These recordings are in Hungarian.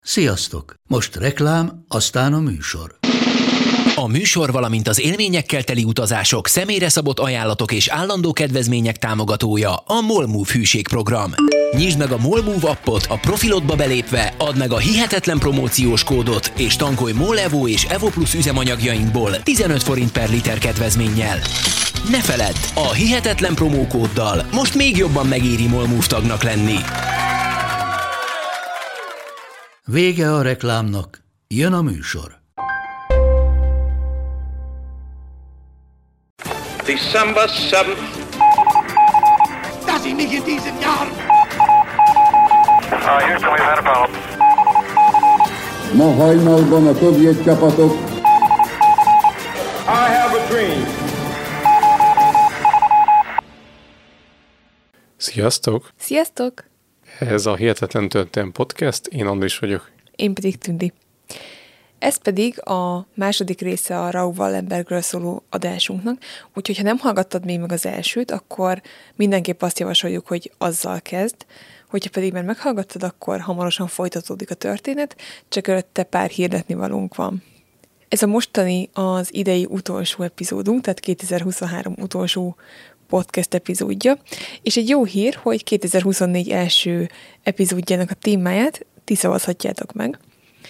Sziasztok! Most reklám, aztán a műsor. A műsor, valamint az élményekkel teli utazások, személyre szabott ajánlatok és állandó kedvezmények támogatója a MOLMOVE hűségprogram. Nyisd meg a MOLMOVE appot, a profilodba belépve, add meg a hihetetlen promóciós kódot, és tankolj MOL Evo és Evo Plus üzemanyagjainkból 15 forint per liter kedvezménnyel. Ne feledd, a hihetetlen promókóddal most még jobban megéri MOLMOVE tagnak lenni. Vége a reklámnak, jön a műsor. December 7th. Das ist nicht in diesem Jahr. Houston, we've had a problem. Ma hajnalban a szovjet csapatok. I have a dream. Sziasztok! Sziasztok! Ez a Hihetetlen Történet Podcast, én Andris vagyok. Én pedig Tündi. Ez pedig a második része a Raoul Wallenbergről szóló adásunknak, úgyhogy ha nem hallgattad még meg az elsőt, akkor mindenképp azt javasoljuk, hogy azzal kezd, hogyha pedig már meghallgattad, akkor hamarosan folytatódik a történet, csak előtte pár hirdetnivalónk van. Ez a mostani az idei utolsó epizódunk, tehát 2023 utolsó podcast epizódja, és egy jó hír, hogy 2024 első epizódjának a témáját ti szavazhatjátok meg.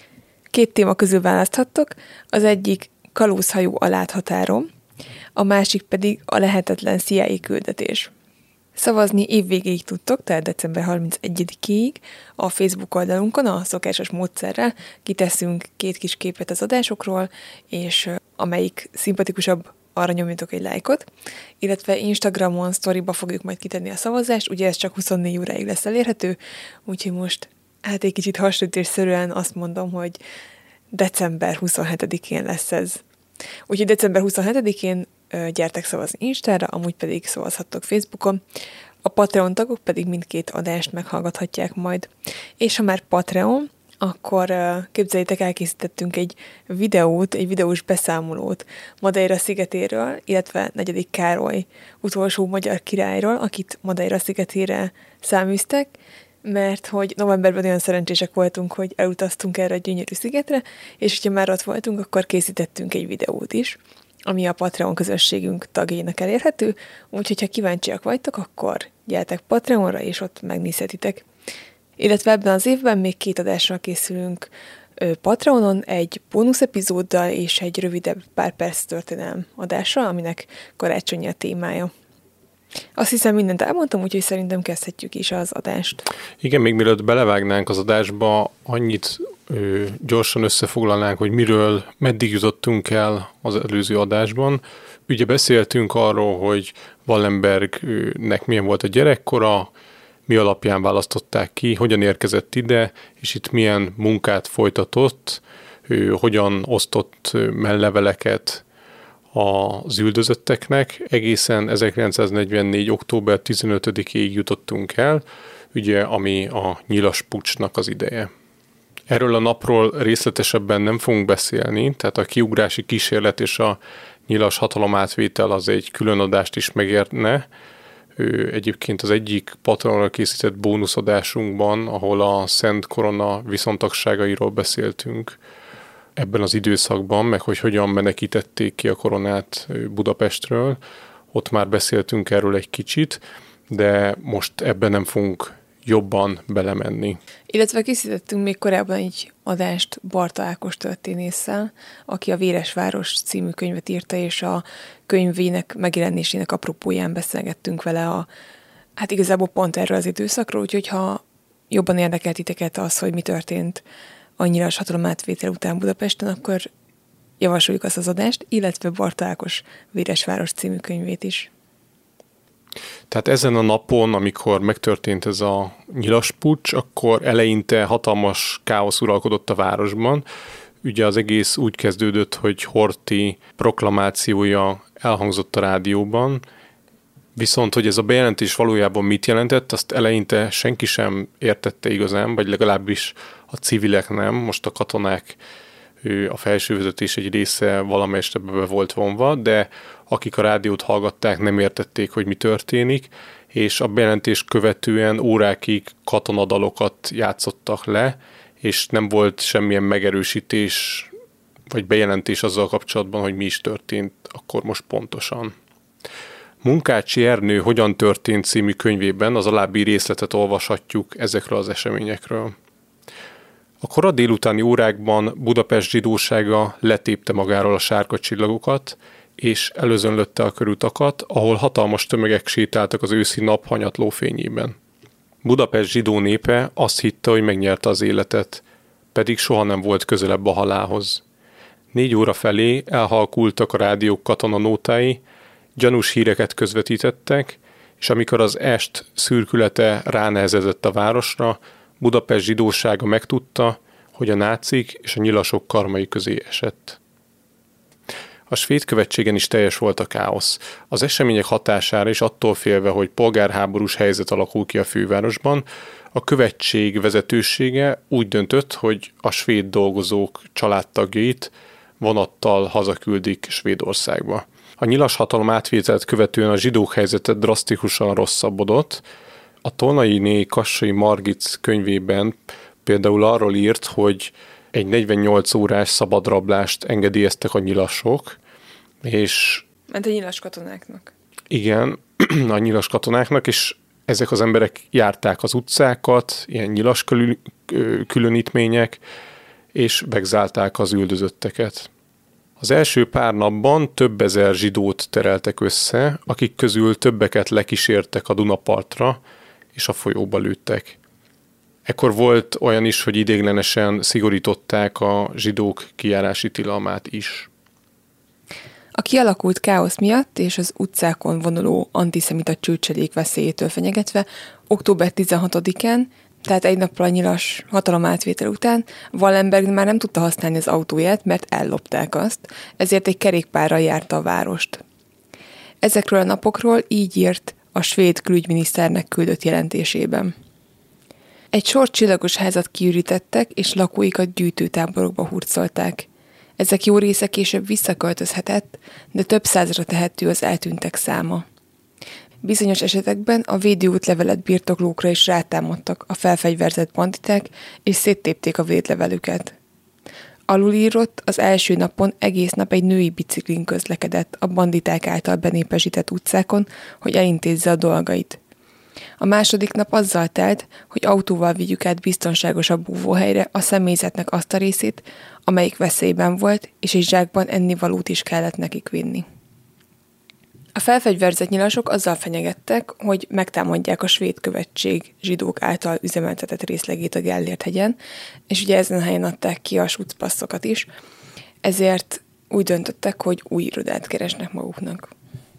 2 téma közül választhattok, az egyik kalózhajó a láthatáron, a másik pedig a lehetetlen CIA küldetés. Szavazni évvégéig tudtok, tehát december 31-ig a Facebook oldalunkon a szokásos módszerrel kiteszünk 2 kis képet az adásokról, és amelyik szimpatikusabb, arra nyomjatok egy lájkot, illetve Instagramon, sztoriba fogjuk majd kitenni a szavazást, ugye ez csak 24 óráig lesz elérhető, úgyhogy most egy kicsit hasonlítésszerűen azt mondom, hogy december 27-én lesz ez. Úgyhogy december 27-én gyertek szavazni Instára, amúgy pedig szavazhattok Facebookon. A Patreon tagok pedig mindkét adást meghallgathatják majd. És ha már Patreon, akkor képzeljétek, elkészítettünk egy videót, egy videós beszámolót Madeira szigetéről, illetve 4. Károly utolsó magyar királyról, akit Madeira szigetére száműztek, mert hogy novemberben olyan szerencsések voltunk, hogy elutaztunk erre a gyönyörű szigetre, és hogyha már ott voltunk, akkor készítettünk egy videót is, ami a Patreon közösségünk tagjainak elérhető, úgyhogy ha kíváncsiak vagytok, akkor gyertek Patreonra, és ott megnézhetitek. Illetve ebben az évben még 2 adással készülünk Patreonon, egy bónusz epizóddal és egy rövidebb pár perc történelem adással, aminek karácsonyi a témája. Azt hiszem, mindent elmondtam, úgyhogy szerintem kezdhetjük is az adást. Igen, még mielőtt belevágnánk az adásba, annyit gyorsan összefoglalnánk, hogy miről, meddig jutottunk el az előző adásban. Ugye beszéltünk arról, hogy Wallenbergnek milyen volt a gyerekkora, mi alapján választották ki, hogyan érkezett ide, és itt milyen munkát folytatott, hogyan osztott melleveleket az üldözötteknek. Egészen 1944. október 15-ig jutottunk el, ugye, ami a nyilas puccsnak az ideje. Erről a napról részletesebben nem fogunk beszélni, tehát a kiugrási kísérlet és a nyilas hatalomátvétel az egy külön adást is megérne. Egyébként az egyik Patreonra készített bónuszadásunkban, ahol a Szent Korona viszontagságairól beszéltünk ebben az időszakban, meg hogy hogyan menekítették ki a koronát Budapestről. Ott már beszéltünk erről egy kicsit, de most ebben nem fogunk jobban belemenni. Illetve készítettünk még korábban egy adást Barta Ákos történésszel, aki a Véres Város című könyvet írta, és a könyvének megjelenésének apropóján beszélgettünk vele igazából pont erről az időszakról, úgyhogy ha jobban érdekel titeket az, hogy mi történt a nyilas hatalomátvétel után Budapesten, akkor javasoljuk azt az adást, illetve Barta Ákos Véres Város című könyvét is. Tehát ezen a napon, amikor megtörtént ez a nyilas puccs, akkor eleinte hatalmas káosz uralkodott a városban. Ugye az egész úgy kezdődött, hogy Horthy proklamációja elhangzott a rádióban, viszont hogy ez a bejelentés valójában mit jelentett, azt eleinte senki sem értette igazán, vagy legalábbis a civilek nem, most a katonák, a felsővezetés egy része valamelyest ebbe be volt vonva, de akik a rádiót hallgatták, nem értették, hogy mi történik, és a bejelentés követően órákig katonadalokat játszottak le, és nem volt semmilyen megerősítés vagy bejelentés azzal kapcsolatban, hogy mi is történt akkor most pontosan. Munkácsi Ernő Hogyan történt című könyvében az alábbi részletet olvashatjuk ezekről az eseményekről. A kora délutáni órákban Budapest zsidósága letépte magáról a sárga csillagokat, és előzönlötte a körutakat, ahol hatalmas tömegek sétáltak az őszi nap hanyatló fényében. Budapest zsidó népe azt hitte, hogy megnyerte az életet, pedig soha nem volt közelebb a halálhoz. 4 óra felé elhalkultak a rádiók katonanótái, gyanús híreket közvetítettek, és amikor az est szürkülete ránehezedett a városra, Budapest zsidósága megtudta, hogy a nácik és a nyilasok karmai közé esett. A svéd követségen is teljes volt a káosz. Az események hatására és attól félve, hogy polgárháborús helyzet alakul ki a fővárosban, a követség vezetősége úgy döntött, hogy a svéd dolgozók családtagjait vonattal hazaküldik Svédországba. A nyilas hatalom átvételt követően a zsidók helyzete drasztikusan rosszabbodott. A Tolnainé Kassai Margit könyvében például arról írt, hogy egy 48 órás szabadrablást engedélyeztek a nyilasok, és... Ment a nyilas katonáknak. Igen, a nyilas katonáknak, és ezek az emberek járták az utcákat, ilyen nyilas különítmények, és begzálták az üldözötteket. Az első pár napban több ezer zsidót tereltek össze, akik közül többeket lekísértek a Dunapartra, és a folyóba lőttek. Ekkor volt olyan is, hogy ideiglenesen szigorították a zsidók kijárási tilalmát is. A kialakult káosz miatt és az utcákon vonuló antiszemita csőcselék veszélyétől fenyegetve október 16-án, tehát egy nappal a nyilas hatalomátvétel után Wallenberg már nem tudta használni az autóját, mert ellopták azt, ezért egy kerékpárral járta a várost. Ezekről a napokról így írt a svéd külügyminiszternek küldött jelentésében. Egy sor csillagos házat kiürítettek, és lakóikat gyűjtőtáborokba hurcolták. Ezek jó része később visszaköltözhetett, de több százra tehető az eltűntek száma. Bizonyos esetekben a védőútlevelet birtoklókra is rátámadtak a felfegyverzett banditák, és széttépték a védlevelüket. Alulírott az első napon egész nap egy női biciklin közlekedett a banditák által benépesített utcákon, hogy elintézze a dolgait. A második nap azzal telt, hogy autóval vigyük át biztonságosabb búvóhelyre a személyzetnek azt a részét, amelyik veszélyben volt, és egy zsákban ennivalót is kellett nekik vinni. A felfegyverzett nyilasok azzal fenyegettek, hogy megtámadják a svéd követség zsidók által üzemeltetett részlegét a Gellért-hegyen, és ugye ezen a helyen adták ki a schutzpasszokat is, ezért úgy döntöttek, hogy új irodát keresnek maguknak.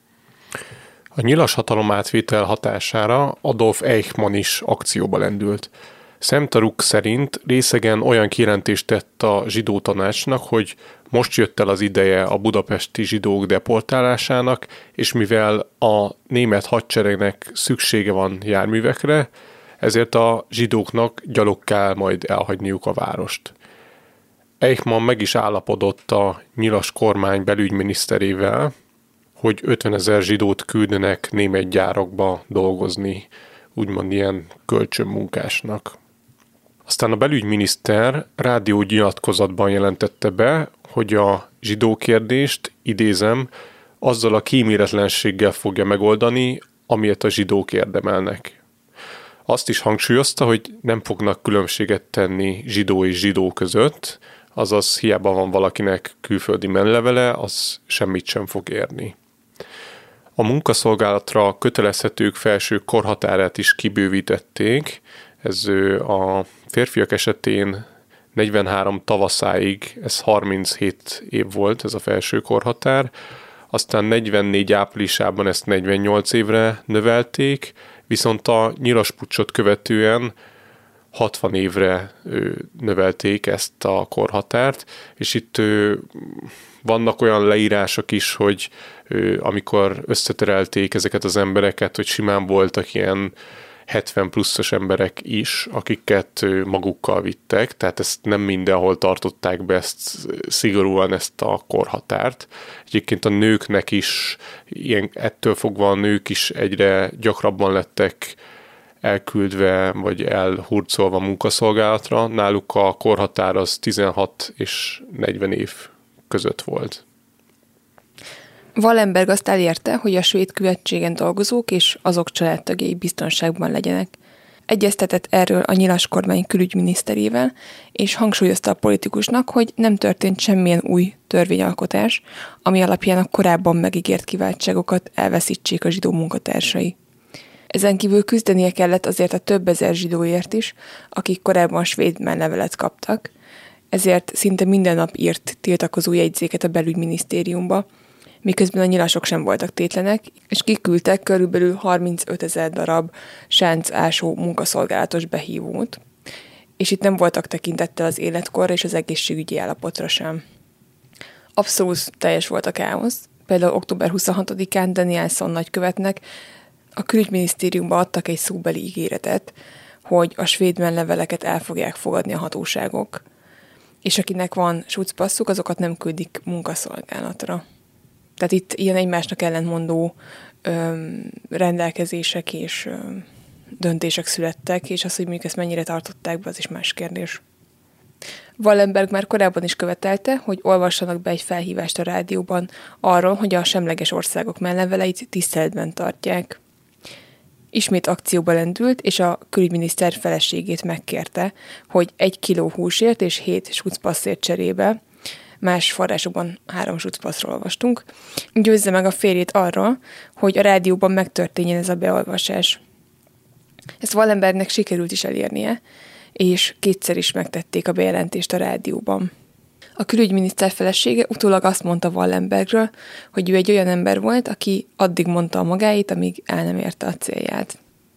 A nyilas hatalomátvétel hatására Adolf Eichmann is akcióba lendült. Szemtaruk szerint részegen olyan kijelentést tett a zsidó tanácsnak, hogy most jött el az ideje a budapesti zsidók deportálásának, és mivel a német hadseregnek szüksége van járművekre, ezért a zsidóknak gyalog kell majd elhagyniuk a várost. Eichmann meg is állapodott a nyilas kormány belügyminiszterével, hogy 50 000 zsidót küldenek német gyárakba dolgozni, úgymond ilyen kölcsönmunkásnak. Aztán a belügyminiszter rádiónyilatkozatban jelentette be, hogy a zsidó kérdést, idézem, azzal a kíméletlenséggel fogja megoldani, amilyet a zsidók érdemelnek. Azt is hangsúlyozta, hogy nem fognak különbséget tenni zsidó és zsidó között, azaz hiába van valakinek külföldi menlevele, az semmit sem fog érni. A munkaszolgálatra kötelezhetők felső korhatárát is kibővítették, ez a férfiak esetén 43 tavaszáig, ez 37 év volt ez a felső korhatár, aztán 44 áprilisában ezt 48 évre növelték, viszont a nyilaspuccsot követően 60 évre növelték ezt a korhatárt, és itt vannak olyan leírások is, hogy amikor összeterelték ezeket az embereket, hogy simán voltak ilyen 70 pluszos emberek is, akiket magukkal vittek, tehát ezt nem mindenhol tartották be szigorúan ezt a korhatárt. Egyébként a nőknek is, ettől fogva a nők is egyre gyakrabban lettek elküldve vagy elhurcolva munkaszolgálatra. Náluk a korhatár az 16 és 40 év között volt. Wallenberg azt elérte, hogy a svéd követségen dolgozók és azok családtagjai biztonságban legyenek. Egyeztetett erről a nyilas kormány külügyminiszterével, és hangsúlyozta a politikusnak, hogy nem történt semmilyen új törvényalkotás, ami alapján a korábban megígért kiváltságokat elveszítsék a zsidó munkatársai. Ezen kívül küzdenie kellett azért a több ezer zsidóért is, akik korábban svéd menlevelet kaptak, ezért szinte minden nap írt tiltakozó jegyzéket a belügyminisztériumba, miközben a nyilasok sem voltak tétlenek, és kiküldtek körülbelül 35 000 darab sáncásó munkaszolgálatos behívót, és itt nem voltak tekintettel az életkorra és az egészségügyi állapotra sem. Abszolút teljes volt a káosz. Például október 26-án Danielson nagykövetnek a külügyminisztériumba adtak egy szóbeli ígéretet, hogy a svéd menleveleket el fogják fogadni a hatóságok, és akinek van schutzpasszuk, azokat nem küldik munkaszolgálatra. Tehát itt ilyen egymásnak ellentmondó rendelkezések és döntések születtek, és az, hogy mondjuk ezt mennyire tartották be, az is más kérdés. Wallenberg már korábban is követelte, hogy olvassanak be egy felhívást a rádióban arról, hogy a semleges országok menleveleit tiszteletben tartják. Ismét akcióba lendült, és a külügyminiszter feleségét megkérte, hogy 1 kiló húsért és 7 schutzpasszért cserébe, más forrásokban 3 schutzpasszról olvastunk, győzze meg a férjét arról, hogy a rádióban megtörténjen ez a beolvasás. Ezt Wallenbergnek sikerült is elérnie, és 2-szer is megtették a bejelentést a rádióban. A külügyminiszter felesége utólag azt mondta Wallenbergről, hogy ő egy olyan ember volt, aki addig mondta a magáit, amíg el nem érte a célját.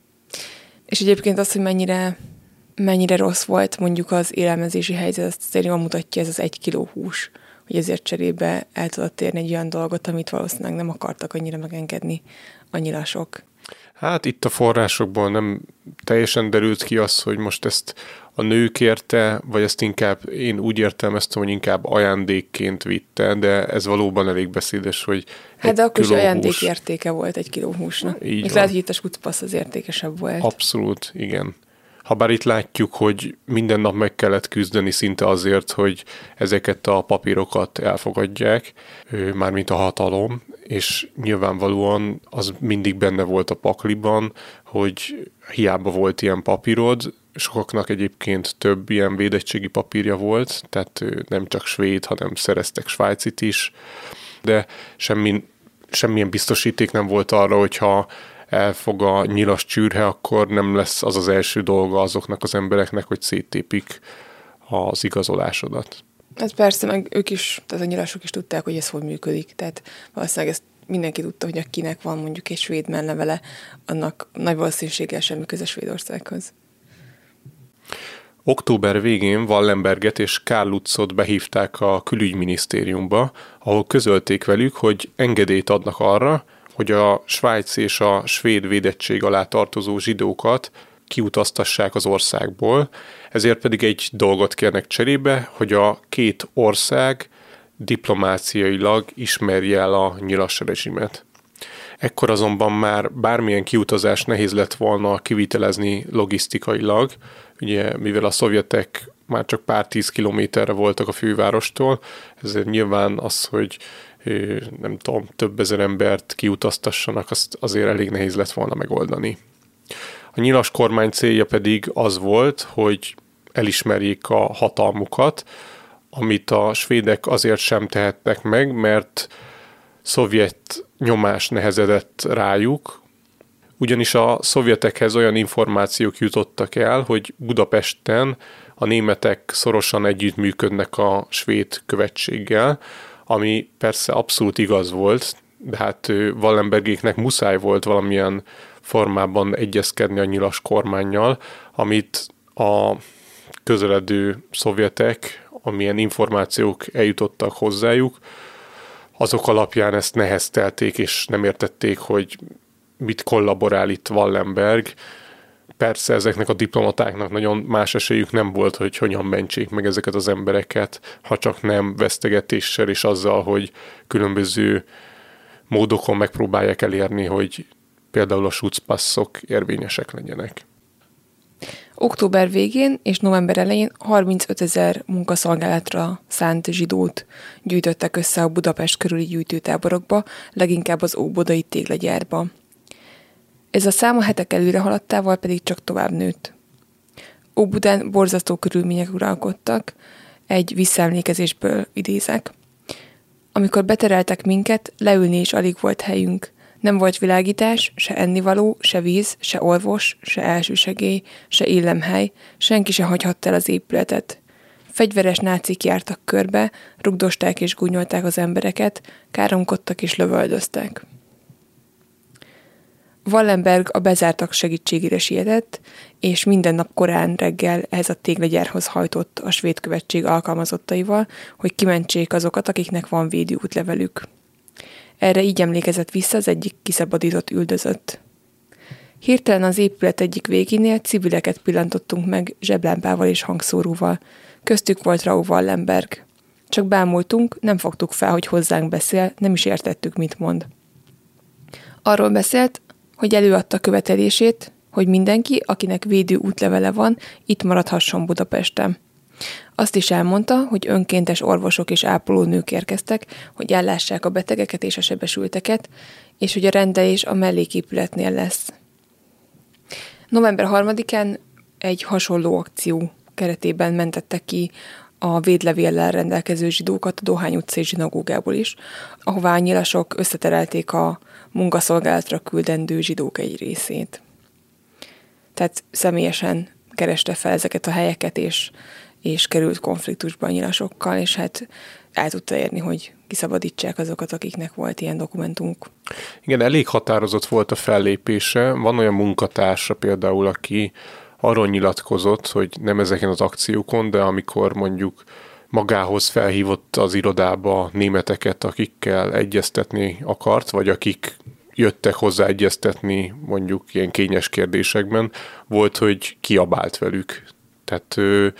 És egyébként az, hogy mennyire rossz volt mondjuk az élelmezési helyzet, azt azért jól mutatja ez az 1 kiló hús, hogy ezért cserébe el tudott érni egy olyan dolgot, amit valószínűleg nem akartak annyira megengedni a nyilasok. Hát itt a forrásokból nem teljesen derült ki az, hogy most ezt a nő kérte, vagy ezt inkább én úgy értelmeztem, hogy inkább ajándékként vitte, de ez valóban elég beszédes, hogy hát de akkor is ajándék értéke volt 1 kiló húsnak. Még lehet, hogy itt a schutzpassz az értékesebb volt. Abszolút, igen. Habár itt látjuk, hogy minden nap meg kellett küzdeni szinte azért, hogy ezeket a papírokat elfogadják, mármint a hatalom, és nyilvánvalóan az mindig benne volt a pakliban, hogy hiába volt ilyen papírod, sokaknak egyébként több ilyen védettségi papírja volt, tehát nem csak svéd, hanem szereztek svájcit is, de semmilyen biztosíték nem volt arra, hogyha elfog a nyilas csűrhe, akkor nem lesz az az első dolga azoknak az embereknek, hogy széttépik az igazolásodat. Hát persze, meg ők is, tehát a nyilasok is tudták, hogy ez hogy működik. Tehát valószínűleg ezt mindenki tudta, hogy akinek van mondjuk egy svéd menlevele, annak nagy valószínűséggel semmi köze Svédországhoz. Október végén Wallenberget és Karl Lutzot behívták a külügyminisztériumba, ahol közölték velük, hogy engedélyt adnak arra, hogy a Svájc és a svéd védettség alá tartozó zsidókat kiutaztassák az országból, ezért pedig egy dolgot kérnek cserébe, hogy a 2 ország diplomáciailag ismerje el a nyilas rezsimet. Ekkor azonban már bármilyen kiutazás nehéz lett volna kivitelezni logisztikailag, ugye mivel a szovjetek már csak pár 10 kilométerre voltak a fővárostól, ezért nyilván az, hogy nem tudom, több ezer embert kiutaztassanak, azt azért elég nehéz lett volna megoldani. A nyilas kormány célja pedig az volt, hogy elismerjék a hatalmukat, amit a svédek azért sem tehetnek meg, mert szovjet nyomás nehezedett rájuk, ugyanis a szovjetekhez olyan információk jutottak el, hogy Budapesten a németek szorosan együttműködnek a svéd követséggel, ami persze abszolút igaz volt, de hát Wallenbergéknek muszáj volt valamilyen formában egyezkedni a nyilas kormánnyal, amit a közeledő szovjetek, amilyen információk eljutottak hozzájuk, azok alapján ezt neheztelték, és nem értették, hogy mit kollaborál itt Wallenberg. Persze ezeknek a diplomatáknak nagyon más esélyük nem volt, hogy hogyan mentsék meg ezeket az embereket, ha csak nem vesztegetéssel és azzal, hogy különböző módokon megpróbálják elérni, hogy például a schutzpasszok érvényesek legyenek. Október végén és november elején 35 000 munkaszolgálatra szánt zsidót gyűjtöttek össze a Budapest körüli gyűjtőtáborokba, leginkább az óbudai téglagyárba. Ez a szám a hetek előre haladtával pedig csak tovább nőtt. Óbudán borzasztó körülmények uralkodtak, egy visszaemlékezésből idézek. Amikor betereltek minket, leülni is alig volt helyünk. Nem volt világítás, se ennivaló, se víz, se orvos, se elsősegély, se illemhely, senki se hagyhatta el az épületet. Fegyveres nácik jártak körbe, rugdosták és gúnyolták az embereket, káromkodtak és lövöldöztek. Wallenberg a bezártak segítségére sietett, és minden nap korán reggel ehhez a téglagyárhoz hajtott a svéd követség alkalmazottaival, hogy kimentsék azokat, akiknek van védőútlevelük. Erre így emlékezett vissza az egyik kiszabadított üldözött. Hirtelen az épület egyik végénél civileket pillantottunk meg zseblámpával és hangszóróval. Köztük volt Raoul Wallenberg. Csak bámultunk, nem fogtuk fel, hogy hozzánk beszél, nem is értettük, mit mond. Arról beszélt, hogy előadta követelését, hogy mindenki, akinek védő útlevele van, itt maradhasson Budapesten. Azt is elmondta, hogy önkéntes orvosok és ápolónők érkeztek, hogy ellássák a betegeket és a sebesülteket, és hogy a rendelés a melléképületnél lesz. November 3-án egy hasonló akció keretében mentettek ki a védlevéllel rendelkező zsidókat a Dohány utcai zsinagógából is, ahová a nyilasok összeterelték a munkaszolgálatra küldendő zsidók egy részét. Tehát személyesen kereste fel ezeket a helyeket, és került konfliktusba a nyilasokkal, és hát el tudta érni, hogy kiszabadítsák azokat, akiknek volt ilyen dokumentumuk. Igen, elég határozott volt a fellépése. Van olyan munkatársa például, aki arról nyilatkozott, hogy nem ezeken az akciókon, de amikor mondjuk magához felhívott az irodába németeket, akikkel egyeztetni akart, vagy akik jöttek hozzá egyeztetni mondjuk ilyen kényes kérdésekben, volt, hogy kiabált velük. Tehát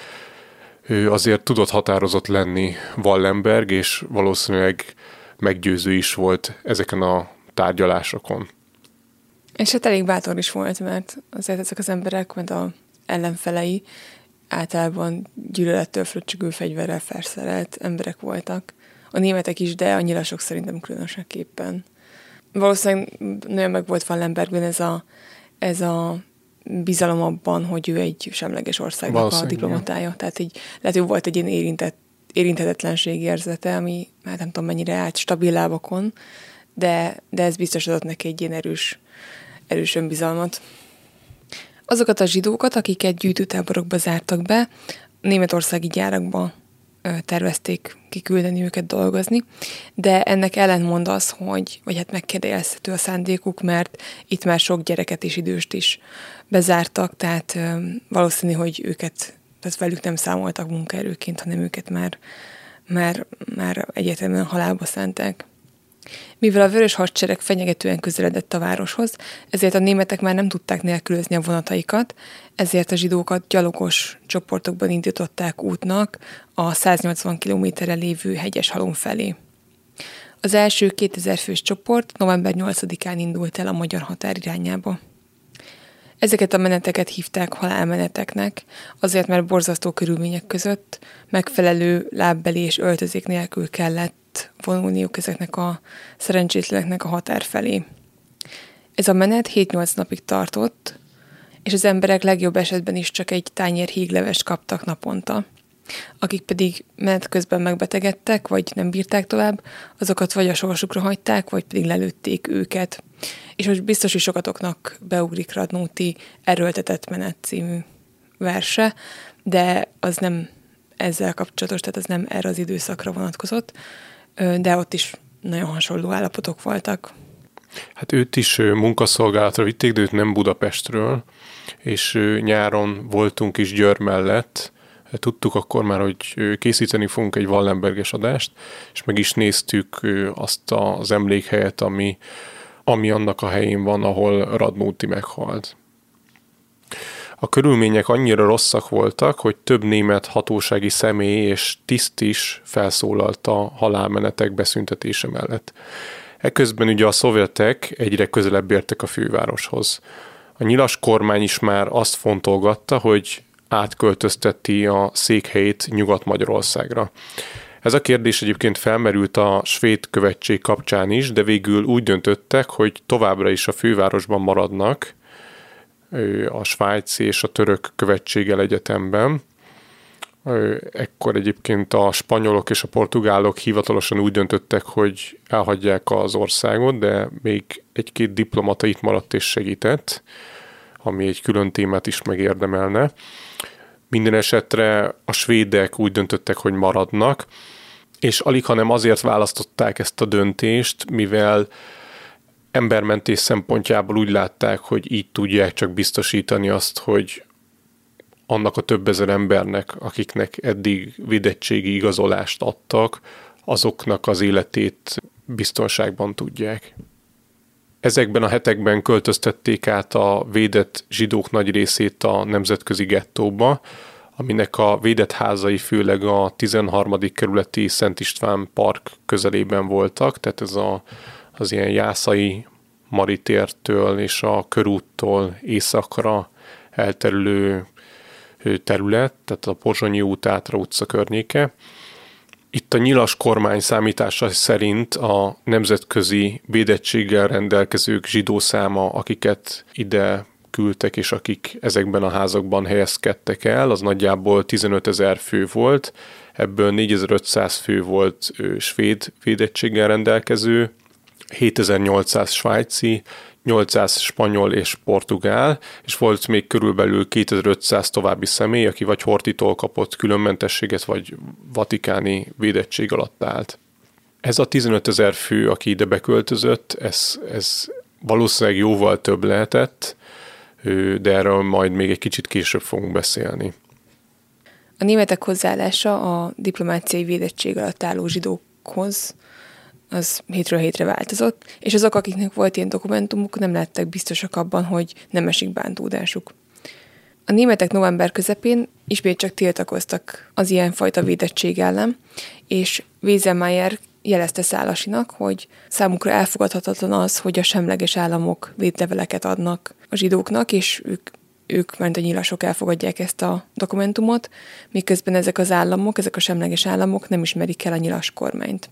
ő azért tudott határozott lenni Wallenberg, és valószínűleg meggyőző is volt ezeken a tárgyalásokon. És hát elég bátor is volt, mert azért ezek az emberek, mert az ellenfelei általában gyűlölettől fröccsögő fegyverrel felszerelt emberek voltak. A németek is, de a nyilasok szerintem különösképpen. Valószínűleg nagyon meg volt Wallenbergben ez a bizalom abban, hogy ő egy semleges országnak a diplomatája. Tehát így lehet, hogy volt egy ilyen érinthetetlenség érzete, ami hát nem tudom mennyire állt stabil lábakon, de ez biztos adott neki egy ilyen erős önbizalmat. Azokat a zsidókat, akiket gyűjtőtáborokba zártak be, németországi gyárakba tervezték kiküldeni őket dolgozni, de ennek ellentmond az, vagy hát megkérdezhető a szándékuk, mert itt már sok gyereket és időst is bezártak, tehát valószínű, hogy őket, tehát velük nem számoltak munkaerőként, hanem őket már egyértelműen halálba szánták. Mivel a Vörös Hadsereg fenyegetően közeledett a városhoz, ezért a németek már nem tudták nélkülözni a vonataikat, ezért a zsidókat gyalogos csoportokban indították útnak a 180 kilométerre lévő Hegyeshalom felé. Az első 2000 fős csoport november 8-án indult el a magyar határ irányába. Ezeket a meneteket hívták halálmeneteknek, azért mert borzasztó körülmények között megfelelő lábbeli és öltözék nélkül kellett vonulniuk ezeknek a szerencsétleneknek a határ felé. Ez a menet 7-8 napig tartott, és az emberek legjobb esetben is csak egy tányér híglevest kaptak naponta. Akik pedig menet közben megbetegedtek, vagy nem bírták tovább, azokat vagy a sorsukra hagyták, vagy pedig lelőtték őket. És most biztos, hogy sokatoknak beugrik Radnóti Erőltetett menet című verse, de az nem ezzel kapcsolatos, tehát az nem erre az időszakra vonatkozott, de ott is nagyon hasonló állapotok voltak. Hát őt is munkaszolgálatra vitték, de őt nem Budapestről, és nyáron voltunk is Győr mellett. Tudtuk akkor már, hogy készíteni fogunk egy Wallenberges adást, és meg is néztük azt az emlékhelyet, ami annak a helyén van, ahol Radnóti meghalt. A körülmények annyira rosszak voltak, hogy több német hatósági személy és tiszt is felszólalt a halálmenetek beszüntetése mellett. Eközben ugye a szovjetek egyre közelebb értek a fővároshoz. A A nyilas kormány is már azt fontolgatta, hogy átköltözteti a székhelyét Nyugat-Magyarországra. Ez a kérdés egyébként felmerült a svéd követség kapcsán is, de végül úgy döntöttek, hogy továbbra is a fővárosban maradnak, a svájci és a török követséggel egyetemben. Ekkor egyébként a spanyolok és a portugálok hivatalosan úgy döntöttek, hogy elhagyják az országot, de még egy-két diplomata itt maradt és segített, ami egy külön témát is megérdemelne. Minden esetre a svédek úgy döntöttek, hogy maradnak, és alig, hanem azért választották ezt a döntést, mivel embermentés szempontjából úgy látták, hogy így tudják csak biztosítani azt, hogy annak a több ezer embernek, akiknek eddig védettségi igazolást adtak, azoknak az életét biztonságban tudják. Ezekben a hetekben költöztették át a védett zsidók nagy részét a nemzetközi gettóba, aminek a védett házai főleg a 13. kerületi Szent István park közelében voltak, tehát ez az ilyen Jászai Maritértől és a körúttól északra elterülő terület, tehát a Pozsonyi út, Átra utca környéke. Itt a nyilas kormány számítása szerint a nemzetközi védettséggel rendelkezők zsidó száma, akiket ide küldtek, és akik ezekben a házakban helyezkedtek el, az nagyjából 15 000 fő volt, ebből 4500 fő volt svéd védettséggel rendelkező, 7800 svájci, 800 spanyol és portugál, és volt még körülbelül 2500 további személy, aki vagy Horthytól kapott különmentességet, vagy vatikáni védettség alatt állt. Ez a 15 000 fő, aki ide beköltözött, ez valószínűleg jóval több lehetett, de erről majd még egy kicsit később fogunk beszélni. A németek hozzáállása a diplomáciai védettség alatt álló zsidókhoz az hétről hétre változott, és azok, akiknek volt ilyen dokumentumuk, nem lettek biztosak abban, hogy nem esik bántódásuk. A németek november közepén ismét csak tiltakoztak az ilyenfajta védettség ellen, és Wieselmeier jelezte Szálasinak, hogy számukra elfogadhatatlan az, hogy a semleges államok védleveleket adnak a zsidóknak, és ők mert a nyilasok elfogadják ezt a dokumentumot, miközben ezek az államok, ezek a semleges államok nem ismerik el a nyilas kormányt.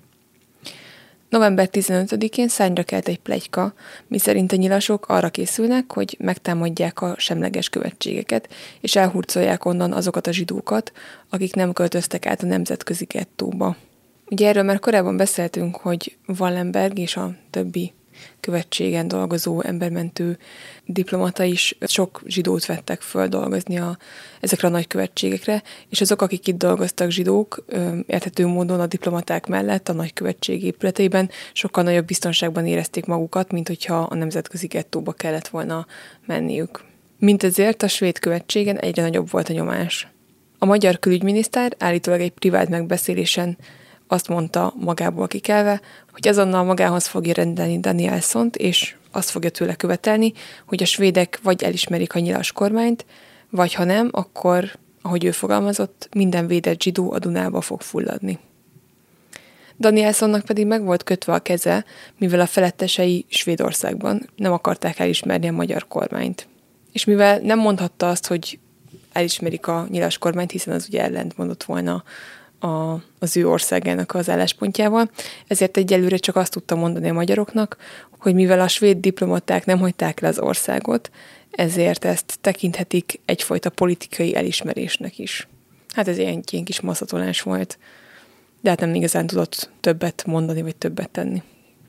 November 15-én szárnyra kelt egy pletyka, miszerint a nyilasok arra készülnek, hogy megtámadják a semleges követségeket, és elhurcolják onnan azokat a zsidókat, akik nem költöztek át a nemzetközi gettóba. Ugye erről már korábban beszéltünk, hogy Wallenberg és a többi követségen dolgozó embermentő diplomata is sok zsidót vettek föl dolgozni ezekre a nagykövetségekre, és azok, akik itt dolgoztak zsidók, érthető módon a diplomaták mellett a nagykövetség épületeiben sokkal nagyobb biztonságban érezték magukat, mint hogyha a nemzetközi gettóba kellett volna menniük. Mindezért a svéd követségen egyre nagyobb volt a nyomás. A magyar külügyminiszter állítólag egy privát megbeszélésen azt mondta magából kikelve, hogy azonnal magához fogja rendelni Danielsont, és azt fogja tőle követelni, hogy a svédek vagy elismerik a nyilas kormányt, vagy ha nem, akkor, ahogy ő fogalmazott, minden védett zsidó a Dunába fog fulladni. Danielsonnak pedig meg volt kötve a keze, mivel a felettesei Svédországban nem akarták elismerni a magyar kormányt. És mivel nem mondhatta azt, hogy elismerik a nyilas kormányt, hiszen az ugye ellentmondott volna az ő országának az álláspontjával, ezért egyelőre csak azt tudta mondani a magyaroknak, hogy mivel a svéd diplomaták nem hagyták le az országot, ezért ezt tekinthetik egyfajta politikai elismerésnek is. Hát ez ilyen kis maszatolás volt, de hát nem igazán tudott többet mondani, vagy többet tenni.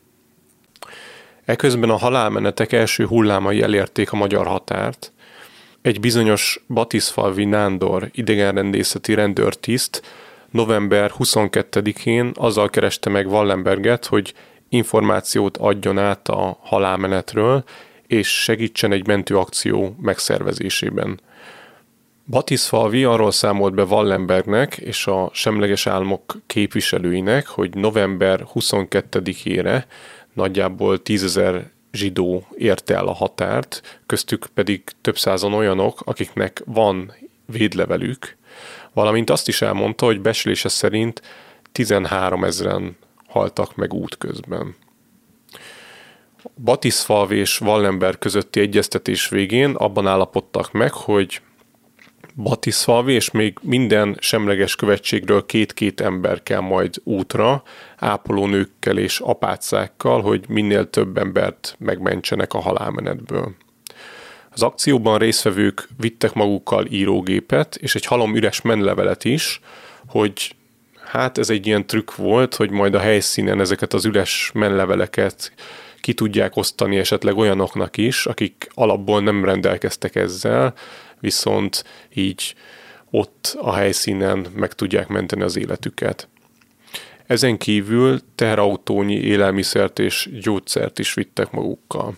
Eközben a halálmenetek első hullámai elérték a magyar határt. Egy bizonyos Batiszfalvi Nándor idegenrendészeti rendőrtiszt november 22-én azzal kereste meg Wallenberget, hogy információt adjon át a halálmenetről, és segítsen egy mentőakció megszervezésében. Batiszfalvi arról számolt be Wallenbergnek és a semleges államok képviselőinek, hogy november 22-ére nagyjából 10 000 zsidó érte el a határt, köztük pedig több százan olyanok, akiknek van védlevelük, valamint azt is elmondta, hogy becslése szerint 13 000-en haltak meg útközben. Batiszfalv és Wallenberg közötti egyeztetés végén abban állapodtak meg, hogy Batiszfalv és még minden semleges követségről 2-2 ember kell majd útra, ápolónőkkel és apácákkal, hogy minél több embert megmentsenek a halálmenetből. Az akcióban résztvevők vittek magukkal írógépet és egy halom üres menlevelet is, hogy hát ez egy ilyen trükk volt, hogy majd a helyszínen ezeket az üres menleveleket ki tudják osztani esetleg olyanoknak is, akik alapból nem rendelkeztek ezzel, viszont így ott a helyszínen meg tudják menteni az életüket. Ezen kívül teherautónyi élelmiszert és gyógyszert is vittek magukkal.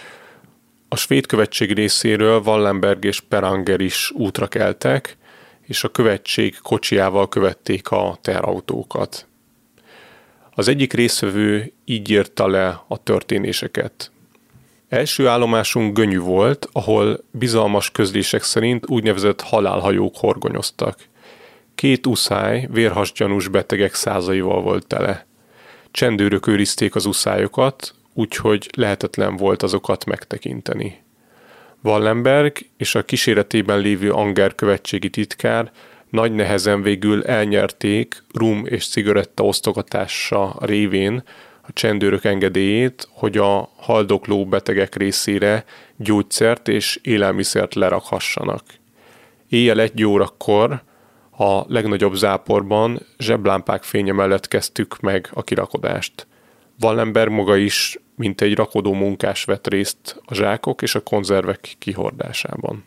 A svéd követség részéről Wallenberg és Peranger is útra keltek, és a követség kocsijával követték a teherautókat. Az egyik résztvevő így írta le a történéseket. Első állomásunk Gönyű volt, ahol bizalmas közlések szerint úgynevezett halálhajók horgonyoztak. 2 uszály vérhasgyanús betegek százaival volt tele. Csendőrök őrizték az uszályokat, úgyhogy lehetetlen volt azokat megtekinteni. Wallenberg és a kíséretében lévő Anger követségi titkár nagy nehezen végül elnyerték rum és cigaretta osztogatása révén a csendőrök engedélyét, hogy a haldokló betegek részére gyógyszert és élelmiszert lerakhassanak. Éjjel 1 órakor a legnagyobb záporban zseblámpák fénye mellett kezdtük meg a kirakodást. Wallenberg maga is, mint egy rakodó munkás vett részt a zsákok és a konzervek kihordásában.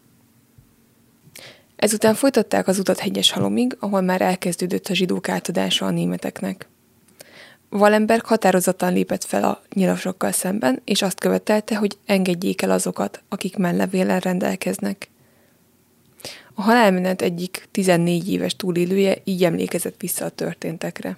Ezután folytatták az utat Hegyeshalomig, ahol már elkezdődött a zsidók átadása a németeknek. Wallenberg határozottan lépett fel a nyilasokkal szemben, és azt követelte, hogy engedjék el azokat, akik menlevéllel rendelkeznek. A halálmenet egyik 14 éves túlélője így emlékezett vissza a történtekre.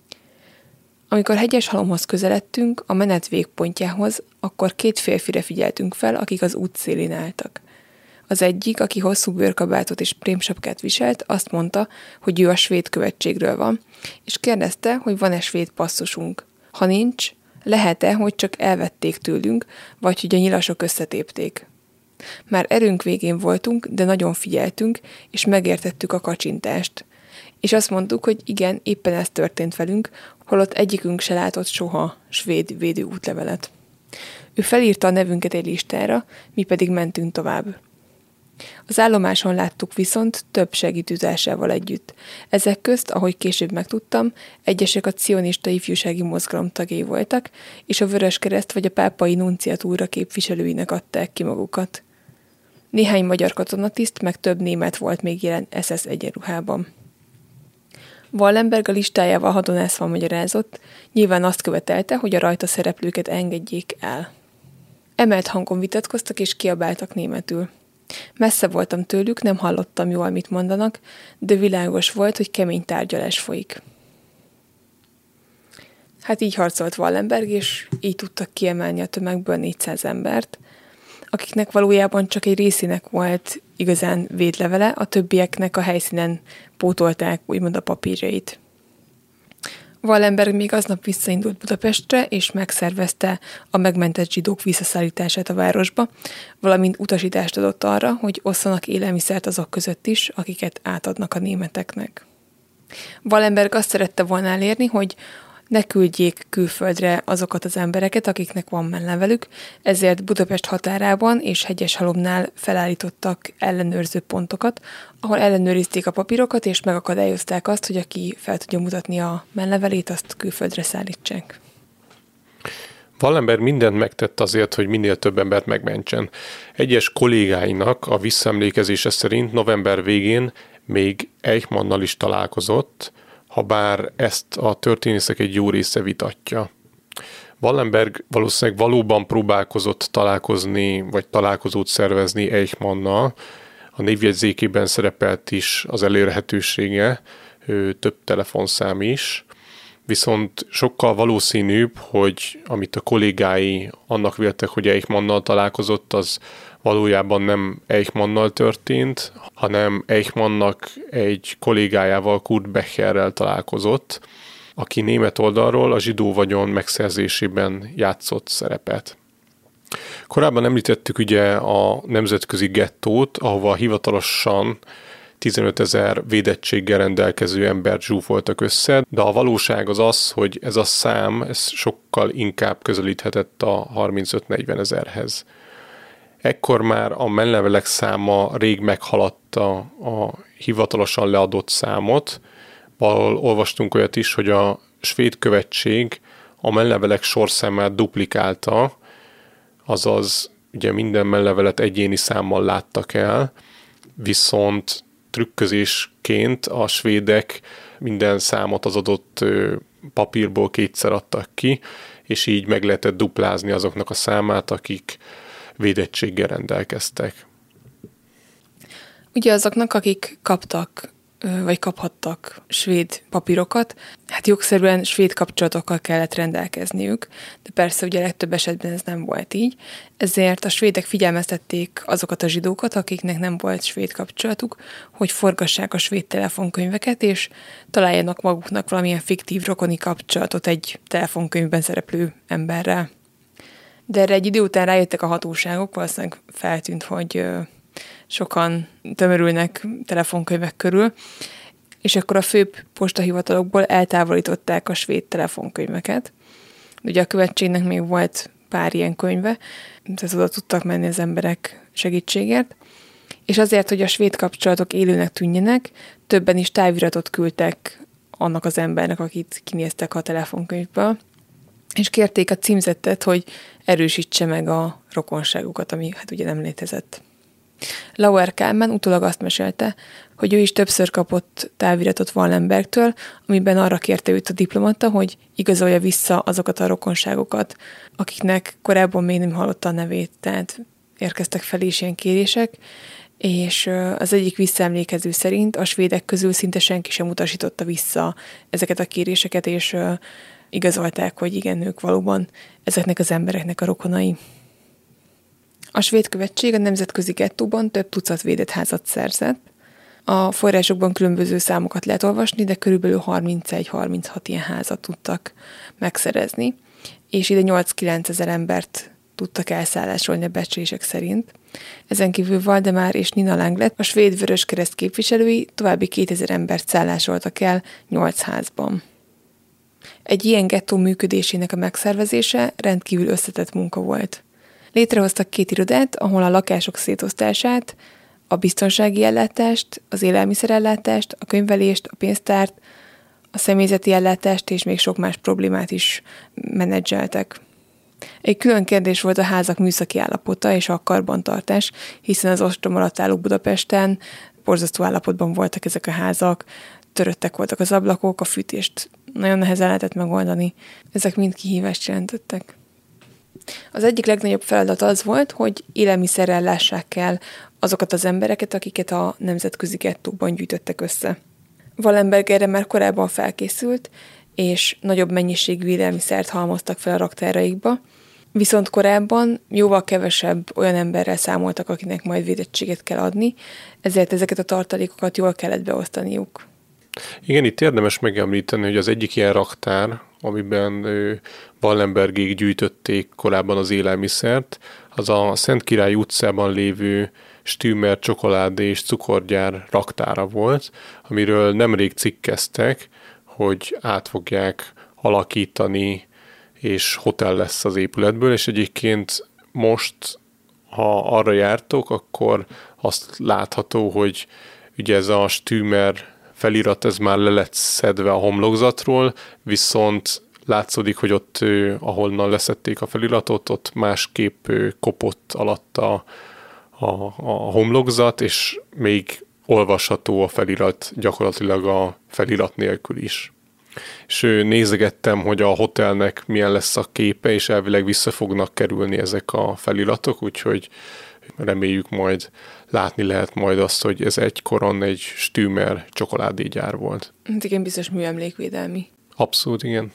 Amikor Hegyeshalomhoz közeledtünk, a menet végpontjához, akkor 2 férfire figyeltünk fel, akik az út szélén álltak. Az egyik, aki hosszú bőrkabátot és prémsapkát viselt, azt mondta, hogy ő a svéd követségről van, és kérdezte, hogy van-e svéd passzusunk. Ha nincs, lehet-e, hogy csak elvették tőlünk, vagy hogy a nyilasok összetépték. Már erőnk végén voltunk, de nagyon figyeltünk, és megértettük a kacsintást. És azt mondtuk, hogy igen, éppen ez történt velünk, holott egyikünk se látott soha svéd védőútlevelet. Ő felírta a nevünket egy listára, mi pedig mentünk tovább. Az állomáson láttuk viszont több segítőtársával együtt. Ezek közt, ahogy később megtudtam, egyesek a cionista ifjúsági mozgalom tagjai voltak, és a Vöröskereszt vagy a pápai nunciatúra képviselőinek adták ki magukat. Néhány magyar katonatiszt, meg több német volt még jelen SS egyenruhában. Wallenberg a listájával hadonászva magyarázott, nyilván azt követelte, hogy a rajta szereplőket engedjék el. Emelt hangon vitatkoztak és kiabáltak németül. Messze voltam tőlük, nem hallottam jól, mit mondanak, de világos volt, hogy kemény tárgyalás folyik. Hát így harcolt Wallenberg, és így tudtak kiemelni a tömegből 400 embert, akiknek valójában csak egy részének volt igazán védlevele, a többieknek a helyszínen pótolták úgymond a papírjait. Wallenberg még aznap visszaindult Budapestre, és megszervezte a megmentett zsidók visszaszállítását a városba, valamint utasítást adott arra, hogy osszanak élelmiszert azok között is, akiket átadnak a németeknek. Wallenberg azt szerette volna elérni, hogy ne küldjék külföldre azokat az embereket, akiknek van menlevelük, ezért Budapest határában és Hegyeshalomnál felállítottak ellenőrző pontokat, ahol ellenőrizték a papírokat, és megakadályozták azt, hogy aki fel tudja mutatni a menlevelét, azt külföldre szállítsák. Wallenberg mindent megtett azért, hogy minél több embert megmentsen. Egyes kollégáinak a visszaemlékezése szerint november végén még Eichmannnal is találkozott, habár ezt a történészek egy jó része vitatja. Wallenberg valószínűleg valóban próbálkozott találkozni, vagy találkozót szervezni Eichmannnal. A névjegyzékében szerepelt is az elérhetősége, több telefonszám is, viszont sokkal valószínűbb, hogy amit a kollégái annak véltek, hogy Eichmannnal találkozott, az valójában nem Eichmannnal történt, hanem Eichmannnak egy kollégájával, Kurt Becherrel találkozott, aki német oldalról a zsidó vagyon megszerzésében játszott szerepet. Korábban említettük ugye a nemzetközi gettót, ahova hivatalosan 15 000 védettséggel rendelkező embert zsúfoltak össze, de a valóság az az, hogy ez a szám ez sokkal inkább közelíthetett a 35-40 000-hez. Ekkor már a menlevelek száma rég meghaladta a hivatalosan leadott számot. Valahol olvastunk olyat is, hogy a svéd követség a menlevelek sorszámát duplikálta, azaz ugye minden menlevelet egyéni számmal láttak el, viszont trükközésként a svédek minden számot az adott papírból kétszer adtak ki, és így meg lehetett duplázni azoknak a számát, akik védettséggel rendelkeztek. Ugye azoknak, akik kaptak, vagy kaphattak svéd papírokat, hát jogszerűen svéd kapcsolatokkal kellett rendelkezniük, de persze ugye legtöbb esetben ez nem volt így, ezért a svédek figyelmeztették azokat a zsidókat, akiknek nem volt svéd kapcsolatuk, hogy forgassák a svéd telefonkönyveket, és találjanak maguknak valamilyen fiktív rokoni kapcsolatot egy telefonkönyvben szereplő emberrel. De erre egy idő után rájöttek a hatóságok, valószínűleg feltűnt, hogy sokan tömörülnek telefonkönyvek körül, és akkor a főbb postahivatalokból eltávolították a svéd telefonkönyveket. Ugye a követségnek még volt pár ilyen könyve, tehát oda tudtak menni az emberek segítségért, és azért, hogy a svéd kapcsolatok élőnek tűnjenek, többen is táviratot küldtek annak az embernek, akit kinéztek a telefonkönyvből, és kérték a címzettet, hogy erősítse meg a rokonságukat, ami hát ugye nem létezett. Lauer Kálmán utólag azt mesélte, hogy ő is többször kapott táviratot Wallenbergtől, amiben arra kérte őt a diplomata, hogy igazolja vissza azokat a rokonságokat, akiknek korábban még nem hallotta a nevét, tehát érkeztek fel is ilyen kérések, és az egyik visszaemlékező szerint a svédek közül szinte senki sem utasította vissza ezeket a kéréseket, és igazolták, hogy igen, ők valóban ezeknek az embereknek a rokonai. A svéd követség a nemzetközi gettóban több tucat védett házat szerzett. A forrásokban különböző számokat lehet olvasni, de körülbelül 31-36 ilyen házat tudtak megszerezni, és ide 8-9 ezer embert tudtak elszállásolni a becslések szerint. Ezen kívül Valdemar és Nina Langlet, a svéd Vöröskereszt képviselői további 2000 embert szállásoltak el 8 házban. Egy ilyen gettó működésének a megszervezése rendkívül összetett munka volt. Létrehoztak 2 irodát, ahol a lakások szétosztását, a biztonsági ellátást, az élelmiszerellátást, a könyvelést, a pénztárt, a személyzeti ellátást és még sok más problémát is menedzseltek. Egy külön kérdés volt a házak műszaki állapota és a karbantartás, hiszen az ostrom alatt álló Budapesten borzasztó állapotban voltak ezek a házak, töröttek voltak az ablakok, a fűtést nagyon nehezen lehetett megoldani. Ezek mind kihívást jelentettek. Az egyik legnagyobb feladat az volt, hogy élelmiszerrel lássák el azokat az embereket, akiket a nemzetközi gettóban gyűjtöttek össze. Wallenberg erre már korábban felkészült, és nagyobb mennyiségű élelmiszert halmoztak fel a raktáraikba, viszont korábban jóval kevesebb olyan emberrel számoltak, akinek majd védettséget kell adni, ezért ezeket a tartalékokat jól kellett beosztaniuk. Igen, itt érdemes megemlíteni, hogy az egyik ilyen raktár, amiben Wallenbergék gyűjtötték korábban az élelmiszert, az a Szent Király utcában lévő Stümer csokoládé és cukorgyár raktára volt, amiről nemrég cikkeztek, hogy át fogják alakítani, és hotel lesz az épületből, és egyébként most, ha arra jártok, akkor azt látható, hogy ugye ez a Stümer felirat, ez már le lett szedve a homlokzatról, viszont látszódik, hogy ott, ahonnan leszették a feliratot, ott másképp kopott alatta a homlokzat, és még olvasható a felirat gyakorlatilag a felirat nélkül is. És nézegettem, hogy a hotelnek milyen lesz a képe, és elvileg vissza fognak kerülni ezek a feliratok, úgyhogy reméljük majd látni lehet majd azt, hogy ez egykoron egy Stümer csokoládégyár volt. Igen, biztos műemlékvédelmi. Abszolút, igen.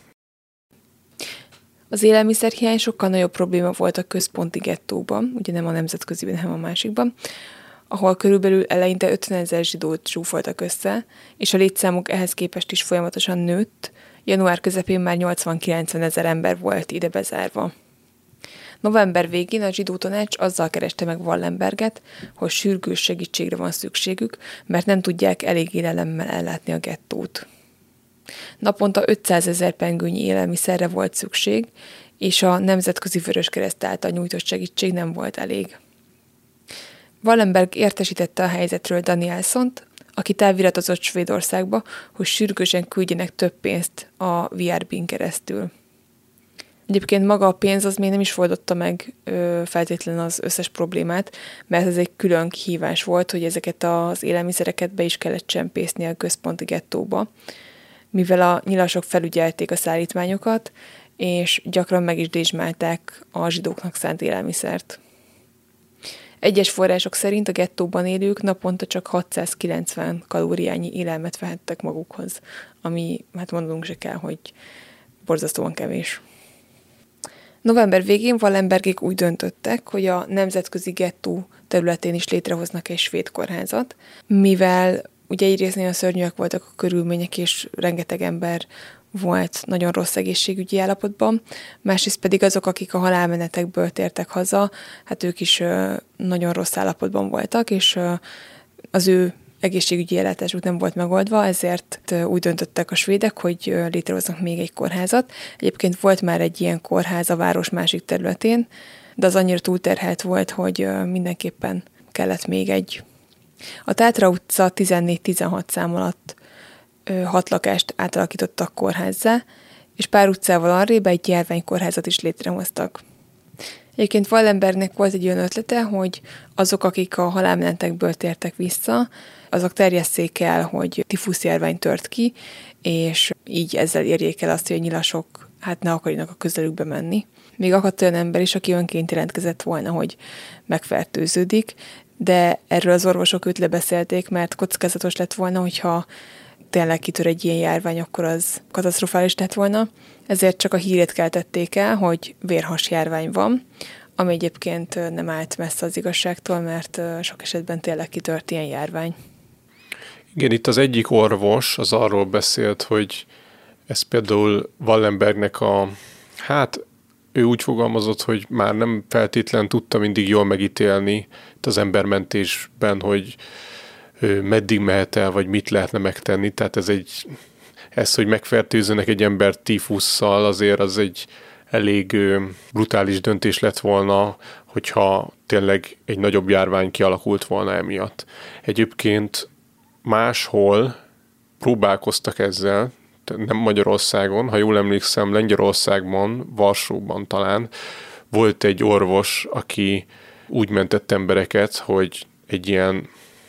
Az élelmiszerhiány sokkal nagyobb probléma volt a központi gettóban, ugye nem a nemzetköziben, hanem a másikban, ahol körülbelül eleinte 50 000 zsidót zsúfoltak össze, és a létszámuk ehhez képest is folyamatosan nőtt. Január közepén már 80-90 000 ember volt ide bezárva. November végén a zsidó tanács azzal kereste meg Wallenberget, hogy sürgős segítségre van szükségük, mert nem tudják elég élelemmel ellátni a gettót. Naponta 500 000 pengőnyi élelmiszerre volt szükség, és a Nemzetközi Vöröskereszt által nyújtott segítség nem volt elég. Wallenberg értesítette a helyzetről Danielsont, aki táviratozott Svédországba, hogy sürgősen küldjenek több pénzt a VRB-n keresztül. Egyébként maga a pénz az még nem is oldotta meg feltétlenül az összes problémát, mert ez egy külön kihívás volt, hogy ezeket az élelmiszereket be is kellett csempészni a központi gettóba, mivel a nyilasok felügyelték a szállítmányokat, és gyakran meg is dézsmálták a zsidóknak szánt élelmiszert. Egyes források szerint a gettóban élők naponta csak 690 kalóriányi élelmet vehettek magukhoz, ami, hát mondanunk se kell, hogy borzasztóan kevés. November végén Wallenbergék úgy döntöttek, hogy a nemzetközi gettó területén is létrehoznak egy svéd kórházat, mivel ugye egyrészt nagyon szörnyűek voltak a körülmények, és rengeteg ember volt nagyon rossz egészségügyi állapotban, másrészt pedig azok, akik a halálmenetekből tértek haza, hát ők is nagyon rossz állapotban voltak, és az ő egészségügyi ellátásuk nem volt megoldva, ezért úgy döntöttek a svédek, hogy létrehoznak még egy kórházat. Egyébként volt már egy ilyen kórház a város másik területén, de az annyira túlterhelt volt, hogy mindenképpen kellett még egy. A Tátra utca 14-16 szám alatt 6 lakást átalakítottak kórházzá, és pár utcával arrébb egy járványkórházat is létrehoztak. Egyébként Wallenbergnek volt egy olyan ötlete, hogy azok, akik a halálmenetekből tértek vissza, azok terjesszék el, hogy tifuszjárvány tört ki, és így ezzel érjék el azt, hogy a nyilasok ne akarjanak a közelükbe menni. Még akadt olyan ember is, aki önként jelentkezett volna, hogy megfertőződik, de erről az orvosok őt lebeszélték, mert kockázatos lett volna, hogyha tényleg kitör egy ilyen járvány, akkor az katasztrofális lett volna. Ezért csak a hírét keltették el, hogy vérhas járvány van, ami egyébként nem állt messze az igazságtól, mert sok esetben tényleg kitört ilyen járvány. Igen, itt az egyik orvos az arról beszélt, hogy ez például Wallenbergnek ő úgy fogalmazott, hogy már nem feltétlen tudta mindig jól megítélni itt az embermentésben, hogy meddig mehet el, vagy mit lehetne megtenni. Tehát ez, hogy megfertőzzenek egy ember tífusszal, azért az egy elég brutális döntés lett volna, hogyha tényleg egy nagyobb járvány kialakult volna emiatt. Egyébként máshol próbálkoztak ezzel, nem Magyarországon, ha jól emlékszem, Lengyelországban, Varsóban talán volt egy orvos, aki úgy mentett embereket, hogy egy ilyen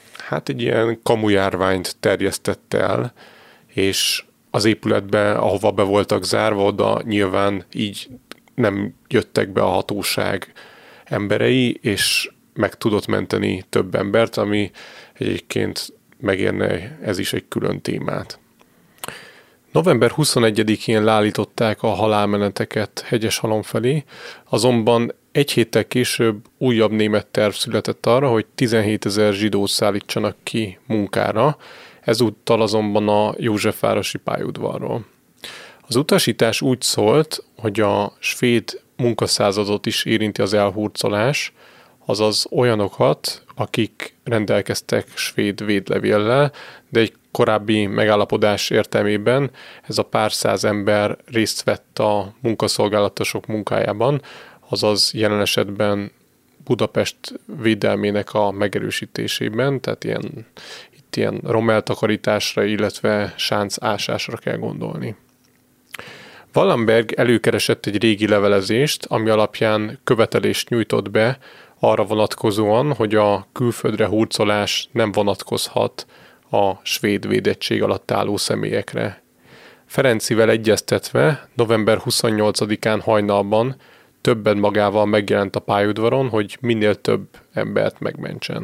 kamujárványt terjesztett el, és az épületbe, ahova be voltak zárva, oda nyilván így nem jöttek be a hatóság emberei, és meg tudott menteni több embert, ami egyébként megérne ez is egy külön témát. November 21-én leállították a halálmeneteket Hegyeshalom felé, azonban egy héttel később újabb német terv született arra, hogy 17 000 zsidót szállítsanak ki munkára, ezúttal azonban a Józsefvárosi pályaudvarról. Az utasítás úgy szólt, hogy a svéd munkaszázadot is érinti az elhurcolás, azaz olyanokat, akik rendelkeztek svéd védlevéllel, de egy korábbi megállapodás értelmében ez a pár száz ember részt vett a munkaszolgálatosok munkájában, azaz jelen esetben Budapest védelmének a megerősítésében, tehát itt ilyen romeltakarításra, illetve sáncásásra kell gondolni. Wallenberg előkeresett egy régi levelezést, ami alapján követelést nyújtott be arra vonatkozóan, hogy a külföldre hurcolás nem vonatkozhat a svéd védettség alatt álló személyekre. Ferencivel egyeztetve november 28-án hajnalban többen magával megjelent a pályaudvaron, hogy minél több embert megmentsen.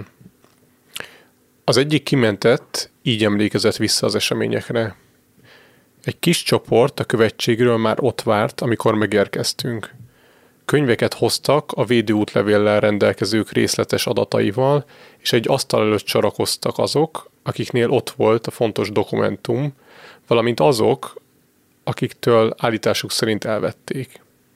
Az egyik kimentett így emlékezett vissza az eseményekre. Egy kis csoport a követségről már ott várt, amikor megérkeztünk. Könyveket hoztak a védőútlevéllel rendelkezők részletes adataival, és egy asztal előtt sorakoztak azok, akiknél ott volt a fontos dokumentum, valamint azok, akiktől állításuk szerint elvették.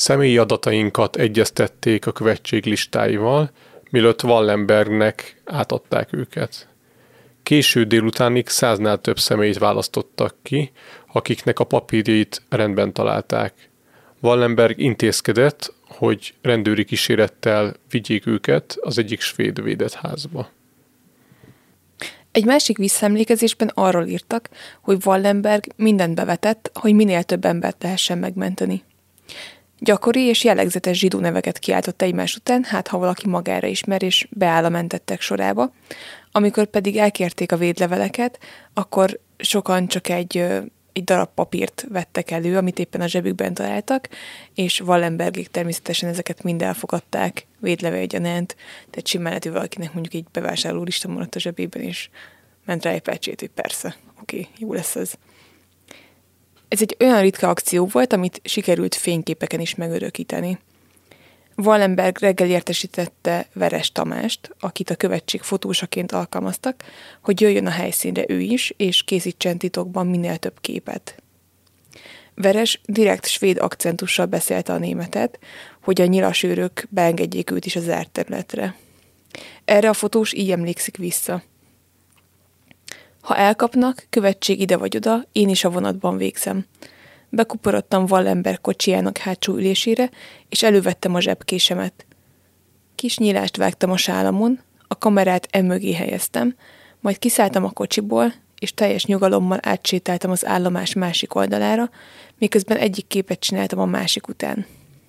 Személyi adatainkat egyeztették a követség listáival, mielőtt Wallenbergnek átadták őket. Késő délutánig 100-nál több személyt választottak ki, akiknek a papírjait rendben találták. Wallenberg intézkedett, hogy rendőri kísérettel vigyék őket az egyik svéd védett házba. Egy másik visszaemlékezésben arról írtak, hogy Wallenberg mindent bevetett, hogy minél több embert lehessen megmenteni. Gyakori és jellegzetes zsidó neveket kiáltott egymás után, hát ha valaki magára ismer és beáll a mentettek sorába. Amikor pedig elkérték a védleveleket, akkor sokan csak egy darab papírt vettek elő, amit éppen a zsebükben találtak, és Wallenbergék természetesen ezeket mind elfogadták védlevél gyanánt, tehát simán lehet, hogy valakinek mondjuk egy bevásárlólista maradt a zsebében, és ment rá egy pecsét, hogy persze, oké, jó lesz ez. Ez egy olyan ritka akció volt, amit sikerült fényképeken is megörökíteni. Wallenberg reggel értesítette Veres Tamást, akit a követség fotósaként alkalmaztak, hogy jöjjön a helyszínre ő is, és készítsen titokban minél több képet. Veres direkt svéd akcentussal beszélte a németet, hogy a nyilasőrök beengedjék őt is a zárt területre. Erre a fotós így emlékszik vissza. Ha elkapnak, követség ide vagy oda, én is a vonatban végzem. Bekuporodtam Wallenberg kocsijának hátsó ülésére, és elővettem a zsebkésemet. Kis nyílást vágtam a sálamon, a kamerát emögé helyeztem, majd kiszálltam a kocsiból, és teljes nyugalommal átsétáltam az állomás másik oldalára, miközben egyik képet csináltam a másik után.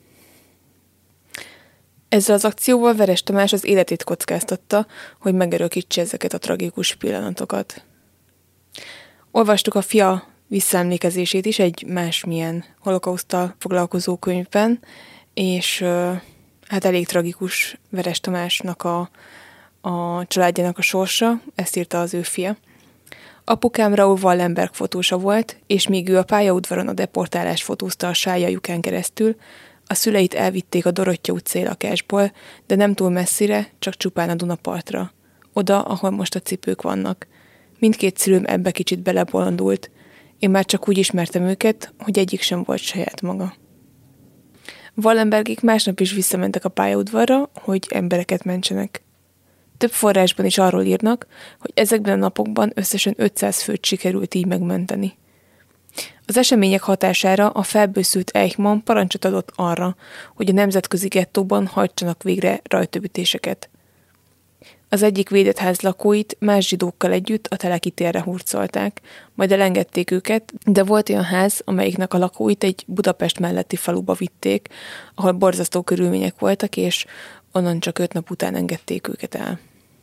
Ezzel az akcióval Veres Tamás az életét kockáztatta, hogy megörökítse ezeket a tragikus pillanatokat. Olvastuk a fia visszaemlékezését is egy másmilyen holokauszttal foglalkozó könyvben, és hát elég tragikus Veres Tamásnak a családjának a sorsa, ezt írta az ő fia. Apukám Raoul Wallenberg fotósa volt, és míg ő a pályaudvaron a deportálás fotózta a sájajukán keresztül, a szüleit elvitték a Dorottya utcai lakásból, de nem túl messzire, csak csupán a Dunapartra. Oda, ahol most a cipők vannak. Mindkét szülőm ebbe kicsit belebolondult. Én már csak úgy ismertem őket, hogy egyik sem volt saját maga. Wallenbergék másnap is visszamentek a pályaudvarra, hogy embereket mentsenek. Több forrásban is arról írnak, hogy ezekben a napokban összesen 500 főt sikerült így megmenteni. Az események hatására a felbőszült Eichmann parancsot adott arra, hogy a nemzetközi gettóban hajtsanak végre rajtaütéseket. Az egyik védett ház lakóit más zsidókkal együtt a Teleki térre hurcolták, majd elengedték őket, de volt olyan ház, amelyiknek a lakóit egy Budapest melletti faluba vitték, ahol borzasztó körülmények voltak, és onnan csak 5 nap után engedték őket el.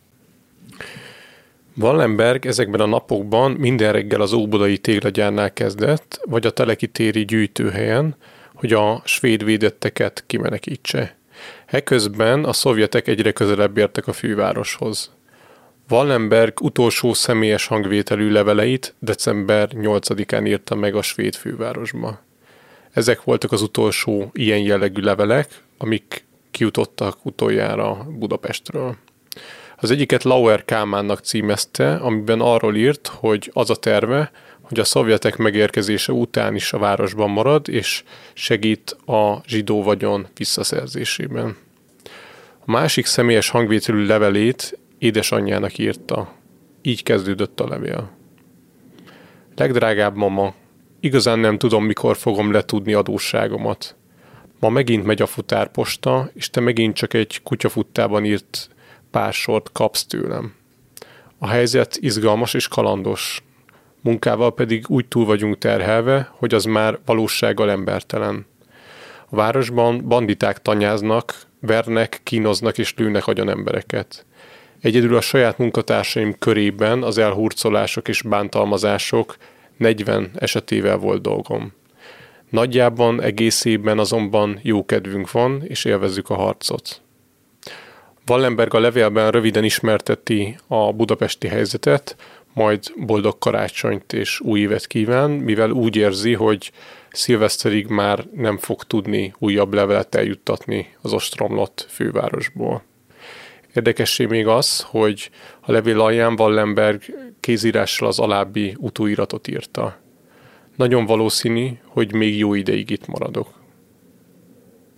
Wallenberg ezekben a napokban minden reggel az óbudai téglagyárnál kezdett, vagy a Teleki téri gyűjtőhelyen, hogy a svéd védetteket kimenekítse. Eközben a szovjetek egyre közelebb értek a fővároshoz. Wallenberg utolsó személyes hangvételű leveleit december 8-án írta meg a svéd fővárosba. Ezek voltak az utolsó ilyen jellegű levelek, amik kijutottak utoljára Budapestről. Az egyiket Lauer Kálmánnak címezte, amiben arról írt, hogy az a terve, hogy a szovjetek megérkezése után is a városban marad, és segít a zsidó vagyon visszaszerzésében. A másik személyes hangvételű levelét édesanyjának írta. Így kezdődött a levél. Legdrágább mama, igazán nem tudom, mikor fogom letudni adósságomat. Ma megint megy a futárposta, és te megint csak egy kutyafuttában írt pár sort kapsz tőlem. A helyzet izgalmas és kalandos. Munkával pedig úgy túl vagyunk terhelve, hogy az már valósággal embertelen. A városban banditák tanyáznak, vernek, kínoznak és lőnek agyon embereket. Egyedül a saját munkatársaim körében az elhurcolások és bántalmazások 40 esetével volt dolgom. Nagyjában, egészében azonban jó kedvünk van, és élvezzük a harcot. Wallenberg a levélben röviden ismerteti a budapesti helyzetet, majd boldog karácsonyt és új évet kíván, mivel úgy érzi, hogy szilveszterig már nem fog tudni újabb levelet eljuttatni az ostromlott fővárosból. Érdekessé még az, hogy a levél alján Wallenberg kézírással az alábbi utóiratot írta. Nagyon valószínű, hogy még jó ideig itt maradok.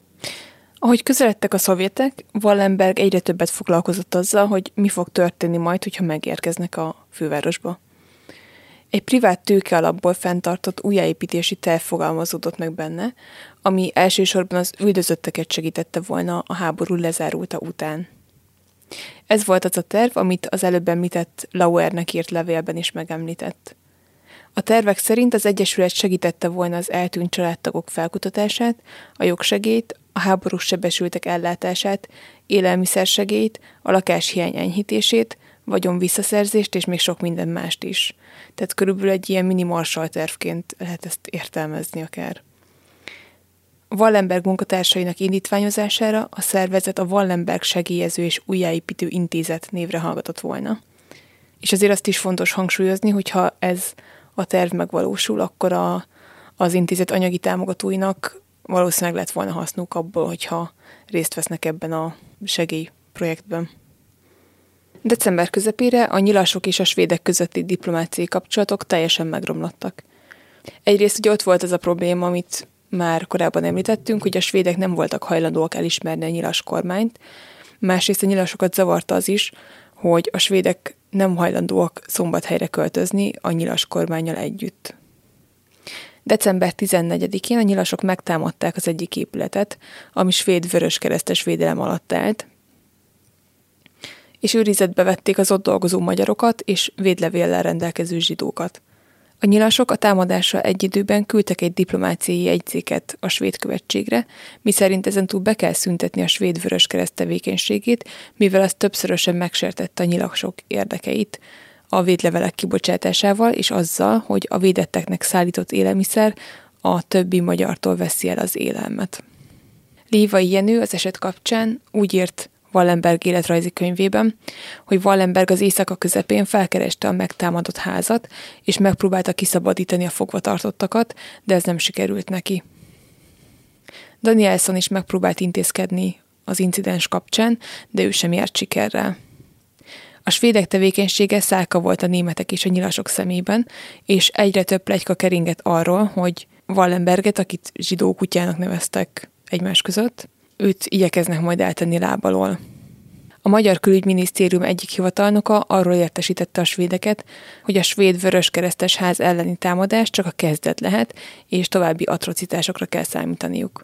Ahogy közeledtek a szovjetek, Wallenberg egyre többet foglalkozott azzal, hogy mi fog történni majd, hogyha megérkeznek a fővárosba. Egy privát tőke alapból fenntartott újjáépítési terv fogalmazódott meg benne, ami elsősorban az üldözötteket segítette volna a háború lezárulta után. Ez volt az a terv, amit az előbb említett Lauernek írt levélben is megemlített. A tervek szerint az Egyesület segítette volna az eltűnt családtagok felkutatását, a jogsegélyt, a háborús sebesültek ellátását, élelmiszersegélyt, a lakáshiány enyhítését, vagyon visszaszerzést és még sok minden mást is. Tehát körülbelül egy ilyen mini Marshall tervként lehet ezt értelmezni akár. Wallenberg munkatársainak indítványozására a szervezet a Wallenberg Segélyező és Újjáépítő Intézet névre hallgatott volna. És azért azt is fontos hangsúlyozni, hogyha ez a terv megvalósul, akkor az intézet anyagi támogatóinak valószínűleg lett volna hasznuk abból, hogyha részt vesznek ebben a segélyprojektben. December közepére a nyilasok és a svédek közötti diplomáciai kapcsolatok teljesen megromlottak. Egyrészt ugye ott volt az a probléma, amit már korábban említettünk, hogy a svédek nem voltak hajlandóak elismerni a nyilas kormányt, másrészt a nyilasokat zavarta az is, hogy a svédek nem hajlandóak Szombathelyre költözni a nyilas kormánnyal együtt. December 14-én a nyilasok megtámadták az egyik épületet, ami svéd vöröskeresztes védelem alatt állt, és őrizetbe vették az ott dolgozó magyarokat és védlevéllel rendelkező zsidókat. A nyilasok a támadásra egy időben küldtek egy diplomáciai jegyzéket a svéd követségre, miszerint ezentúl be kell szüntetni a svéd vöröskereszt tevékenységét, mivel az többszörösen megsértette a nyilasok érdekeit a védlevelek kibocsátásával és azzal, hogy a védetteknek szállított élelmiszer a többi magyartól veszi el az élelmet. Lévai Jenő az eset kapcsán úgy írt Wallenberg életrajzi könyvében, hogy Wallenberg az éjszaka közepén felkereste a megtámadott házat, és megpróbálta kiszabadítani a fogvatartottakat, de ez nem sikerült neki. Danielson is megpróbált intézkedni az incidens kapcsán, de ő sem járt sikerrel. A svédek tevékenysége szálka volt a németek és a nyilasok szemében, és egyre több pletyka keringett arról, hogy Wallenberget, akit zsidó kutyának neveztek egymás között, őt igyekeznek majd eltenni láb alól. A Magyar Külügyminisztérium egyik hivatalnoka arról értesítette a svédeket, hogy a svéd vöröskeresztes ház elleni támadás csak a kezdet lehet, és további atrocitásokra kell számítaniuk.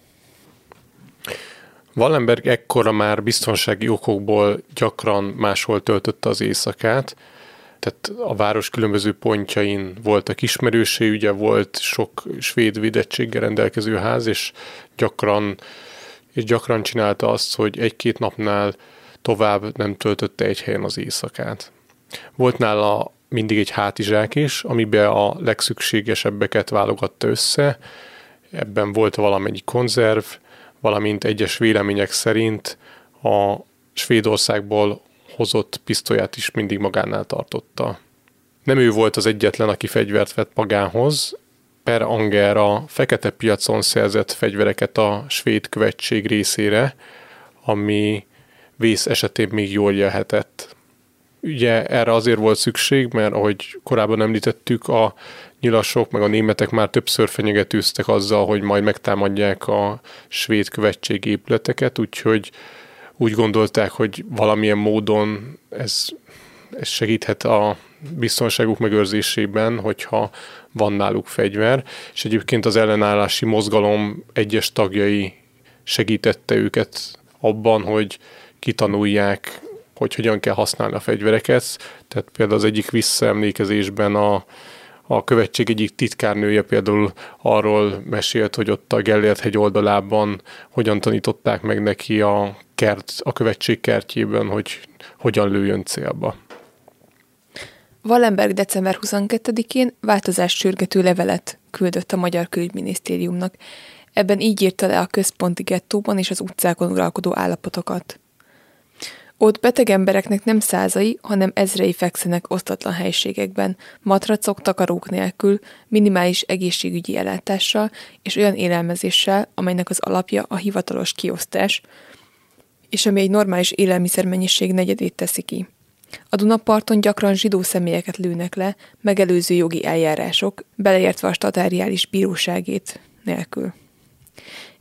Wallenberg ekkora már biztonsági okokból gyakran máshol töltötte az éjszakát, tehát a város különböző pontjain voltak ismerősei, ugye volt sok svéd védettséggel rendelkező ház, és gyakran csinálta azt, hogy egy-két napnál tovább nem töltötte egy helyen az éjszakát. Volt nála mindig egy hátizsák is, amiben a legszükségesebbeket válogatta össze, ebben volt valamennyi konzerv, valamint egyes vélemények szerint a Svédországból hozott pisztolyát is mindig magánál tartotta. Nem ő volt az egyetlen, aki fegyvert vett magához. Per Anger a fekete piacon szerzett fegyvereket a svéd követség részére, ami vész esetén még jól jöhetett. Ugye erre azért volt szükség, mert ahogy korábban említettük, a nyilasok meg a németek már többször fenyegetőztek azzal, hogy majd megtámadják a svéd követség épületeket, úgyhogy úgy gondolták, hogy valamilyen módon ez segíthet a biztonságuk megőrzésében, hogyha van náluk fegyver, és egyébként az ellenállási mozgalom egyes tagjai segítette őket abban, hogy kitanulják, hogy hogyan kell használni a fegyvereket. Tehát például az egyik visszaemlékezésben a követség egyik titkárnője például arról mesélt, hogy ott a Gellért-hegy oldalában hogyan tanították meg neki a követség kertjében, hogy hogyan lőjön célba. Wallenberg december 22-én változást sürgető levelet küldött a Magyar Külügyminisztériumnak. Ebben így írta le a központi gettóban és az utcákon uralkodó állapotokat. Ott beteg embereknek nem százai, hanem ezrei fekszenek osztatlan helységekben, matracok, takarók nélkül, minimális egészségügyi ellátással és olyan élelmezéssel, amelynek az alapja a hivatalos kiosztás, és ami egy normális élelmiszermennyiség negyedét teszi ki. A Dunaparton gyakran zsidó személyeket lőnek le, megelőző jogi eljárások, beleértve a statáriális bíróságét nélkül.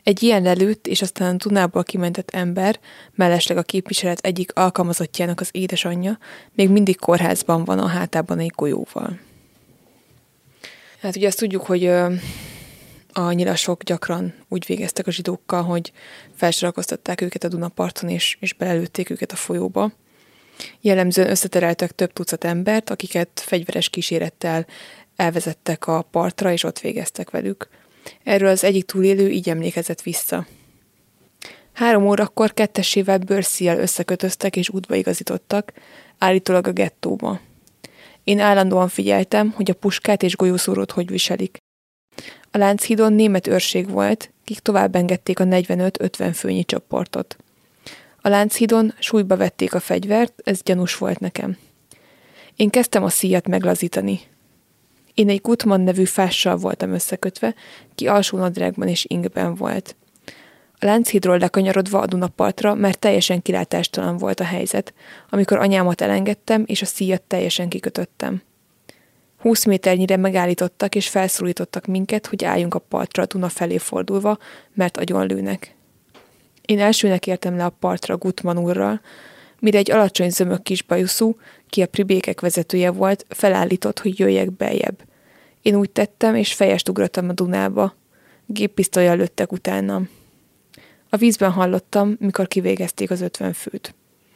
Egy ilyen lelőtt és aztán a Dunából kimentett ember, mellesleg a képviselet egyik alkalmazottjának az édesanyja, még mindig kórházban van a hátában egy golyóval. Hát ugye azt tudjuk, hogy a nyilasok gyakran úgy végeztek a zsidókkal, hogy felsorakoztatták őket a Dunaparton, és belelőtték őket a folyóba. Jellemzően összetereltek több tucat embert, akiket fegyveres kísérettel elvezettek a partra, és ott végeztek velük. Erről az egyik túlélő így emlékezett vissza. 3 órakor kettessével bőrszíjjel összekötöztek és útba igazítottak, állítólag a gettóba. Én állandóan figyeltem, hogy a puskát és golyószórót hogy viselik. A Lánchídon német őrség volt, kik tovább engedték a 45-50 főnyi csoportot. A Lánchídon súlyba vették a fegyvert, ez gyanús volt nekem. Én kezdtem a szíjat meglazítani. Én egy Gutmann nevű fással voltam összekötve, ki alsó nadrágban és ingben volt. A Lánchídról lekanyarodva a Dunapartra, mert teljesen kilátástalan volt a helyzet, amikor anyámat elengedtem, és a szíjat teljesen kikötöttem. 20 méternyire megállítottak, és felszólítottak minket, hogy álljunk a partra a Duna felé fordulva, mert agyonlőnek. Én elsőnek értem le a partra Gutmann úrral, mire egy alacsony zömök kis bajuszú, ki a pribékek vezetője volt, felállított, hogy jöjjek beljebb. Én úgy tettem, és fejest ugrottam a Dunába. Géppisztollyal lőttek utánam. A vízben hallottam, mikor kivégezték az 50 főt.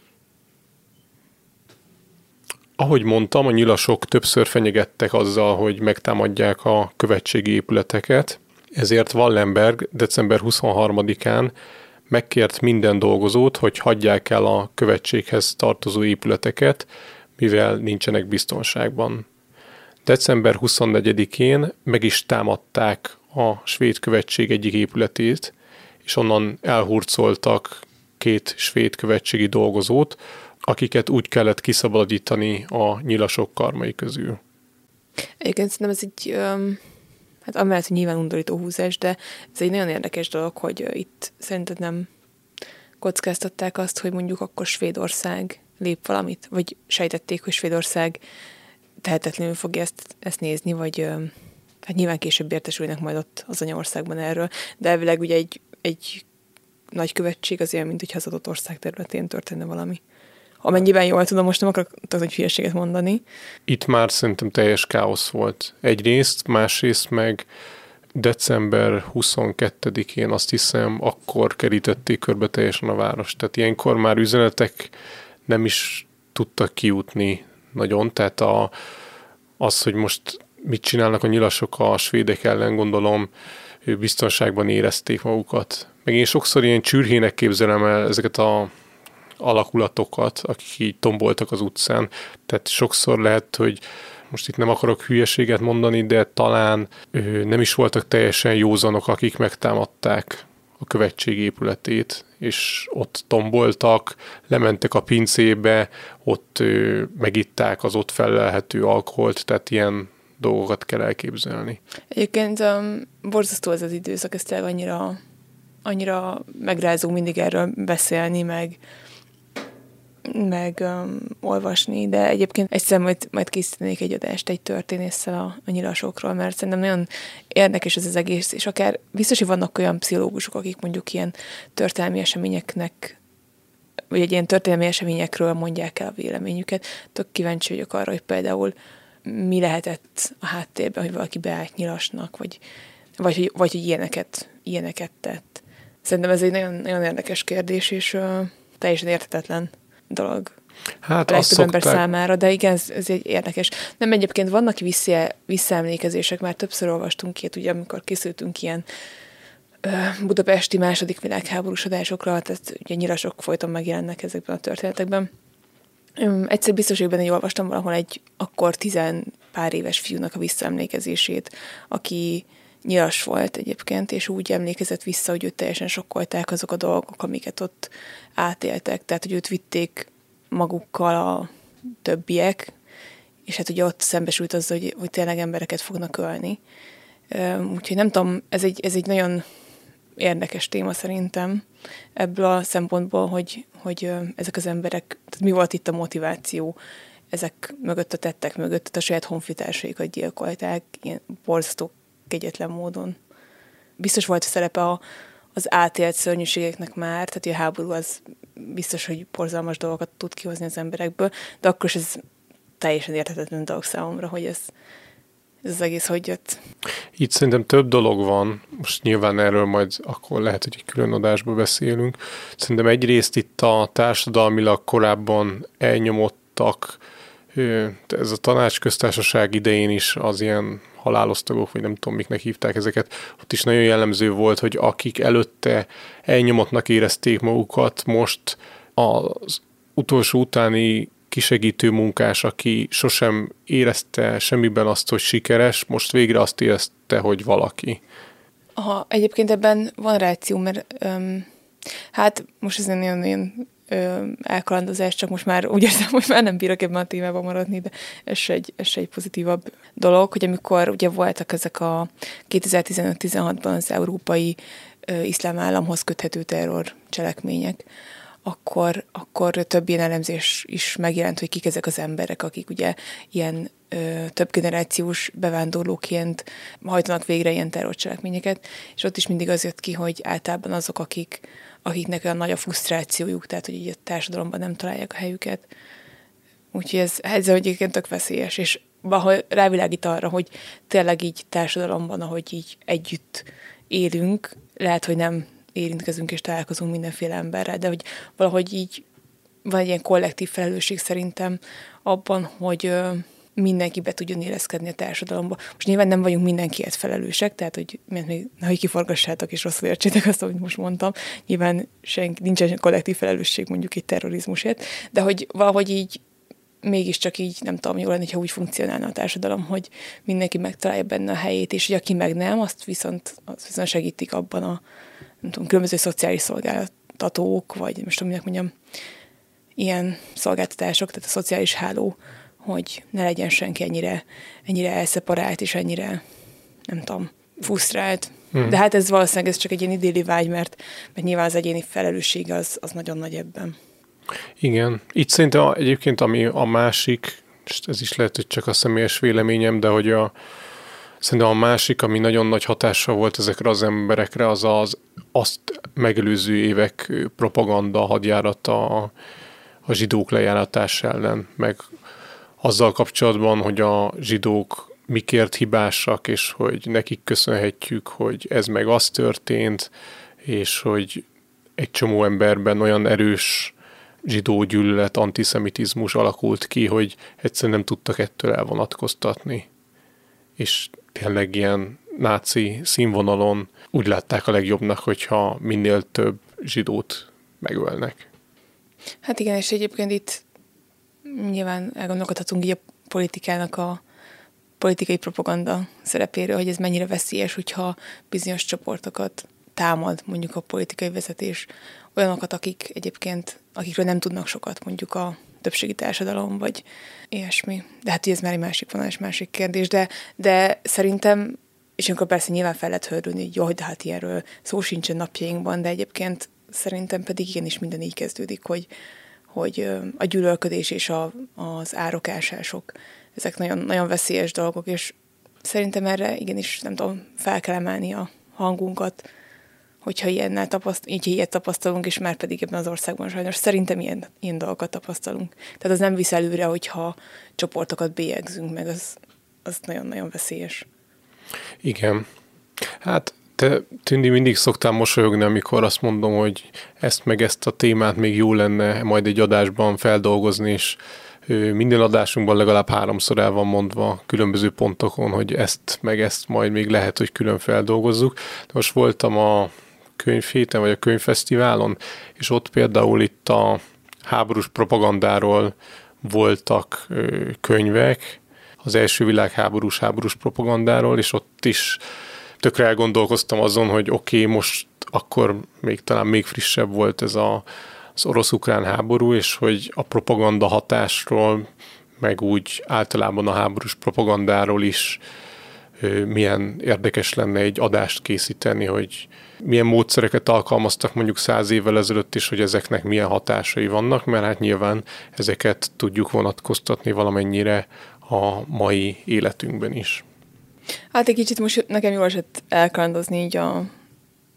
Ahogy mondtam, a nyilasok többször fenyegettek azzal, hogy megtámadják a követségi épületeket, ezért Wallenberg december 23-án megkért minden dolgozót, hogy hagyják el a követséghez tartozó épületeket, mivel nincsenek biztonságban. December 24-én meg is támadták a svéd követség egyik épületét, és onnan elhurcoltak 2 svéd követségi dolgozót, akiket úgy kellett kiszabadítani a nyilasok karmai közül. Egyébként szerintem ez egy, hát amellett, hogy nyilván undorító húzás, de ez egy nagyon érdekes dolog, hogy itt szerinted nem kockáztatták azt, hogy mondjuk akkor Svédország lép valamit, vagy sejtették, hogy Svédország tehetetlenül fogja ezt nézni, vagy hát nyilván később értesülnek majd ott az anyaországban erről, de elvileg ugye egy nagy követség az olyan, mint hogy az adott ország területén történne valami. Amennyiben jól tudom, most nem akarok nagy hülyeséget mondani. Itt már szerintem teljes káosz volt egyrészt, másrészt meg december 22-én azt hiszem, akkor kerítették körbe teljesen a várost. Tehát ilyenkor már üzenetek nem is tudtak kijutni nagyon, tehát az, hogy most mit csinálnak a nyilasok a svédek ellen, gondolom, biztonságban érezték magukat. Meg én sokszor ilyen csürhének képzelem el ezeket a alakulatokat, akik így tomboltak az utcán. Tehát sokszor lehet, hogy most itt nem akarok hülyeséget mondani, de talán nem is voltak teljesen józanok, akik megtámadták a követség épületét, és ott tomboltak, lementek a pincébe, ott megitták az ott fellelhető alkoholt, tehát ilyen dolgokat kell elképzelni. Egyébként borzasztó ez az időszak, ez tényleg annyira megrázó mindig erről beszélni, meg olvasni, de egyébként egyszer majd készítenék egy adást egy történésszel a nyilasokról, mert szerintem nagyon érdekes ez az egész, és akár biztos, hogy vannak olyan pszichológusok, akik mondjuk ilyen történelmi eseményeknek, vagy egy ilyen történelmi eseményekről mondják el a véleményüket. Tök kíváncsi vagyok arra, hogy például mi lehetett a háttérben, hogy valaki beállt nyilasnak, vagy hogy ilyeneket tett. Szerintem ez egy nagyon, nagyon érdekes kérdés, és teljesen érthetetlen dolog hát a legtöbb ember számára, de igen, ez egy érdekes. Nem, egyébként vannak visszaemlékezések, már többször olvastunk ilyet, ugye amikor készültünk ilyen budapesti második világháborús adásokra, tehát ugye nyilasok folyton megjelennek ezekben a történetekben. Egyszer biztos, hogy benne olvastam valahol egy akkor 10 pár éves fiúnak a visszaemlékezését, aki nyilas volt egyébként, és úgy emlékezett vissza, hogy őt teljesen sokkolták azok a dolgok, amiket ott átéltek. Tehát, hogy őt vitték magukkal a többiek, és hát ugye ott szembesült azzal, hogy tényleg embereket fognak ölni. Úgyhogy nem tudom, ez egy nagyon érdekes téma szerintem ebből a szempontból, hogy ezek az emberek, tehát mi volt itt a motiváció ezek mögött, a tettek mögött, tehát a saját honfitársaikat gyilkolták, ilyen borzasztó kegyetlen módon. Biztos volt a szerepe az átélt szörnyűségeknek már, tehát a háború az biztos, hogy borzalmas dolgokat tud kihozni az emberekből, de akkor is ez teljesen érthetetlen dolog számomra, hogy ez az egész hogy jött. Itt szerintem több dolog van, most nyilván erről majd akkor lehet, hogy egy külön adásba beszélünk. Szerintem egyrészt itt a társadalmilag korábban elnyomottak, ez a tanácsköztársaság idején is az ilyen halálosztagok, vagy nem tudom, miknek hívták ezeket, ott is nagyon jellemző volt, hogy akik előtte elnyomottnak érezték magukat, most az utolsó utáni kisegítő munkás, aki sosem érezte semmiben azt, hogy sikeres, most végre azt érezte, hogy valaki. Aha, egyébként ebben van ráció, mert hát most ez nagyon elkalandozás, csak most már úgy érzem, hogy már nem bírok ebben a témában maradni, de ez se egy pozitívabb dolog, hogy amikor ugye voltak ezek a 2015-16-ban az európai iszlám államhoz köthető terror cselekmények, akkor több ilyen elemzés is megjelent, hogy kik ezek az emberek, akik ugye ilyen több generációs bevándorlóként hajtanak végre ilyen terrorcselekményeket, és ott is mindig az jött ki, hogy általában azok, akiknek olyan nagy a frusztrációjuk, tehát hogy így a társadalomban nem találják a helyüket. Úgyhogy ez egyébként tök veszélyes, és valahogy rávilágít arra, hogy tényleg így társadalomban, ahogy így együtt élünk, lehet, hogy nem érintkezünk és találkozunk mindenféle emberrel, de hogy valahogy így van egy ilyen kollektív felelősség szerintem abban, hogy mindenki be tudjon éleszkedni a társadalomba. Most nyilván nem vagyunk mindenkiért felelősek, tehát hogy nehogy kiforgassátok és rosszul értsétek azt, amit most mondtam. Nyilván nincsen kollektív felelősség mondjuk egy terrorizmusért, de hogy valahogy így mégiscsak így nem tudom, jó lenne, ha úgy funkcionálna a társadalom, hogy mindenki megtalálja benne a helyét, és hogy aki meg nem, azt viszont segítik abban a nem tudom, különböző szociális szolgáltatók, vagy most tudom, minek mondjam, ilyen szolgáltatások, tehát a szociális háló, hogy ne legyen senki ennyire elszeparált, és ennyire, nem tudom, frusztrált. De hát ez valószínűleg ez csak egy ilyen idilli vágy, mert nyilván az egyéni felelősség az nagyon nagy ebben. Igen. Itt szerintem egyébként ami a másik, ez is lehet, hogy csak a személyes véleményem, de hogy szerintem a másik, ami nagyon nagy hatással volt ezekre az emberekre, az azt megelőző évek propaganda hadjárata a zsidók lejáratás ellen, meg azzal kapcsolatban, hogy a zsidók mikért hibásak, és hogy nekik köszönhetjük, hogy ez meg az történt, és hogy egy csomó emberben olyan erős zsidó gyűlölet, antiszemitizmus alakult ki, hogy egyszerűen nem tudtak ettől elvonatkoztatni. És tényleg ilyen náci színvonalon úgy látták a legjobbnak, hogyha minél több zsidót megölnek. Hát igen, és egyébként itt nyilván elgondolkodhatunk így a politikának a politikai propaganda szerepéről, hogy ez mennyire veszélyes, hogyha bizonyos csoportokat támad mondjuk a politikai vezetés, olyanokat, akikről nem tudnak sokat, mondjuk a többségi társadalom, vagy ilyesmi. De hát ez már egy másik vonal és másik kérdés, de szerintem, és akkor persze nyilván fel lehet hördülni, hogy jó, de hát ilyenről szó sincsen napjainkban, de egyébként szerintem pedig igenis minden így kezdődik, hogy a gyűlölködés és az árokásások, ezek nagyon, nagyon veszélyes dolgok, és szerintem erre igenis, nem tudom, fel kell emelni a hangunkat, hogyha ilyet tapasztalunk, és már pedig ebben az országban sajnos szerintem ilyen dolgokat tapasztalunk. Tehát az nem visz előre, hogyha csoportokat bélyegzünk meg, az nagyon-nagyon veszélyes. Igen. Hát te, Tündi, mindig szoktál mosolyogni, amikor azt mondom, hogy ezt a témát még jó lenne majd egy adásban feldolgozni, és minden adásunkban legalább 3-szor el van mondva különböző pontokon, hogy ezt majd még lehet, hogy külön feldolgozzuk. De most voltam a könyvhéten, vagy a könyvfesztiválon, és ott például itt a háborús propagandáról voltak könyvek, az első világháborús propagandáról, és ott is tökre elgondolkoztam azon, hogy oké, most akkor talán még frissebb volt ez az orosz-ukrán háború, és hogy a propaganda hatásról, meg úgy általában a háborús propagandáról is milyen érdekes lenne egy adást készíteni, hogy milyen módszereket alkalmaztak mondjuk 100 évvel ezelőtt is, hogy ezeknek milyen hatásai vannak, mert hát nyilván ezeket tudjuk vonatkoztatni valamennyire a mai életünkben is. Hát egy kicsit most nekem jól esett elkalandozni így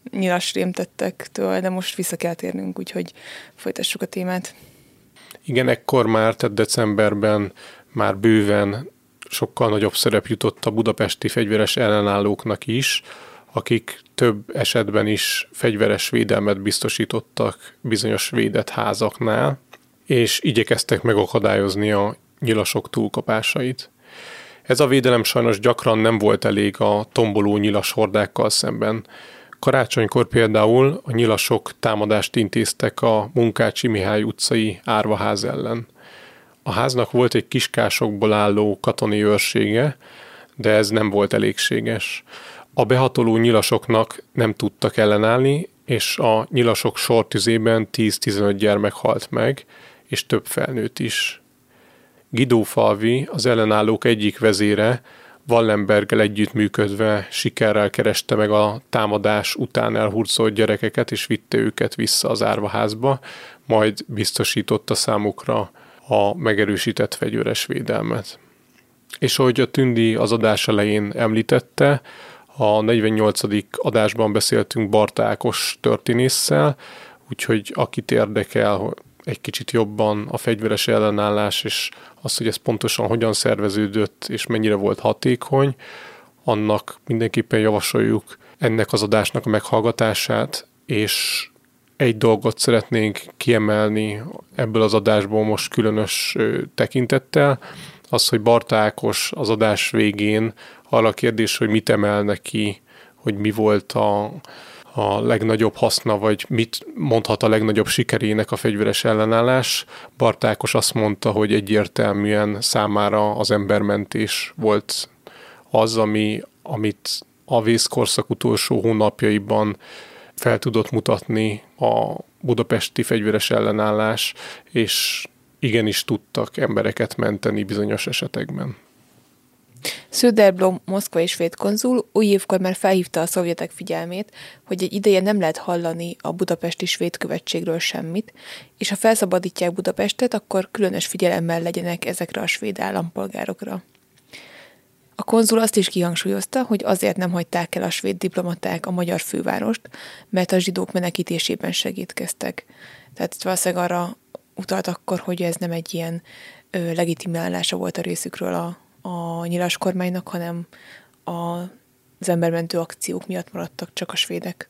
nyilas rémtettektől, de most vissza kell térnünk, úgyhogy folytassuk a témát. Igen, ekkor már, tehát decemberben már bőven sokkal nagyobb szerep jutott a budapesti fegyveres ellenállóknak is, akik több esetben is fegyveres védelmet biztosítottak bizonyos védett házaknál, és igyekeztek megakadályozni a nyilasok túlkapásait. Ez a védelem sajnos gyakran nem volt elég a tomboló nyilas hordákkal szemben. Karácsonykor például a nyilasok támadást intéztek a Munkácsi Mihály utcai árvaház ellen. A háznak volt egy kiskásokból álló katonai őrsége, de ez nem volt elégséges. A behatoló nyilasoknak nem tudtak ellenállni, és a nyilasok sortüzében 10-15 gyermek halt meg, és több felnőtt is. Guido Falvi, az ellenállók egyik vezére, Wallenberggel együttműködve sikerrel kereste meg a támadás után elhurcolt gyerekeket, és vitte őket vissza az árvaházba, majd biztosította számukra a megerősített fegyveres védelmet. És ahogy a Tündi az adás elején említette, a 48. adásban beszéltünk Barta Ákos történésszel, úgyhogy akit érdekel egy kicsit jobban a fegyveres ellenállás, és az, hogy ez pontosan hogyan szerveződött, és mennyire volt hatékony, annak mindenképpen javasoljuk ennek az adásnak a meghallgatását, és egy dolgot szeretnénk kiemelni ebből az adásból most különös tekintettel, az, hogy Barta Ákos az adás végén arra a kérdés, hogy mit emelne ki, hogy mi volt a legnagyobb haszna, vagy mit mondhat a legnagyobb sikerének a fegyveres ellenállás. Barta Ákos azt mondta, hogy egyértelműen számára az embermentés volt az, amit a vészkorszak utolsó hónapjaiban fel tudott mutatni a budapesti fegyveres ellenállás, és igenis tudtak embereket menteni bizonyos esetekben. Söderblom, moszkvai svéd konzul új évkor már felhívta a szovjetek figyelmét, hogy egy ideje nem lehet hallani a budapesti svéd követségről semmit, és ha felszabadítják Budapestet, akkor különös figyelemmel legyenek ezekre a svéd állampolgárokra. A konzul azt is kihangsúlyozta, hogy azért nem hagyták el a svéd diplomaták a magyar fővárost, mert a zsidók menekítésében segítkeztek. Tehát valószínűleg arra utalt akkor, hogy ez nem egy ilyen legitimálása volt a részükről a nyilas kormánynak, hanem az embermentő akciók miatt maradtak csak a svédek.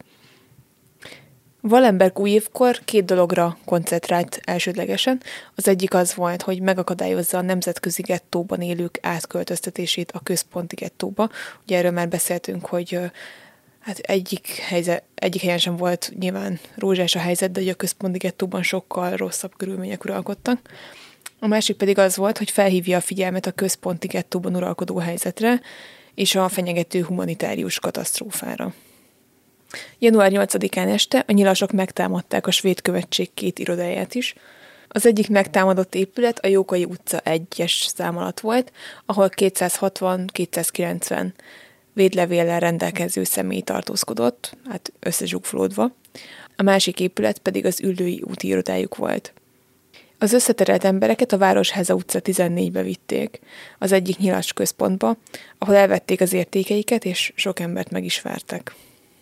Wallenberg új évkor 2 dologra koncentrált elsődlegesen. Az egyik az volt, hogy megakadályozza a nemzetközi gettóban élők átköltöztetését a központi gettóba. Ugye erről már beszéltünk, hogy hát egyik helyen sem volt nyilván rózsás a helyzet, de a központi gettóban sokkal rosszabb körülmények uralkodtak. A másik pedig az volt, hogy felhívja a figyelmet a központi gettóban uralkodó helyzetre és a fenyegető humanitárius katasztrófára. Január 8-án este a nyilasok megtámadták a svéd követség 2 irodáját is. Az egyik megtámadott épület a Jókai utca 1-es szám alatt volt, ahol 260-290 védlevéllel rendelkező személy tartózkodott, hát összezsúfolódva. A másik épület pedig az Üllői úti irodájuk volt. Az összeterelt embereket a Városháza utca 14-be vitték, az egyik nyilas központba, ahol elvették az értékeiket, és sok embert meg is vertek.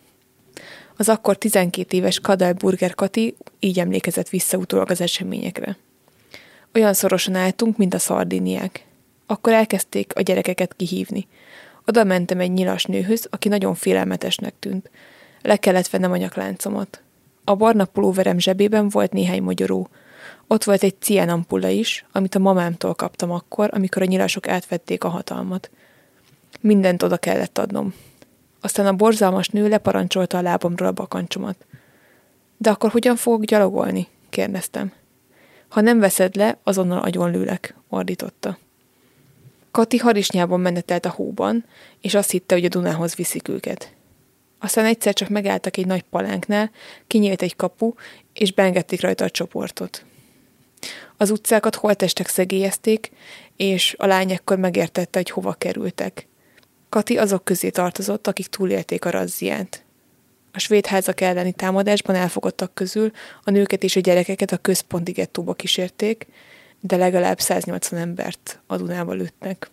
Az akkor 12 éves Kadel Burger Kati így emlékezett vissza utólag az eseményekre. Olyan szorosan álltunk, mint a szardíniák. Akkor elkezdték a gyerekeket kihívni. Oda mentem egy nyilas nőhöz, aki nagyon félelmetesnek tűnt. Le kellett vennem a nyakláncomat. A barna pulóverem zsebében volt néhány mogyoró. Ott volt egy ciánampulla is, amit a mamámtól kaptam akkor, amikor a nyilasok átvették a hatalmat. Mindent oda kellett adnom. Aztán a borzalmas nő leparancsolta a lábamról a bakancsomat. De akkor hogyan fogok gyalogolni? Kérdeztem. Ha nem veszed le, azonnal agyonlőlek, ordította. Kati harisnyában menetelt a hóban, és azt hitte, hogy a Dunához viszik őket. Aztán egyszer csak megálltak egy nagy palánknál, kinyílt egy kapu, és beengedték rajta a csoportot. Az utcákat holttestek szegélyezték, és a lány ekkor megértette, hogy hova kerültek. Kati azok közé tartozott, akik túlélték a razziát. A svéd házak elleni támadásban elfogottak közül a nőket és a gyerekeket a központi gettóba kísérték, de legalább 180 embert a Dunába lőttek.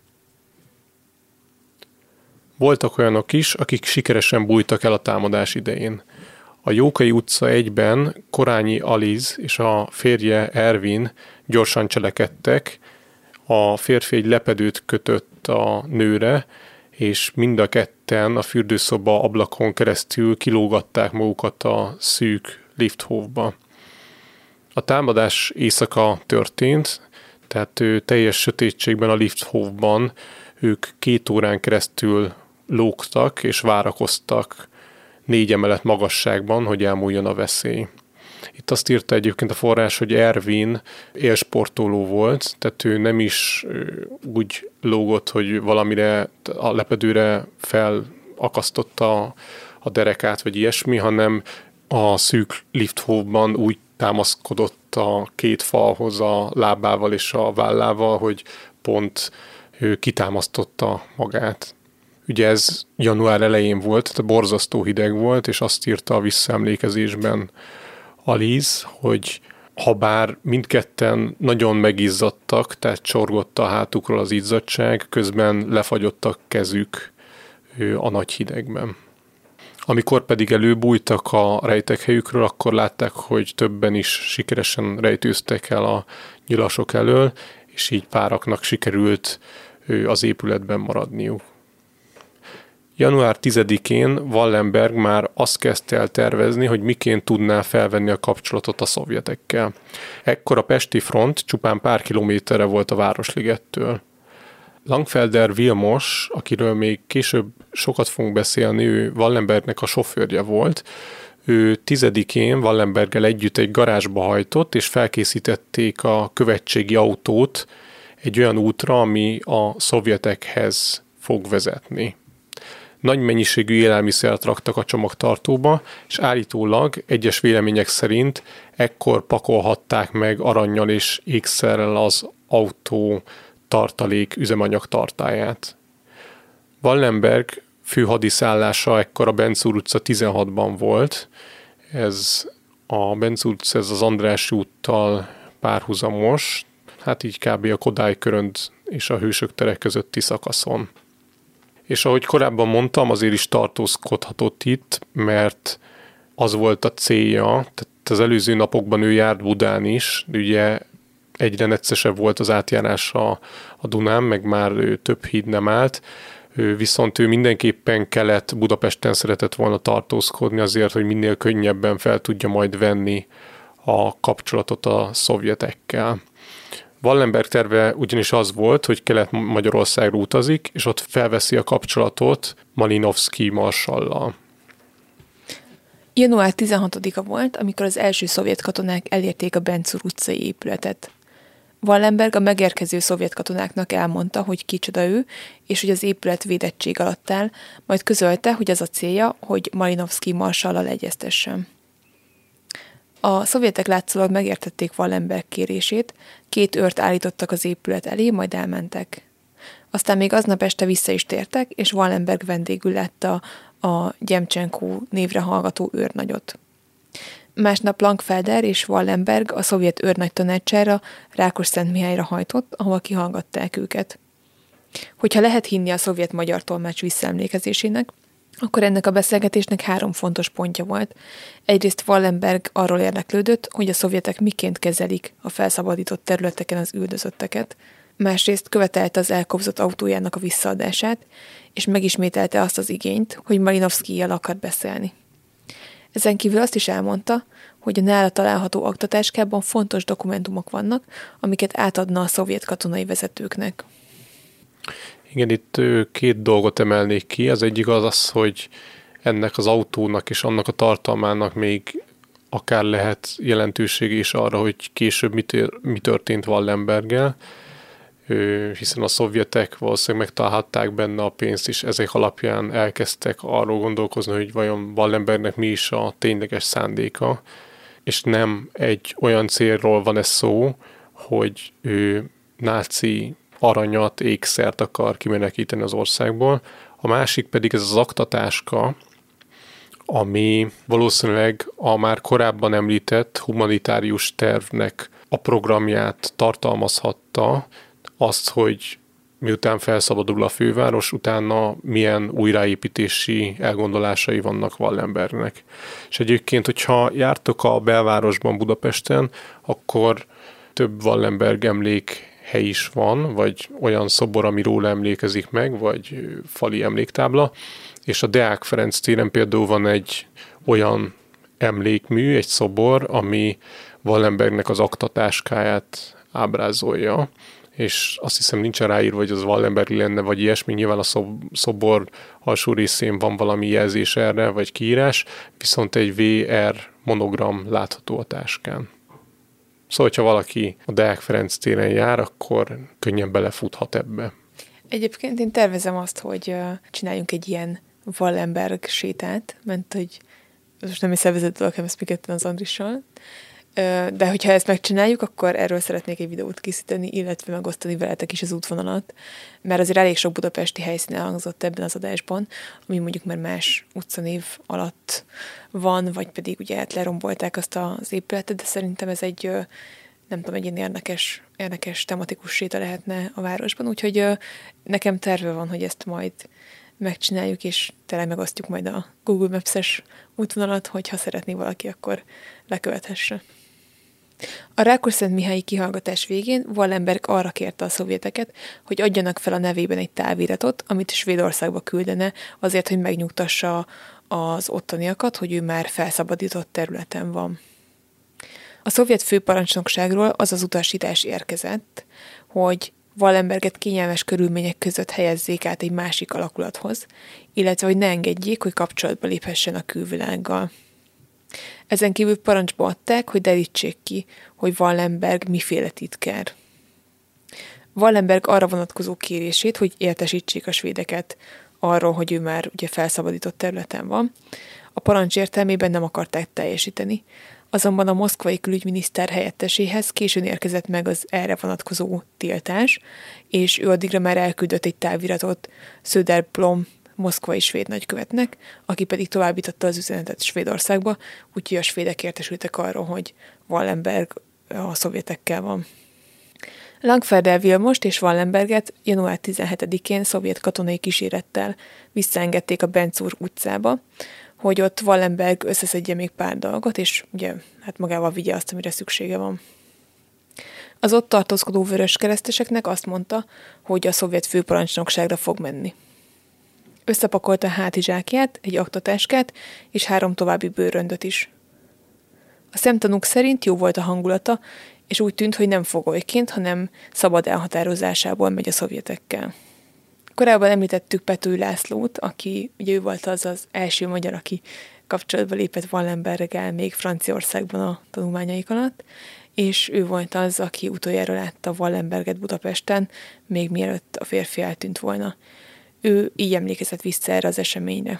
Voltak olyanok is, akik sikeresen bújtak el a támadás idején. A Jókai utca 1-ben Korányi Aliz és a férje Ervin gyorsan cselekedtek, a férfi egy lepedőt kötött a nőre, és mind a ketten a fürdőszoba ablakon keresztül kilógatták magukat a szűk lifthofba. A támadás éjszaka történt, tehát teljes sötétségben a lifthofban ők 2 órán keresztül lógtak és várakoztak 4 emelet magasságban, hogy elmúljon a veszély. Itt azt írta egyébként a forrás, hogy Ervin élsportoló volt, tehát ő nem is úgy lógott, hogy valamire, a lepedőre felakasztotta a derekát, vagy ilyesmi, hanem a szűk lifthofban úgy támaszkodott a 2 falhoz a lábával és a vállával, hogy pont ő kitámasztotta magát. Ugye ez január elején volt, tehát borzasztó hideg volt, és azt írta a visszaemlékezésben Aliz, hogy ha bár mindketten nagyon megizzadtak, tehát csorgott a hátukról az izzadság, közben lefagyott a kezük a nagy hidegben. Amikor pedig előbújtak a rejtekhelyükről, akkor látták, hogy többen is sikeresen rejtőztek el a nyilasok elől, és így páraknak sikerült az épületben maradniuk. Január 10-én Wallenberg már azt kezdte el tervezni, hogy miként tudná felvenni a kapcsolatot a szovjetekkel. Ekkor a pesti front csupán pár kilométerre volt a Városligettől. Langfelder Vilmos, akiről még később sokat fogunk beszélni, ő Wallenbergnek a sofőrje volt. Ő 10-én Wallenberggel együtt egy garázsba hajtott, és felkészítették a követségi autót egy olyan útra, ami a szovjetekhez fog vezetni. Nagy mennyiségű élelmiszert raktak a csomagtartóba, és állítólag egyes vélemények szerint ekkor pakolhatták meg arannyal és ékszerrel az autó tartalék üzemanyag tartályát. Wallenberg fő hadiszállása ekkor a Benczúr utca 16-ban volt. Ez a Benczúr utca, ez az Andrássy úttal párhuzamos, hát így kb. A Kodály körönd és a Hősök tere közötti szakaszon. És ahogy korábban mondtam, azért is tartózkodhatott itt, mert az volt a célja, tehát az előző napokban ő járt Budán is, ugye egyre neccesebb volt az átjárása a Dunán, meg már több híd nem állt, viszont ő mindenképpen Kelet-Budapesten szeretett volna tartózkodni azért, hogy minél könnyebben fel tudja majd venni a kapcsolatot a szovjetekkel. Wallenberg terve ugyanis az volt, hogy Kelet-Magyarországra utazik, és ott felveszi a kapcsolatot Malinovszky marsallal. Január 16-a volt, amikor az első szovjet katonák elérték a Benczúr utcai épületet. Wallenberg a megérkező szovjet katonáknak elmondta, hogy kicsoda ő, és hogy az épület védettség alatt áll, majd közölte, hogy az a célja, hogy Malinovszky marsallal egyeztessen. A szovjetek látszólag megértették Wallenberg kérését, 2 őrt állítottak az épület elé, majd elmentek. Aztán még aznap este vissza is tértek, és Wallenberg vendégül látta a Gyemcsenko névre hallgató őrnagyot. Másnap Langfelder és Wallenberg a szovjet őrnagy tanácsára Rákosszentmihályra hajtott, ahol kihallgatták őket. Hogyha lehet hinni a szovjet-magyar tolmács visszaemlékezésének, akkor ennek a beszélgetésnek 3 fontos pontja volt. Egyrészt Wallenberg arról érdeklődött, hogy a szovjetek miként kezelik a felszabadított területeken az üldözötteket, másrészt követelte az elkobzott autójának a visszaadását, és megismételte azt az igényt, hogy Malinovszkyjal akar beszélni. Ezen kívül azt is elmondta, hogy a nála található aktatáskában fontos dokumentumok vannak, amiket átadna a szovjet katonai vezetőknek. Igen, itt 2 dolgot emelnék ki. Az egyik az, hogy ennek az autónak és annak a tartalmának még akár lehet jelentőség is arra, hogy később mi történt Wallenberggel, hiszen a szovjetek valószínűleg megtalálhatták benne a pénzt, és ezek alapján elkezdtek arról gondolkozni, hogy vajon Wallenbergnek mi is a tényleges szándéka, és nem egy olyan célról van ez szó, hogy ő náci aranyat, ékszert akar kimenekíteni az országból. A másik pedig ez az aktatáska, ami valószínűleg a már korábban említett humanitárius tervnek a programját tartalmazhatta, azt, hogy miután felszabadul a főváros, utána milyen újraépítési elgondolásai vannak Wallenbergnek. És egyébként, hogyha jártok a belvárosban Budapesten, akkor több Wallenberg emlékhely is van, vagy olyan szobor, ami róla emlékezik meg, vagy fali emléktábla, és a Deák Ferenc téren például van egy olyan emlékmű, egy szobor, ami Wallenbergnek az aktatáskáját ábrázolja, és azt hiszem nincsen ráírva, hogy az Wallenberg lenne, vagy ilyesmi, nyilván a szobor alsó részén van valami jelzés erre, vagy kiírás, viszont egy VR monogram látható a táskán. Szóval, ha valaki a Deák Ferenc téren jár, akkor könnyen belefuthat ebbe. Egyébként én tervezem azt, hogy csináljunk egy ilyen Wallenberg sétát, mert hogy most nem is szervezett dolog, hanem ezt mi ketten az Andrissal, de hogyha ezt megcsináljuk, akkor erről szeretnék egy videót készíteni, illetve megosztani veletek is az útvonalat, mert azért elég sok budapesti helyszín elhangzott ebben az adásban, ami mondjuk már más utcanév alatt van, vagy pedig ugye lerombolták azt az épületet, de szerintem ez egy, nem tudom, egy ilyen érdekes tematikus séta lehetne a városban, úgyhogy nekem terve van, hogy ezt majd megcsináljuk, és tényleg megosztjuk majd a Google Maps-es útvonalat, hogyha szeretné valaki, akkor lekövethesse. A Rákosszentmihályi kihallgatás végén Wallenberg arra kérte a szovjeteket, hogy adjanak fel a nevében egy táviratot, amit Svédországba küldene, azért, hogy megnyugtassa az ottaniakat, hogy ő már felszabadított területen van. A szovjet főparancsnokságról az az utasítás érkezett, hogy Wallenberget kényelmes körülmények között helyezzék át egy másik alakulathoz, illetve hogy ne engedjék, hogy kapcsolatba léphessen a külvilággal. Ezen kívül parancsba adták, hogy derítsék ki, hogy Wallenberg miféle titkár. Wallenberg arra vonatkozó kérését, hogy értesítsék a svédeket arról, hogy ő már ugye felszabadított területen van, a parancs értelmében nem akarták teljesíteni, azonban a moszkvai külügyminiszter helyetteséhez későn érkezett meg az erre vonatkozó tiltás, és ő addigra már elküldött egy táviratot Söderblom moszkvai svéd nagykövetnek, aki pedig továbbította az üzenetet Svédországba, úgyhogy a svédek értesültek arról, hogy Wallenberg a szovjetekkel van. Langferdel Vilmost és Wallenberget január 17-én szovjet katonai kísérettel visszaengedték a Bencúr utcába, hogy ott Wallenberg összeszedje még pár dolgot, és ugye hát magával vigye azt, amire szüksége van. Az ott tartózkodó vöröskereszteseknek azt mondta, hogy a szovjet főparancsnokságra fog menni. Összepakolta a hátizsákját, egy aktatáskát és 3 további bőröndöt is. A szemtanúk szerint jó volt a hangulata, és úgy tűnt, hogy nem fogolyként, hanem szabad elhatározásából megy a szovjetekkel. Korábban említettük Petői Lászlót, aki ugye ő volt az első magyar, aki kapcsolatba lépett Wallenberggel még Franciaországban a tanulmányaik alatt, és ő volt az, aki utoljára látta Wallenberget Budapesten, még mielőtt a férfi eltűnt volna. Ő így emlékezett vissza erre az eseményre.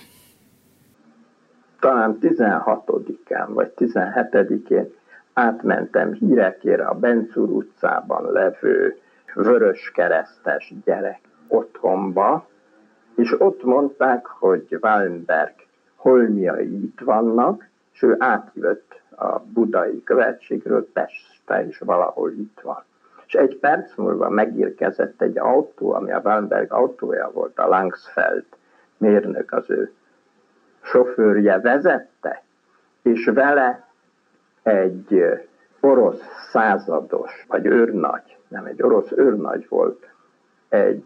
Talán 16-án vagy 17-én átmentem hírekére a Bencúr utcában levő vöröskeresztes gyerek otthonba, és ott mondták, hogy Wallenberg holmiai itt vannak, és ő átjött a budai követségről Pestre, és valahol itt van. És egy perc múlva megérkezett egy autó, ami a Wallenberg autója volt, a Langsfeld mérnök, az ő sofőrje vezette, és vele egy orosz százados, vagy őrnagy, nem egy orosz őrnagy volt, egy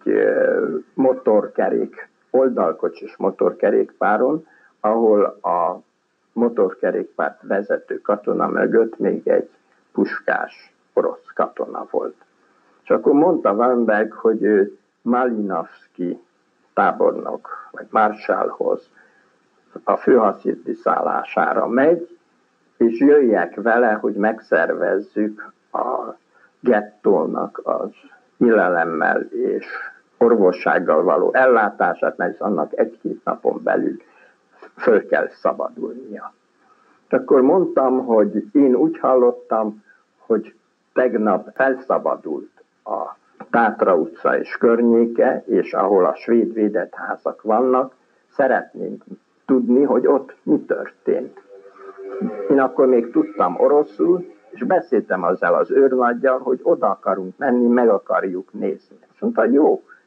motorkerék, oldalkocsis motorkerékpáron, ahol a motorkerékpárt vezető katona mögött még egy puskás orosz katona volt. És akkor mondta Wallenberg, hogy ő Malinovszky tábornok, vagy marshallhoz a főhadszirti szállására megy, és jöjjek vele, hogy megszervezzük a gettónak az élelemmel és orvossággal való ellátását, mert annak 1-2 napon belül föl kell szabadulnia. Akkor mondtam, hogy én úgy hallottam, hogy tegnap felszabadult a Tátra utca és környéke, és ahol a svéd védett házak vannak, szeretnénk tudni, hogy ott mi történt. Én akkor még tudtam oroszul, és beszéltem azzal az őrnaggyal, hogy oda akarunk menni, meg akarjuk nézni. Azt mondta, jó,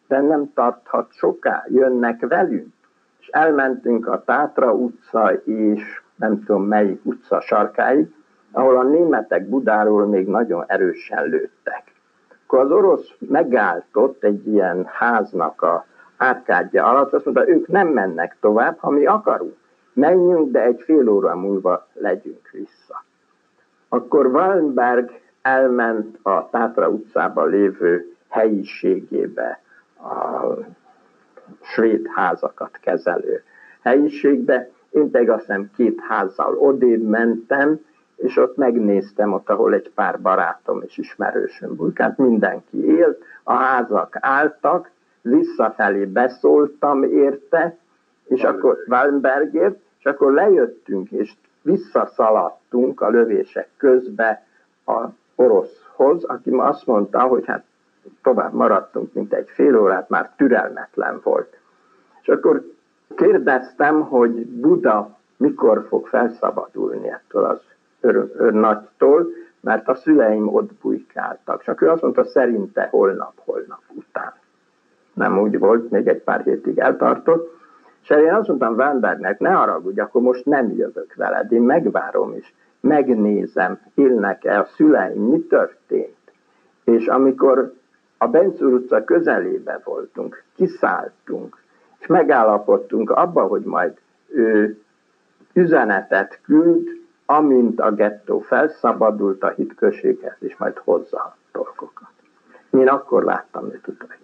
de nem tarthat soká, jönnek velünk. És elmentünk a Tátra utca és nem tudom melyik utca sarkáig, ahol a németek Budáról még nagyon erősen lőttek. Akkor az orosz megállt ott egy ilyen háznak a árkádja alatt, azt mondta, ők nem mennek tovább, ha mi akarunk. Menjünk, de egy fél óra múlva legyünk vissza. Akkor Wallenberg elment a Tátra utcában lévő helyiségébe, a svéd házakat kezelő helyiségbe. Én pedig azt hiszem 2 házzal odébb mentem, és ott megnéztem, ott, ahol egy pár barátom és ismerősöm bulkált, mindenki élt, a házak álltak, visszafelé beszóltam érte, és akkor Wallenbergért, és akkor lejöttünk, és visszaszaladtunk a lövések közbe az oroszhoz, aki ma azt mondta, hogy hát tovább maradtunk, mint egy fél órát, már türelmetlen volt. És akkor kérdeztem, hogy Buda mikor fog felszabadulni ettől az őrnagytól, mert a szüleim ott bujkáltak. És akkor azt mondta, szerinte holnap után. Nem úgy volt, még egy pár hétig eltartott. És én azt mondtam Wallenbergnek, ne haragudj, akkor most nem jövök veled, én megvárom is, megnézem, élnek-e a szüleim, mi történt. És amikor a Bencúr utca közelébe voltunk, kiszálltunk, és megállapodtunk abba, hogy majd ő üzenetet küld, amint a gettó felszabadult a hitközséghez, és majd hozza a dolgokat. Én akkor láttam őt utoljára.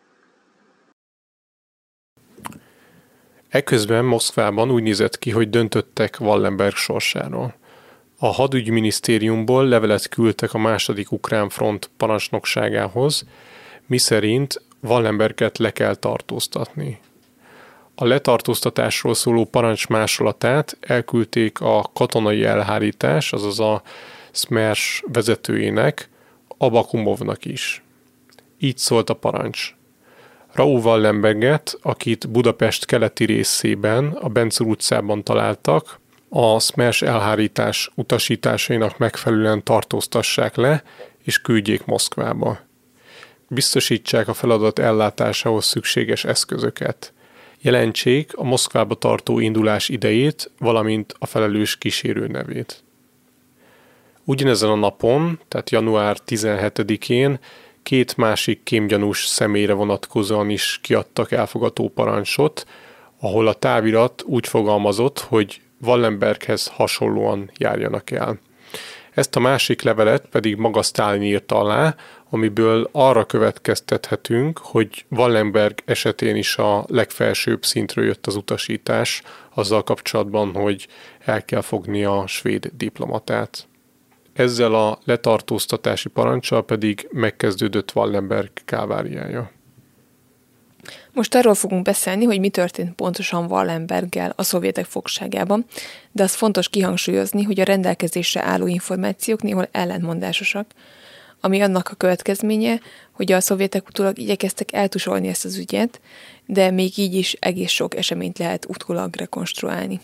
Eközben Moszkvában úgy nézett ki, hogy döntöttek Wallenberg sorsáról. A hadügyminisztériumból levelet küldtek a második ukrán front parancsnokságához, miszerint Wallenberget le kell tartóztatni. A letartóztatásról szóló parancs másolatát elküldték a katonai elhárítás, azaz a Smersh vezetőjének, Abakumovnak is. Így szólt a parancs. Raoul Wallenberget, akit Budapest keleti részében, a Bencúr utcában találtak, a Smersh elhárítás utasításainak megfelelően tartóztassák le, és küldjék Moszkvába. Biztosítsák a feladat ellátásához szükséges eszközöket. Jelentsék a Moszkvába tartó indulás idejét, valamint a felelős kísérő nevét. Ugyanezen a napon, tehát január 17-én 2 másik kémgyanús személyre vonatkozóan is kiadtak elfogató parancsot, ahol a távirat úgy fogalmazott, hogy Wallenberghez hasonlóan járjanak el. Ezt a másik levelet pedig maga Sztálin írta alá, amiből arra következtethetünk, hogy Wallenberg esetén is a legfelsőbb szintről jött az utasítás azzal kapcsolatban, hogy el kell fogni a svéd diplomatát. Ezzel a letartóztatási parancsal pedig megkezdődött Wallenberg káváriája. Most arról fogunk beszélni, hogy mi történt pontosan Wallenberggel a szovjetek fogságában, de az fontos kihangsúlyozni, hogy a rendelkezésre álló információk néhol ellentmondásosak, ami annak a következménye, hogy a szovjetek utólag igyekeztek eltusolni ezt az ügyet, de még így is egész sok eseményt lehet utólag rekonstruálni.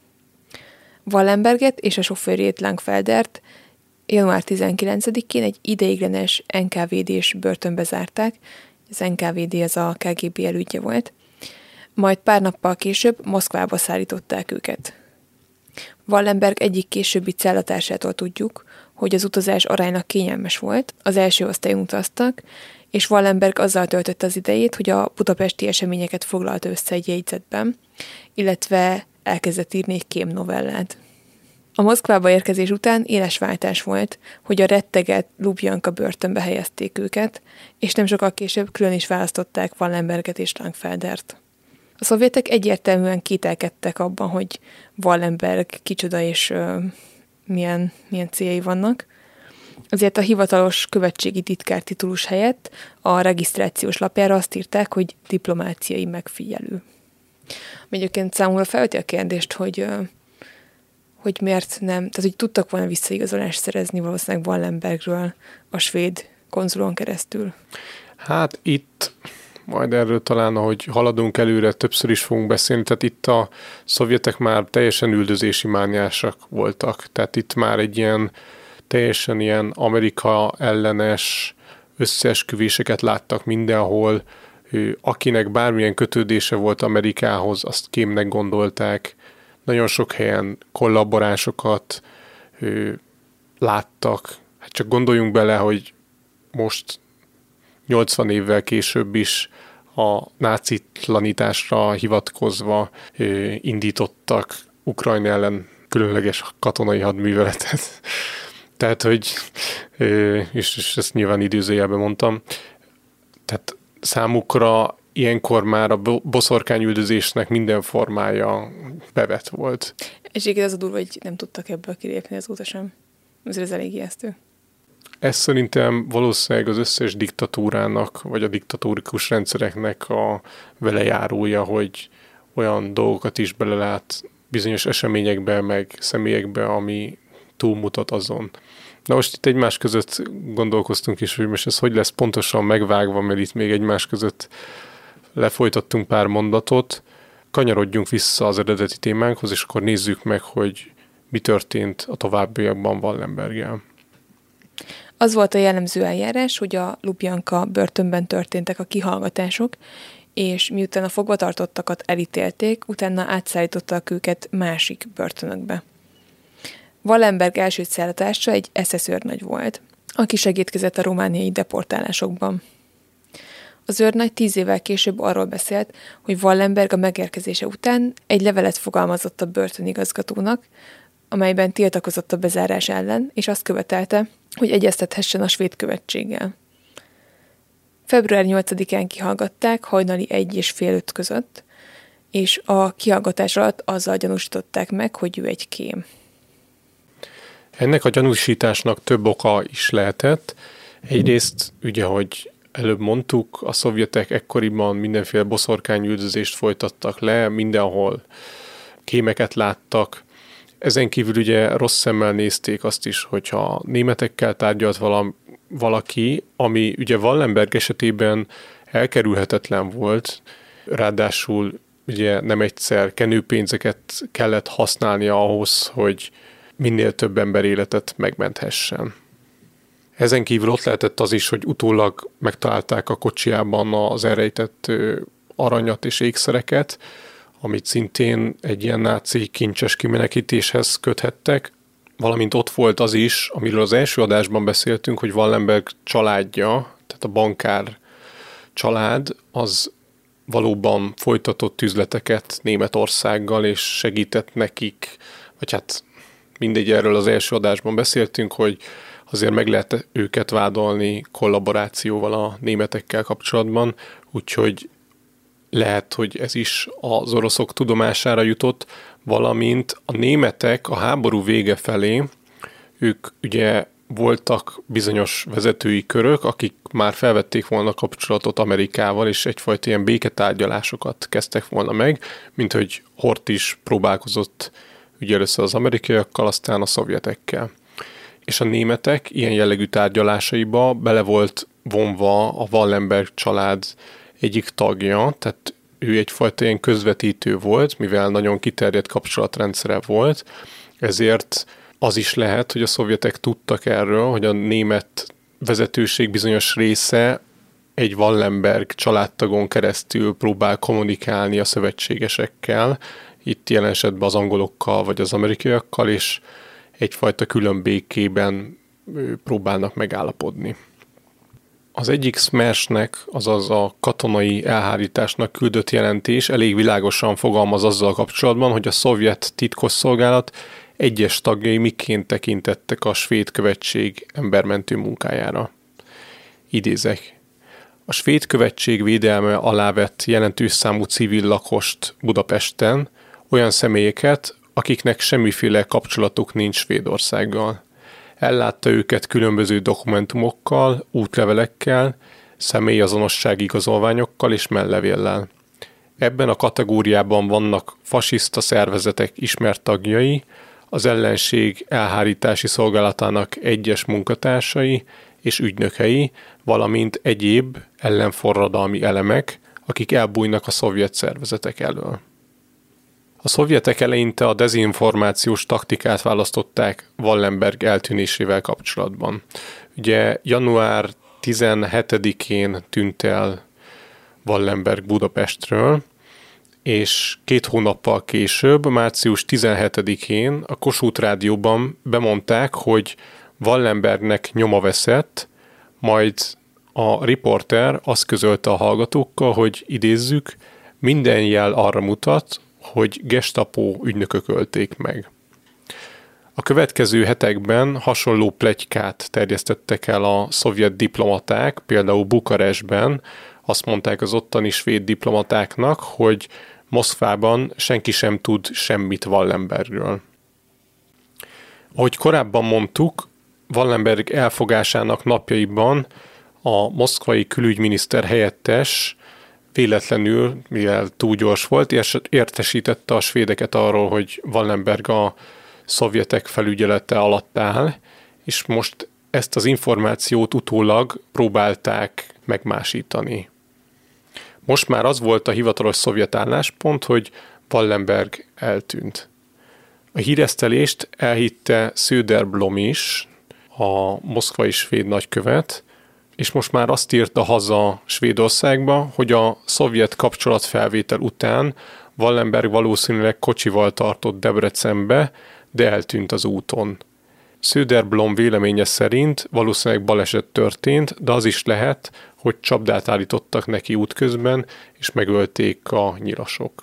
Wallenberget és a sofőrjét Langfeldert január 19-én egy ideiglenes NKVD-s börtönbe zárták, az NKVD az a KGB elődje volt, majd pár nappal később Moszkvába szállították őket. Wallenberg egyik későbbi cellatársától tudjuk, hogy az utazás aránylag kényelmes volt, az első osztályon utaztak, és Wallenberg azzal töltötte az idejét, hogy a budapesti eseményeket foglalta össze egy jegyzetben, illetve elkezdett írni egy kémnovellát. A Moszkvába érkezés után éles váltás volt, hogy a retteget Lubjanka börtönbe helyezték őket, és nem sokkal később külön is választották Wallenberget és Langfeldert. A szovjetek egyértelműen kételkedtek abban, hogy Wallenberg kicsoda és milyen céljai vannak. Azért a hivatalos követségi titkár titulus helyett a regisztrációs lapjára azt írták, hogy diplomáciai megfigyelő. Egyébként számomra felveti a kérdést, hogy miért nem, tehát hogy tudtak volna visszaigazolást szerezni valószínűleg Wallenbergről a svéd konzulon keresztül. Hát itt majd erről talán, ahogy haladunk előre, többször is fogunk beszélni, tehát itt a szovjetek már teljesen üldözési mániásak voltak, tehát itt már egy ilyen teljesen ilyen Amerika ellenes összeesküvéseket láttak mindenhol, akinek bármilyen kötődése volt Amerikához, azt kémnek gondolták. Nagyon sok helyen kollaborásokat láttak. Hát csak gondoljunk bele, hogy most 80 évvel később is a nácitlanításra hivatkozva indítottak Ukrajna ellen különleges katonai hadműveletet. Tehát, hogy, és ezt nyilván idézőjelben mondtam, tehát számukra ilyenkor már a boszorkányüldözésnek minden formája bevett volt. És igen, az a durva, hogy nem tudtak ebből kilépni azóta sem. Ez elég ijesztő. Ez szerintem valószínűleg az összes diktatúrának, vagy a diktatórikus rendszereknek a velejárója, hogy olyan dolgokat is belelát bizonyos eseményekbe, meg személyekbe, ami túlmutat azon. Na most itt egymás között gondolkoztunk is, hogy most ez hogy lesz pontosan megvágva, mert itt még egymás között lefolytattunk pár mondatot. Kanyarodjunk vissza az eredeti témánkhoz, és akkor nézzük meg, hogy mi történt a továbbiakban Wallenberggel. Az volt a jellemző eljárás, hogy a Lubjanka börtönben történtek a kihallgatások, és miután a fogvatartottakat elítélték, utána átszállítottak őket másik börtönökbe. Wallenberg első szállítása egy SS őrnagy volt, aki segítkezett a romániai deportálásokban. Az őrnagy 10 évvel később arról beszélt, hogy Wallenberg a megérkezése után egy levelet fogalmazott a börtönigazgatónak, amelyben tiltakozott a bezárás ellen, és azt követelte, hogy egyeztethessen a svéd követséggel. Február 8-án kihallgatták hajnali 1 és fél 5 között, és a kihallgatás alatt azzal gyanúsították meg, hogy ő egy kém. Ennek a gyanúsításnak több oka is lehetett. Egyrészt, ugye, hogy előbb mondtuk, a szovjetek ekkoriban mindenféle boszorkányüldözést folytattak le, mindenhol kémeket láttak. Ezen kívül ugye rossz szemmel nézték azt is, hogyha németekkel tárgyalt valaki, ami ugye Wallenberg esetében elkerülhetetlen volt, ráadásul ugye nem egyszer kenőpénzeket kellett használnia ahhoz, hogy minél több ember életet megmenthessen. Ezen kívül ott lehetett az is, hogy utólag megtalálták a kocsijában az elrejtett aranyat és ékszereket, amit szintén egy ilyen náci kincses kimenekítéshez köthettek, valamint ott volt az is, amiről az első adásban beszéltünk, hogy Wallenberg családja, tehát a bankár család, az valóban folytatott üzleteket Németországgal, és segített nekik, vagy hát mindegy, erről az első adásban beszéltünk, hogy azért meg lehet őket vádolni kollaborációval a németekkel kapcsolatban, úgyhogy lehet, hogy ez is az oroszok tudomására jutott, valamint a németek a háború vége felé, ők ugye voltak bizonyos vezetői körök, akik már felvették volna kapcsolatot Amerikával, és egyfajta ilyen béketárgyalásokat kezdtek volna meg, mint hogy Hort is próbálkozott ugye először az amerikaiakkal, aztán a szovjetekkel. És a németek ilyen jellegű tárgyalásaiba bele volt vonva a Wallenberg család egyik tagja, tehát ő egyfajta ilyen közvetítő volt, mivel nagyon kiterjedt kapcsolatrendszere volt, ezért az is lehet, hogy a szovjetek tudtak erről, hogy a német vezetőség bizonyos része egy Wallenberg családtagon keresztül próbál kommunikálni a szövetségesekkel, itt jelen esetben az angolokkal vagy az amerikaiakkal, és egyfajta külön békében próbálnak megállapodni. Az egyik SMERS-nek, azaz a katonai elhárításnak küldött jelentés elég világosan fogalmaz azzal kapcsolatban, hogy a szovjet titkosszolgálat egyes tagjai miként tekintettek a svéd követség embermentő munkájára. Idézek. A svéd követség védelme alá vett jelentős számú civil lakost Budapesten, olyan személyeket, akiknek semmiféle kapcsolatuk nincs Svédországgal. Ellátta őket különböző dokumentumokkal, útlevelekkel, személyazonossági igazolványokkal és mellevéllel. Ebben a kategóriában vannak fasiszta szervezetek ismert tagjai, az ellenség elhárítási szolgálatának egyes munkatársai és ügynökei, valamint egyéb ellenforradalmi elemek, akik elbújnak a szovjet szervezetek elől. A szovjetek eleinte a dezinformációs taktikát választották Wallenberg eltűnésével kapcsolatban. Ugye január 17-én tűnt el Wallenberg Budapestről, és 2 hónappal később, március 17-én a Kossuth Rádióban bemondták, hogy Wallenbergnek nyoma veszett, majd a riporter azt közölte a hallgatókkal, hogy idézzük, minden jel arra mutat, hogy gestapo ügynökök ölték meg. A következő hetekben hasonló pletykát terjesztettek el a szovjet diplomaták, például Bukarestben azt mondták az ottani svéd diplomatáknak, hogy Moszkvában senki sem tud semmit Wallenbergről. Ahogy korábban mondtuk, Wallenberg elfogásának napjaiban a moszkvai külügyminiszter helyettes véletlenül, mivel túl gyors volt, értesítette a svédeket arról, hogy Wallenberg a szovjetek felügyelete alatt áll, és most ezt az információt utólag próbálták megmásítani. Most már az volt a hivatalos szovjet álláspont, hogy Wallenberg eltűnt. A híresztelést elhitte Söderblom is, a moszkvai svéd nagykövet, és most már azt írta haza Svédországba, hogy a szovjet kapcsolatfelvétel után Wallenberg valószínűleg kocsival tartott Debrecenbe, de eltűnt az úton. Söderblom véleménye szerint valószínűleg baleset történt, de az is lehet, hogy csapdát állítottak neki útközben, és megölték a nyilasok.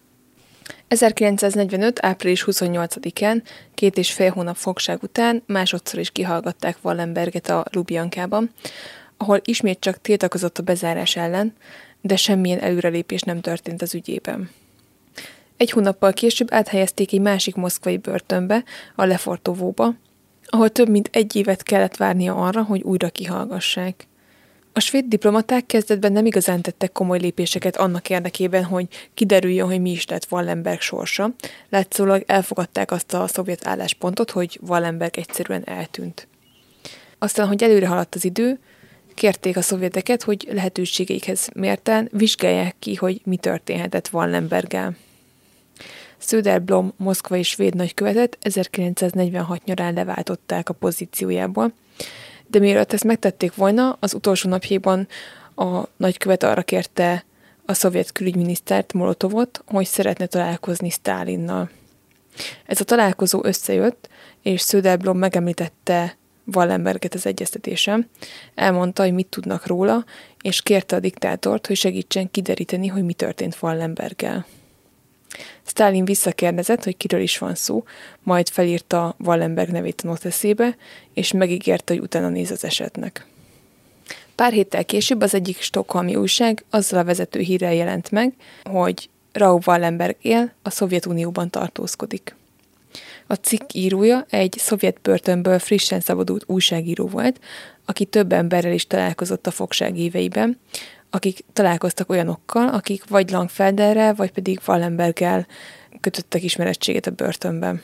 1945. április 28-án, 2,5 hónap fogság után másodszor is kihallgatták Wallenberget a Lubjankában, ahol ismét csak tiltakozott a bezárás ellen, de semmilyen előrelépés nem történt az ügyében. 1 hónappal később áthelyezték egy másik moszkvai börtönbe, a Lefortovóba, ahol több mint 1 évet kellett várnia arra, hogy újra kihallgassák. A svéd diplomaták kezdetben nem igazán tettek komoly lépéseket annak érdekében, hogy kiderüljön, hogy mi is lett Wallenberg sorsa. Látszólag elfogadták azt a szovjet álláspontot, hogy Wallenberg egyszerűen eltűnt. Aztán, hogy előre haladt az idő, kérték a szovjeteket, hogy lehetőségeikhez mérten vizsgálják ki, hogy mi történhetett Wallenberggel. Söderblom moszkvai svéd nagykövetet 1946 nyarán leváltották a pozíciójából, de mielőtt ezt megtették volna, az utolsó napjában a nagykövet arra kérte a szovjet külügyminisztert, Molotovot, hogy szeretne találkozni Sztálinnal. Ez a találkozó összejött, és Söderblom megemlítette Wallenberget az egyeztetésen, elmondta, hogy mit tudnak róla, és kérte a diktátort, hogy segítsen kideríteni, hogy mi történt Wallenberggel. Sztálin visszakérdezett, hogy kiről is van szó, majd felírta Wallenberg nevét a noteszébe, és megígérte, hogy utána néz az esetnek. Pár héttel később az egyik stockholmi újság azzal a vezető hírrel jelent meg, hogy Raoul Wallenberg él, a Szovjetunióban tartózkodik. A cikk írója egy szovjet börtönből frissen szabadult újságíró volt, aki több emberrel is találkozott a fogság éveiben, akik találkoztak olyanokkal, akik vagy Langfelderrel, vagy pedig Wallenberggel kötöttek ismerettséget a börtönben.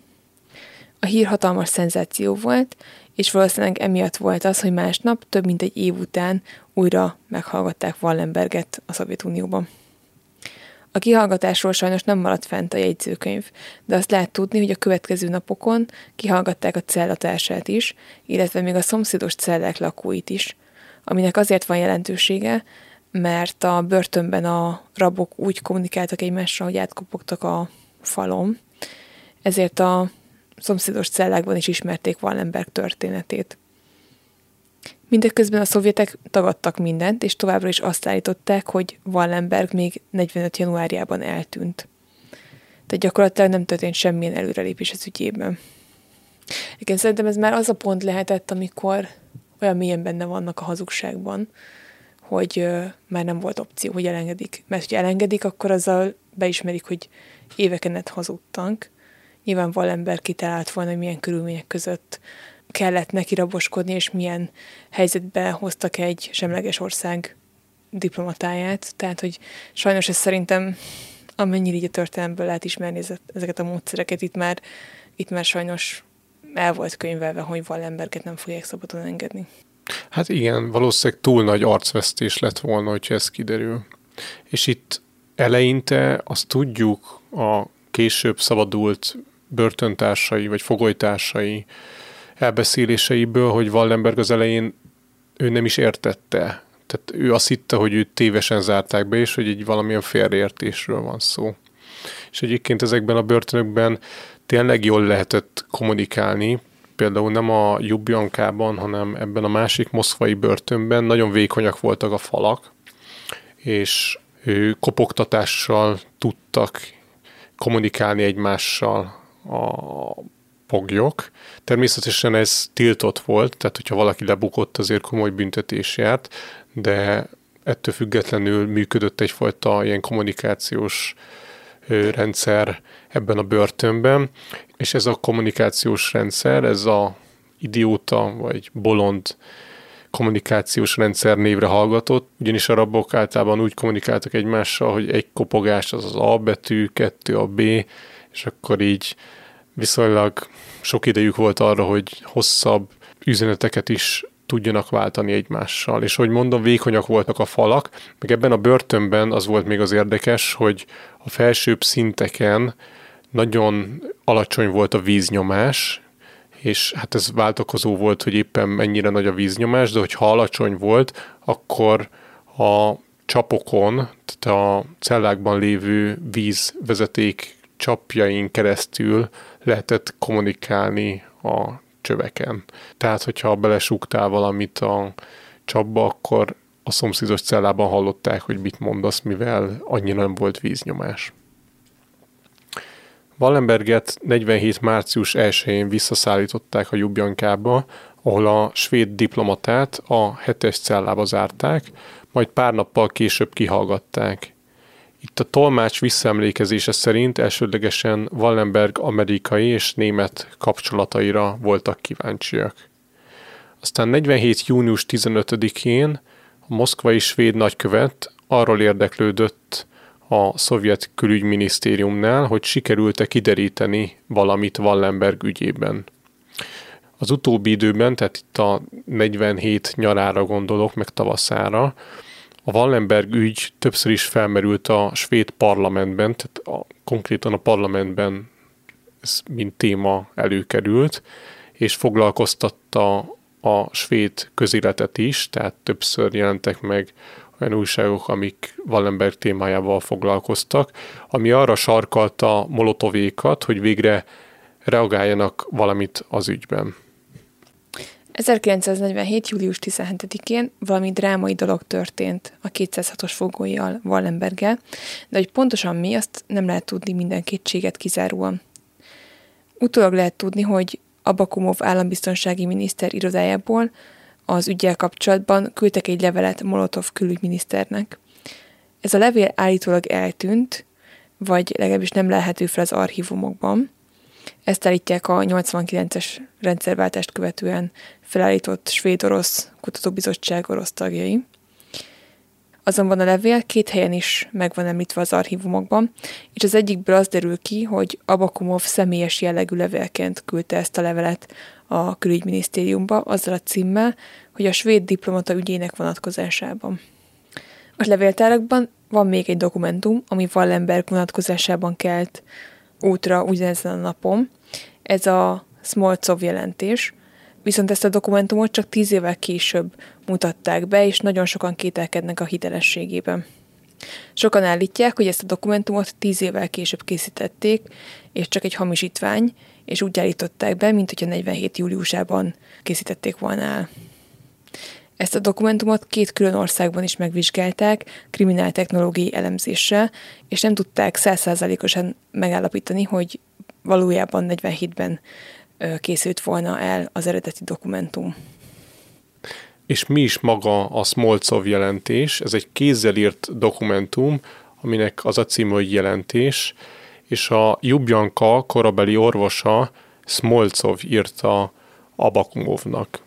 A hír hatalmas szenzáció volt, és valószínűleg emiatt volt az, hogy másnap, több mint 1 év után újra meghallgatták Wallenberget a Szovjetunióban. A kihallgatásról sajnos nem maradt fent a jegyzőkönyv, de azt lehet tudni, hogy a következő napokon kihallgatták a cellatársát is, illetve még a szomszédos cellák lakóit is, aminek azért van jelentősége, mert a börtönben a rabok úgy kommunikáltak egymással, hogy átkopogtak a falon, ezért a szomszédos cellákban is ismerték Wallenberg történetét. Mindeközben a szovjetek tagadtak mindent, és továbbra is azt állították, hogy Wallenberg még 45. januárjában eltűnt. Tehát gyakorlatilag nem történt semmilyen előrelépés az ügyében. Igen, szerintem ez már az a pont lehetett, amikor olyan mélyen benne vannak a hazugságban, hogy már nem volt opció, hogy elengedik. Mert ha elengedik, akkor azzal beismerik, hogy éveken át hazudtak. Nyilván Wallenberg kitalált volna, hogy milyen körülmények között kellett neki raboskodni, és milyen helyzetbe hoztak egy semleges ország diplomatáját. Tehát, hogy sajnos ez szerintem amennyire így a történelemből lehet ismerni ezeket a módszereket, itt már sajnos el volt könyvelve, hogy Wallenberget nem fogják szabadon engedni. Hát igen, valószínűleg túl nagy arcvesztés lett volna, hogyha ez kiderül. És itt eleinte azt tudjuk a később szabadult börtöntársai vagy fogolytársai elbeszéléseiből, hogy Wallenberg az elején ő nem is értette. Tehát ő azt hitte, hogy őt tévesen zárták be, és hogy egy valamilyen félreértésről van szó. És egyébként ezekben a börtönökben tényleg jól lehetett kommunikálni, például nem a Ljubljankában, hanem ebben a másik moszkvai börtönben nagyon vékonyak voltak a falak, és kopogtatással tudtak kommunikálni egymással a foglyok. Természetesen ez tiltott volt, tehát hogyha valaki lebukott, azért komoly büntetés járt, de ettől függetlenül működött egyfajta ilyen kommunikációs rendszer ebben a börtönben, és ez a kommunikációs rendszer, ez a idióta vagy bolond kommunikációs rendszer névre hallgatott, ugyanis a rabok általában úgy kommunikáltak egymással, hogy egy kopogás az A betű, 2 a B, és akkor így viszonylag sok idejük volt arra, hogy hosszabb üzeneteket is tudjanak váltani egymással. És ahogy mondom, vékonyak voltak a falak, meg ebben a börtönben az volt még az érdekes, hogy a felsőbb szinteken nagyon alacsony volt a víznyomás, és hát ez váltakozó volt, hogy éppen mennyire nagy a víznyomás, de hogyha alacsony volt, akkor a csapokon, tehát a cellákban lévő vízvezeték csapjain keresztül lehetett kommunikálni a csöveken. Tehát, hogyha belesúgtál valamit a csapba, akkor a szomszédos cellában hallották, hogy mit mondasz, mivel annyira nem volt víznyomás. Wallenberget 47. március 1-én visszaszállították a Ljubljankába, ahol a svéd diplomatát a 7-es cellába zárták, majd pár nappal később kihallgatták. Itt a tolmács visszaemlékezése szerint elsődlegesen Wallenberg amerikai és német kapcsolataira voltak kíváncsiak. Aztán 47. június 15-én a moszkvai svéd nagykövet arról érdeklődött a szovjet külügyminisztériumnál, hogy sikerült-e kideríteni valamit Wallenberg ügyében. Az utóbbi időben, tehát itt a 47 nyarára gondolok, meg tavaszára, a Wallenberg ügy többször is felmerült a svéd parlamentben, tehát konkrétan a parlamentben ez mint téma előkerült, és foglalkoztatta a svéd közéletet is, tehát többször jelentek meg olyan újságok, amik Wallenberg témájával foglalkoztak, ami arra sarkalta Molotovékat, hogy végre reagáljanak valamit az ügyben. 1947. július 17-én valami drámai dolog történt a 206-os fogóival, Wallenberggel, de hogy pontosan mi, azt nem lehet tudni minden kétséget kizáróan. Utólag lehet tudni, hogy Abakumov állambiztonsági miniszter irodájából az üggyel kapcsolatban küldtek egy levelet Molotov külügyminiszternek. Ez a levél állítólag eltűnt, vagy legalábbis nem lelhető fel az archívumokban. Ezt állítják a 89-es rendszerváltást követően felállított svéd-orosz kutatóbizottság orosz tagjai. Azonban a levél 2 helyen is meg van említve az archívumokban, és az egyikből az derül ki, hogy Abakumov személyes jellegű levélként küldte ezt a levelet a külügyminisztériumba, azzal a címmel, hogy a svéd diplomata ügyének vonatkozásában. A levéltárakban van még egy dokumentum, ami Wallenberg vonatkozásában kelt útra ugyanezen a napon. Ez a Smolcov jelentés, viszont ezt a dokumentumot csak 10 évvel később mutatták be, és nagyon sokan kételkednek a hitelességében. Sokan állítják, hogy ezt a dokumentumot 10 évvel később készítették, és csak egy hamisítvány, és úgy állították be, mint hogyha 47. júliusában készítették volna el. Ezt a dokumentumot 2 külön országban is megvizsgálták, krimináltechnológiai elemzéssel, és nem tudták 100%-osan megállapítani, hogy valójában 47-ben készült volna el az eredeti dokumentum. És mi is maga a Smolcov jelentés? Ez egy kézzel írt dokumentum, aminek az a címe, hogy jelentés, és a Ljubljanka korabeli orvosa Smolcov írta Abakumovnak.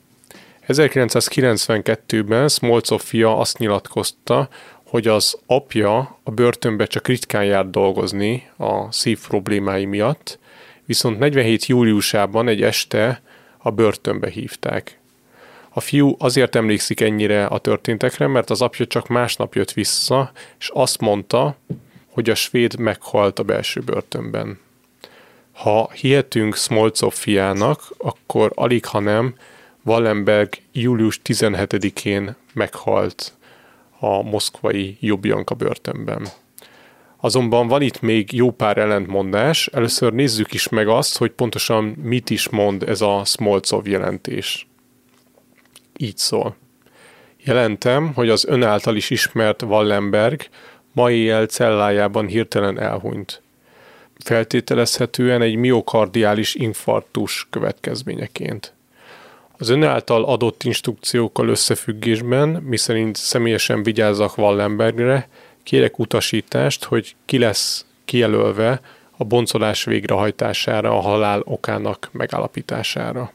1992-ben Smolcov fia azt nyilatkozta, hogy az apja a börtönbe csak ritkán járt dolgozni a szív problémái miatt, viszont 47. júliusában egy este a börtönbe hívták. A fiú azért emlékszik ennyire a történtekre, mert az apja csak másnap jött vissza, és azt mondta, hogy a svéd meghalt a belső börtönben. Ha hihetünk Smolcov fiának, akkor alig, ha nem, Wallenberg július 17-én meghalt a moszkvai Ljubljanka börtönben. Azonban van itt még jó pár ellentmondás. Először nézzük is meg azt, hogy pontosan mit is mond ez a Smolcov jelentés. Így szól. Jelentem, hogy az ön által is ismert Wallenberg ma éjjel cellájában hirtelen elhunyt. Feltételezhetően egy miokardiális infarktus következményeként. Az ön által adott instrukciókkal összefüggésben, miszerint személyesen vigyázzak Wallenbergre, kérek utasítást, hogy ki lesz kijelölve a boncolás végrehajtására, a halál okának megállapítására.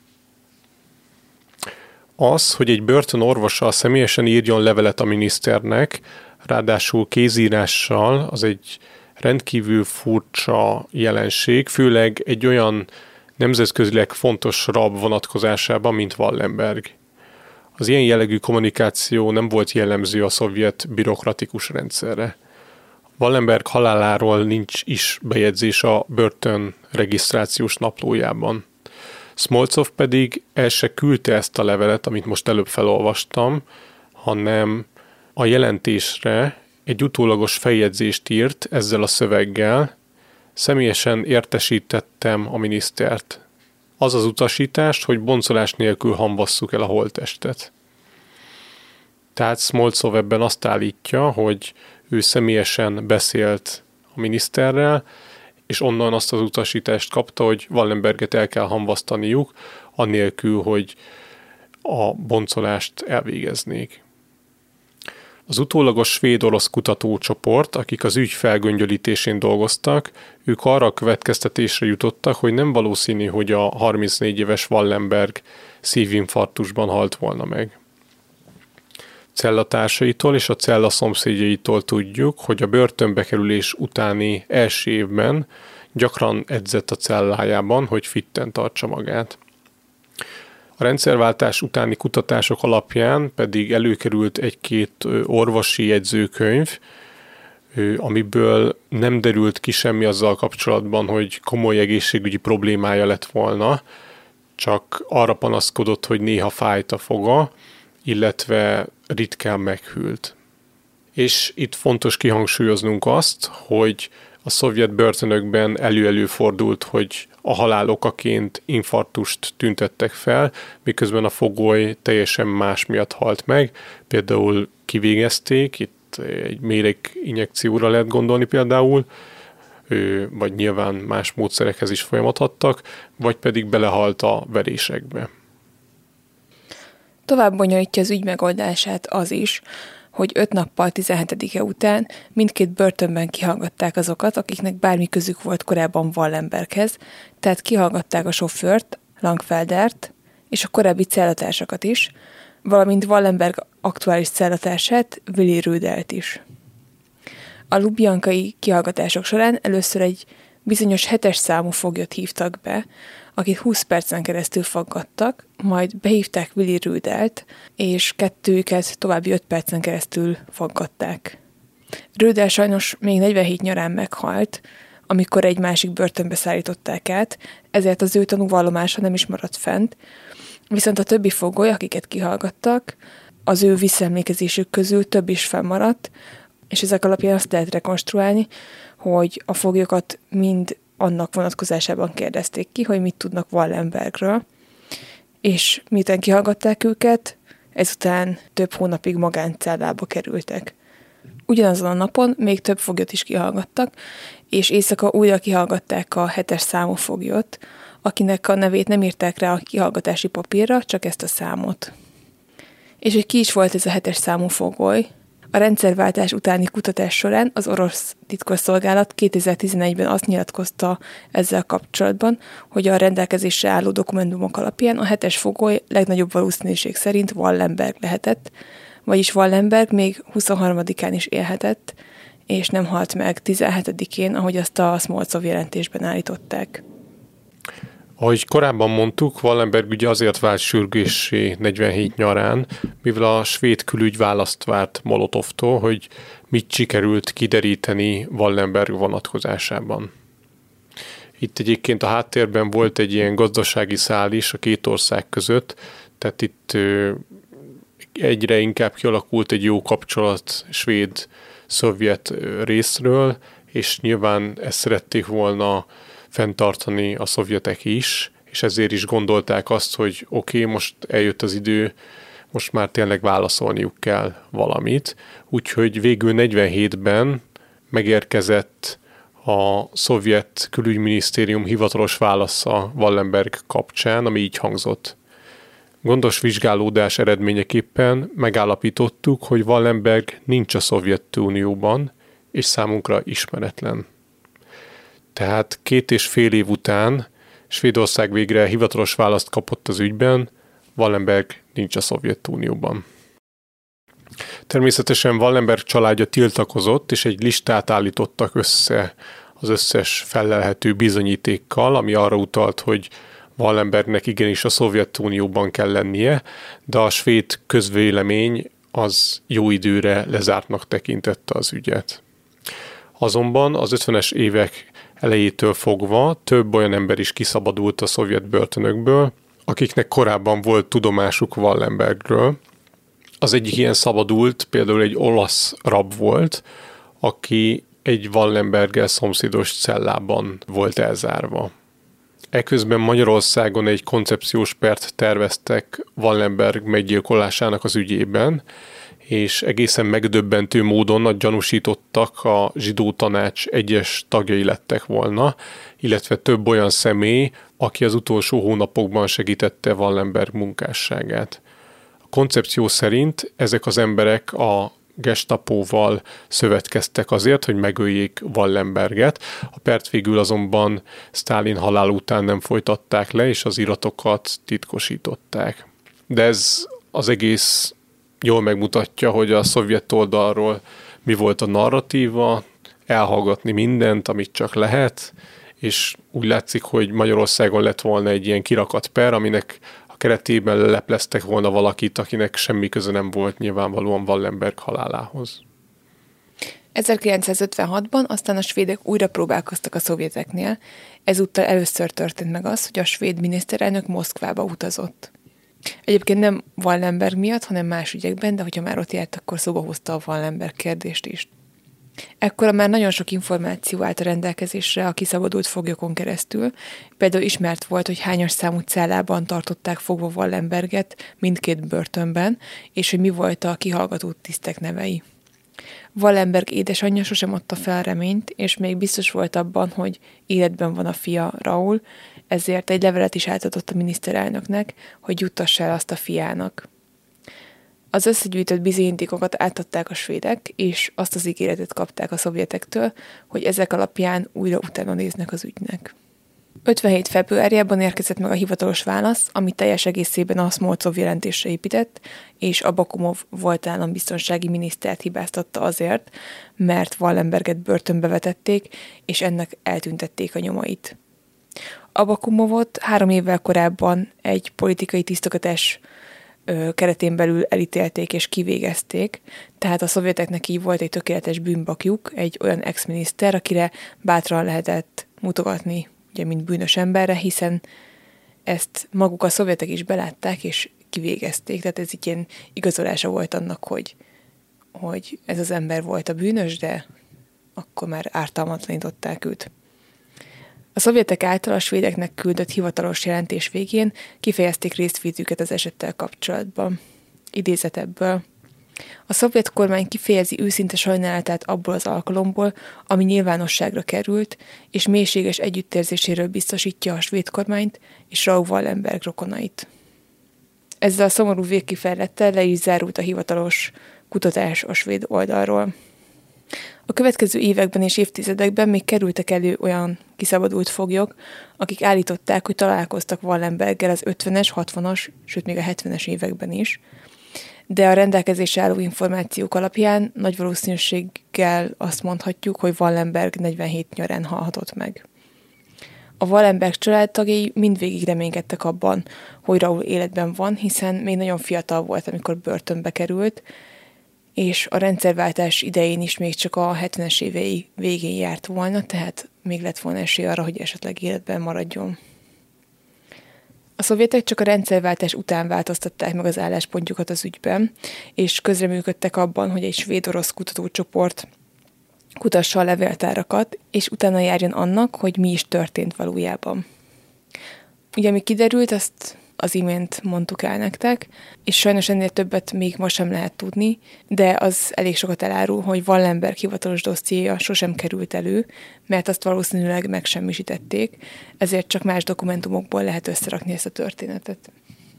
Az, hogy egy börtönorvosa személyesen írjon levelet a miniszternek, ráadásul kézírással, az egy rendkívül furcsa jelenség, főleg egy olyan nemzetközileg fontos rab vonatkozásában, mint Wallenberg. Az ilyen jellegű kommunikáció nem volt jellemző a szovjet bürokratikus rendszerre. Wallenberg haláláról nincs is bejegyzés a börtön regisztrációs naplójában. Smolcov pedig el se küldte ezt a levelet, amit most előbb felolvastam, hanem a jelentésre egy utólagos feljegyzést írt ezzel a szöveggel: személyesen értesítettem a minisztert. Az az utasítást, hogy boncolás nélkül hamvasszuk el a holttestet. Tehát Smolcov ebben azt állítja, hogy ő személyesen beszélt a miniszterrel, és onnan azt az utasítást kapta, hogy Wallenberget el kell hamvasztaniuk, annélkül, hogy a boncolást elvégeznék. Az utólagos svéd-orosz kutatócsoport, akik az ügy felgöngyölítésén dolgoztak, ők arra a következtetésre jutottak, hogy nem valószínű, hogy a 34 éves Wallenberg szívinfarktusban halt volna meg. Cellatársaitól és a cella szomszédjaitól tudjuk, hogy a börtönbe kerülés utáni első évben gyakran edzett a cellájában, hogy fitten tartsa magát. A rendszerváltás utáni kutatások alapján pedig előkerült egy-két orvosi jegyzőkönyv, amiből nem derült ki semmi azzal kapcsolatban, hogy komoly egészségügyi problémája lett volna, csak arra panaszkodott, hogy néha fájt a foga, illetve ritkán meghűlt. És itt fontos kihangsúlyoznunk azt, hogy a szovjet börtönökben előfordult, hogy a halál okaként infarktust tüntettek fel, miközben a fogoly teljesen más miatt halt meg. Például kivégezték, itt egy méreginjekcióra lehet gondolni például, vagy nyilván más módszerekhez is folyamodhattak, vagy pedig belehalt a verésekbe. Tovább bonyolítja az ügy megoldását az is, hogy 5 nappal 17-e után mindkét börtönben kihallgatták azokat, akiknek bármi közük volt korábban Wallenberghez, tehát kihallgatták a sofőrt, Langfeldert és a korábbi cellatársakat is, valamint Wallenberg aktuális cellatársát, Willy Rödelt is. A ljubljankai kihallgatások során először egy bizonyos 7-es számú foglyot hívtak be, akit 20 percen keresztül faggattak, majd behívták Willy Rödelt, és kettőjüket további 5 percen keresztül faggatták. Rödel sajnos még 47 nyarán meghalt, amikor egy másik börtönbe szállították át, ezért az ő tanúvallomása nem is maradt fent, viszont a többi fogoly, akiket kihallgattak, az ő visszaemlékezésük közül több is fennmaradt, és ezek alapján azt lehet rekonstruálni, hogy a foglyokat mind annak vonatkozásában kérdezték ki, hogy mit tudnak Wallenbergről, és miután kihallgatták őket, ezután több hónapig magáncellába kerültek. Ugyanazon a napon még több foglyot is kihallgattak, és éjszaka újra kihallgatták a 7-es számú foglyot, akinek a nevét nem írták rá a kihallgatási papírra, csak ezt a számot. És hogy ki is volt ez a 7-es számú fogoly? A rendszerváltás utáni kutatás során az orosz titkosszolgálat 2011-ben azt nyilatkozta ezzel kapcsolatban, hogy a rendelkezésre álló dokumentumok alapján a 7-es fogoly legnagyobb valószínűség szerint Wallenberg lehetett, vagyis Wallenberg még 23-án is élhetett, és nem halt meg 17-én, ahogy azt a Smolcov jelentésben állították. Ahogy korábban mondtuk, Wallenberg ugye azért vált sürgőssé 47 nyarán, mivel a svéd külügy választ várt Molotovtól, hogy mit sikerült kideríteni Wallenberg vonatkozásában. Itt egyébként a háttérben volt egy ilyen gazdasági szál is a két ország között, Tehát itt egyre inkább kialakult egy jó kapcsolat svéd-szovjet részről, és nyilván ezt szerették volna fenntartani a szovjetek is, és ezért is gondolták azt, hogy oké, most eljött az idő, most már tényleg válaszolniuk kell valamit. Úgyhogy végül 47-ben megérkezett a szovjet külügyminisztérium hivatalos válasza Wallenberg kapcsán, ami így hangzott. Gondos vizsgálódás eredményeképpen megállapítottuk, hogy Wallenberg nincs a Szovjetunióban, és számunkra ismeretlen. Tehát 2,5 év után Svédország végre hivatalos választ kapott az ügyben, Wallenberg nincs a Szovjetunióban. Természetesen Wallenberg családja tiltakozott, és egy listát állítottak össze az összes fellelhető bizonyítékkal, ami arra utalt, hogy Wallenbergnek igenis a Szovjetunióban kell lennie, de a svéd közvélemény az jó időre lezártnak tekintette az ügyet. Azonban az 50-es évek elejétől fogva több olyan ember is kiszabadult a szovjet börtönökből, akiknek korábban volt tudomásuk Wallenbergről. Az egyik ilyen szabadult például egy olasz rab volt, aki egy Wallenberggel szomszédos cellában volt elzárva. Eközben Magyarországon egy koncepciós pert terveztek Wallenberg meggyilkolásának az ügyében, és egészen megdöbbentő módon a gyanúsítottak a zsidó tanács egyes tagjai lettek volna, illetve több olyan személy, aki az utolsó hónapokban segítette Wallenberg munkásságát. A koncepció szerint ezek az emberek a Gestapóval szövetkeztek azért, hogy megöljék Wallenberget. A pert végül azonban Sztálin halál után nem folytatták le, és az iratokat titkosították. De ez az egész jól megmutatja, hogy a szovjet oldalról mi volt a narratíva, elhallgatni mindent, amit csak lehet, és úgy látszik, hogy Magyarországon lett volna egy ilyen kirakat per, aminek a keretében lepleztek volna valakit, akinek semmi köze nem volt nyilvánvalóan Wallenberg halálához. 1956-ban aztán a svédek újra próbálkoztak a szovjeteknél, ezúttal először történt meg az, hogy a svéd miniszterelnök Moszkvába utazott. Egyébként nem Wallenberg miatt, hanem más ügyekben, de hogyha már ott járt, akkor szóba hozta a Wallenberg kérdést is. Ekkora már nagyon sok információ állt a rendelkezésre a kiszabadult foglyokon keresztül. Például ismert volt, hogy hányas számú cellában tartották fogva Wallenberget mindkét börtönben, és hogy mi volt a kihallgatott tisztek nevei. Wallenberg édesanyja sosem adta fel reményt, és még biztos volt abban, hogy életben van a fia, Raúl, ezért egy levelet is átadott a miniszterelnöknek, hogy juttassa el azt a fiának. Az összegyűjtött bizonyítékokat átadták a svédek, és azt az ígéretet kapták a szovjetektől, hogy ezek alapján újra utána néznek az ügynek. 57. februárjában érkezett meg a hivatalos válasz, ami teljes egészében a Smolcov jelentésre épített, és Abakumov volt állambiztonsági minisztert hibáztatta azért, mert Wallenberget börtönbe vetették, és ennek eltüntették a nyomait. Abakumovot 3 évvel korábban egy politikai tisztogatás keretén belül elítélték és kivégezték, tehát a szovjeteknek így volt egy tökéletes bűnbakjuk, egy olyan ex-miniszter, akire bátran lehetett mutogatni, ugye, mint bűnös emberre, hiszen ezt maguk a szovjetek is belátták és kivégezték, tehát ez így ilyen igazolása volt annak, hogy ez az ember volt a bűnös, de akkor már ártalmatlanították őt. A szovjetek által a svédeknek küldött hivatalos jelentés végén kifejezték részvétüket az esettel kapcsolatban. Idézet ebből. A szovjet kormány kifejezi őszinte sajnálatát abból az alkalomból, ami nyilvánosságra került, és mélységes együttérzéséről biztosítja a svéd kormányt és Raoul Wallenberg rokonait. Ezzel a szomorú végkifejlettel le is zárult a hivatalos kutatás a svéd oldalról. A következő években és évtizedekben még kerültek elő olyan kiszabadult foglyok, akik állították, hogy találkoztak Wallenberggel az 50-es, 60-as, sőt még a 70-es években is, de a rendelkezésre álló információk alapján nagy valószínűséggel azt mondhatjuk, hogy Wallenberg 47 nyarán halhatott meg. A Wallenberg családtagjai mindvégig reménykedtek abban, hogy Raoul életben van, hiszen még nagyon fiatal volt, amikor börtönbe került, és a rendszerváltás idején is még csak a 70-es évei végén járt volna, tehát még lett volna esély arra, hogy esetleg életben maradjon. A szovjetek csak a rendszerváltás után változtatták meg az álláspontjukat az ügyben, és közreműködtek abban, hogy egy svéd-orosz kutatócsoport kutassa a levéltárakat, és utána járjon annak, hogy mi is történt valójában. Ugye, ami kiderült, azt az imént mondtuk el nektek, és sajnos ennél többet még ma sem lehet tudni, de az elég sokat elárul, hogy Wallenberg hivatalos dossziéja sosem került elő, mert azt valószínűleg megsemmisítették, ezért csak más dokumentumokból lehet összerakni ezt a történetet.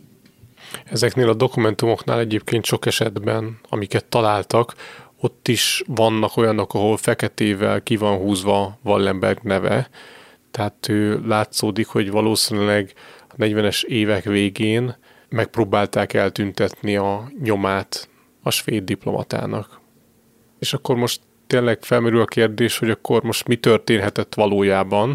Ezeknél a dokumentumoknál egyébként sok esetben, amiket találtak, ott is vannak olyanok, ahol feketével ki van húzva Wallenberg neve, tehát látszódik, hogy valószínűleg a 40-es évek végén megpróbálták eltüntetni a nyomát a svéd diplomatának. És akkor most tényleg felmerül a kérdés, hogy akkor most mi történhetett valójában,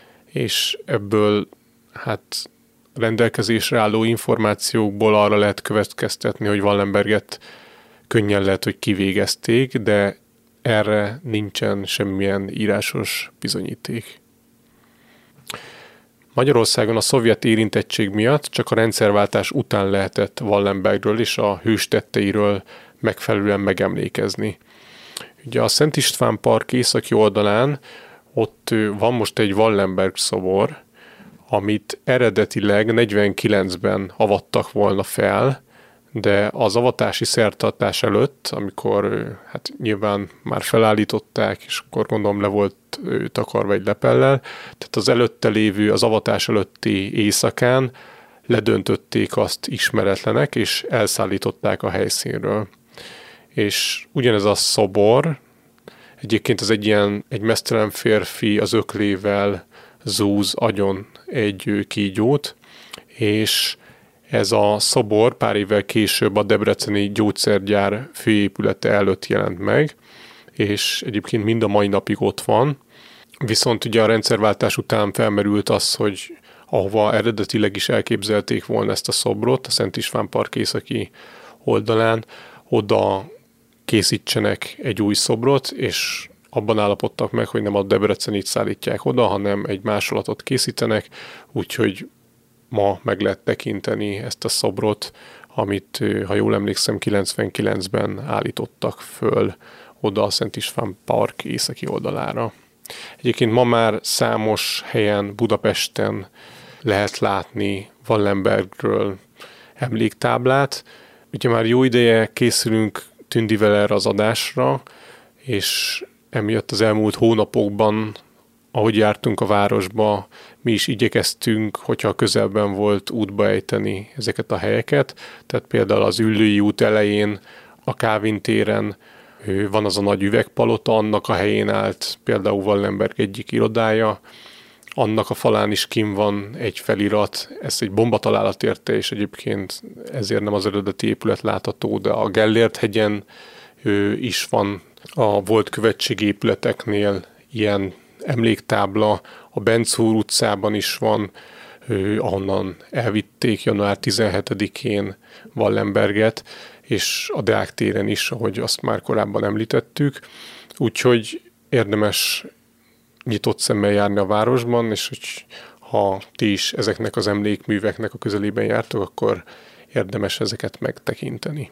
és ebből hát rendelkezésre álló információkból arra lehet következtetni, hogy Wallenberget könnyen lehet, hogy kivégezték, de erre nincsen semmilyen írásos bizonyíték. Magyarországon a szovjet érintettség miatt csak a rendszerváltás után lehetett Wallenbergről és a hőstetteiről megfelelően megemlékezni. Ugye a Szent István Park északi oldalán ott van most egy Wallenberg szobor, amit eredetileg 49-ben avattak volna fel, de az avatási szertartás előtt, amikor hát nyilván már felállították, és akkor gondolom le volt takarva egy lepellel, tehát az előtte lévő, az avatás előtti éjszakán ledöntötték azt ismeretlenek, és elszállították a helyszínről. És ugyanez a szobor, egyébként ez egy meztelen férfi az öklével zúz agyon egy kígyót, és ez a szobor pár évvel később a debreceni gyógyszergyár főépülete előtt jelent meg, és egyébként mind a mai napig ott van. Viszont ugye a rendszerváltás után felmerült az, hogy ahova eredetileg is elképzelték volna ezt a szobrot, a Szent István Park északi oldalán, oda készítsenek egy új szobrot, és abban állapodtak meg, hogy nem a Debrecenit szállítják oda, hanem egy másolatot készítenek, úgyhogy ma meg lehet tekinteni ezt a szobrot, amit, ha jól emlékszem, 99-ben állítottak föl oda a Szent István Park északi oldalára. Egyébként ma már számos helyen Budapesten lehet látni Wallenbergről emléktáblát. Ugye már jó ideje készülünk Tündivel erre az adásra, és emiatt az elmúlt hónapokban, ahogy jártunk a városba, mi is igyekeztünk, hogyha a közelben volt, útba ejteni ezeket a helyeket. Tehát például az Üllői út elején, a Kávin téren van az a nagy üvegpalota, annak a helyén állt például Wallenberg egyik irodája, annak a falán is kint van egy felirat, ez egy bombatalálat érte, és egyébként ezért nem az eredeti épület látható, de a Gellért-hegyen is van a volt követségi épületeknél ilyen emléktábla, a Bencúr utcában is van, ahonnan elvitték január 17-én Wallenberget, és a Deák téren is, ahogy azt már korábban említettük. Úgyhogy érdemes nyitott szemmel járni a városban, és hogy ha ti is ezeknek az emlékműveknek a közelében jártok, akkor érdemes ezeket megtekinteni.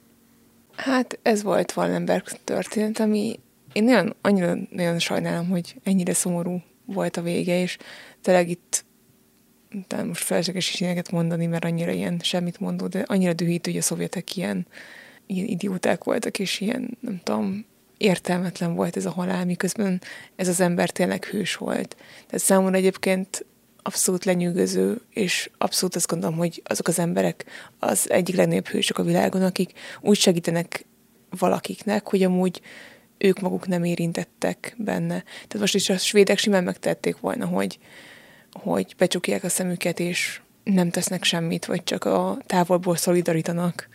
Hát ez volt Wallenberg történet, ami én nagyon sajnálom, hogy ennyire szomorú volt a vége, és tényleg itt most felesleges is ilyeneket mondani, mert annyira ilyen semmit mondó, de annyira dühítő, hogy a szovjetek ilyen idióták voltak, és ilyen, nem tudom, értelmetlen volt ez a halál, miközben ez az ember tényleg hős volt. Tehát számomra egyébként abszolút lenyűgöző, és abszolút azt gondolom, hogy azok az emberek az egyik legnagyobb hősök a világon, akik úgy segítenek valakiknek, hogy amúgy ők maguk nem érintettek benne. Tehát most is a svédek simán megtették volna, hogy becsukják a szemüket, és nem tesznek semmit, vagy csak a távolból szolidarítanak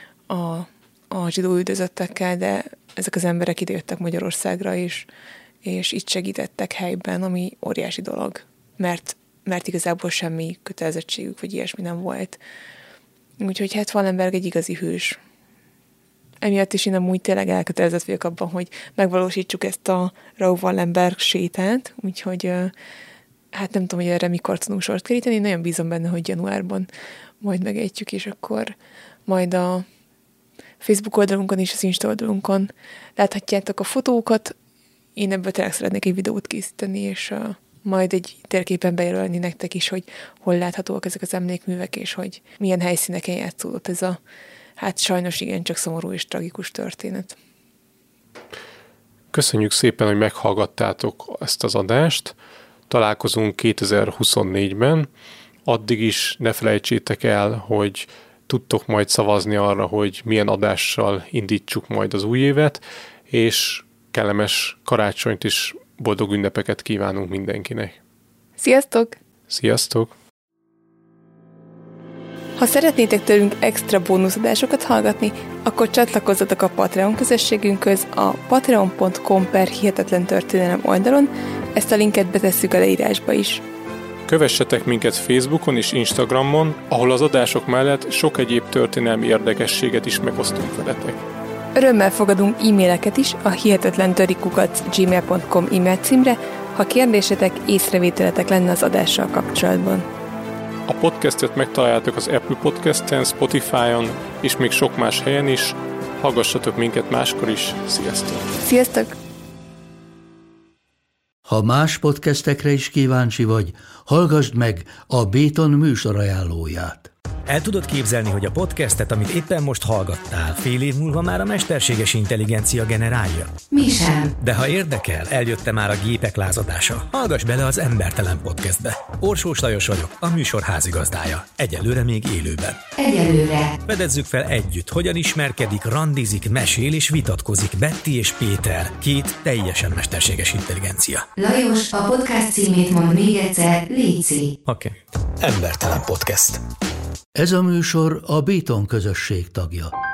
a zsidó üldözöttekkel, de ezek az emberek idejöttek Magyarországra, és itt segítettek helyben, ami óriási dolog, mert igazából semmi kötelezettségük, vagy ilyesmi nem volt. Úgyhogy hát Wallenberg egy igazi hős. Emiatt is én amúgy tényleg elkötelezett vagyok abban, hogy megvalósítsuk ezt a Raoul Wallenberg sétát, úgyhogy hát nem tudom, hogy erre mikor tudunk sort keríteni, nagyon bízom benne, hogy januárban majd megejtjük, és akkor majd a Facebook oldalunkon és az Insta oldalunkon láthatjátok a fotókat. Én ebből tényleg szeretnék egy videót készíteni, és majd egy térképen bejelölni nektek is, hogy hol láthatóak ezek az emlékművek, és hogy milyen helyszíneken játszódott ez a, hát sajnos igencsak szomorú és tragikus történet. Köszönjük szépen, hogy meghallgattátok ezt az adást. Találkozunk 2024-ben. Addig is ne felejtsétek el, hogy tudtok majd szavazni arra, hogy milyen adással indítsuk majd az új évet, és kellemes karácsonyt is, boldog ünnepeket kívánunk mindenkinek. Sziasztok! Sziasztok! Ha szeretnétek tőlünk extra bónuszadásokat hallgatni, akkor csatlakozzatok a Patreon közösségünkhöz a patreon.com/hihetetlentörténelem oldalon, ezt a linket betesszük a leírásba is. Kövessetek minket Facebookon és Instagramon, ahol az adások mellett sok egyéb történelmi érdekességet is megosztunk veletek. Örömmel fogadunk e-maileket is a hihetetlentörikukac@gmail.com e-mail címre, ha kérdésetek, észrevételetek lenne az adással kapcsolatban. A podcastet megtaláljátok az Apple Podcast-en, Spotify-on és még sok más helyen is. Hallgassatok minket máskor is. Sziasztok! Sziasztok! Ha más podcastekre is kíváncsi vagy, hallgassd meg a Béton műsor ajánlóját. El tudod képzelni, hogy a podcastet, amit éppen most hallgattál, fél év múlva már a mesterséges intelligencia generálja? Mi sem. De ha érdekel, eljött már a gépek lázadása. Hallgass bele az Embertelen Podcastbe. Orsós Lajos vagyok, a műsor házigazdája. Egyelőre még élőben. Egyelőre. Fedezzük fel együtt, hogyan ismerkedik, randizik, mesél és vitatkozik Betty és Péter, két teljesen mesterséges intelligencia. Lajos, a podcast címét mond még egyszer, léci. Oké. Embertelen Podcast. Ez a műsor a Béton közösség tagja.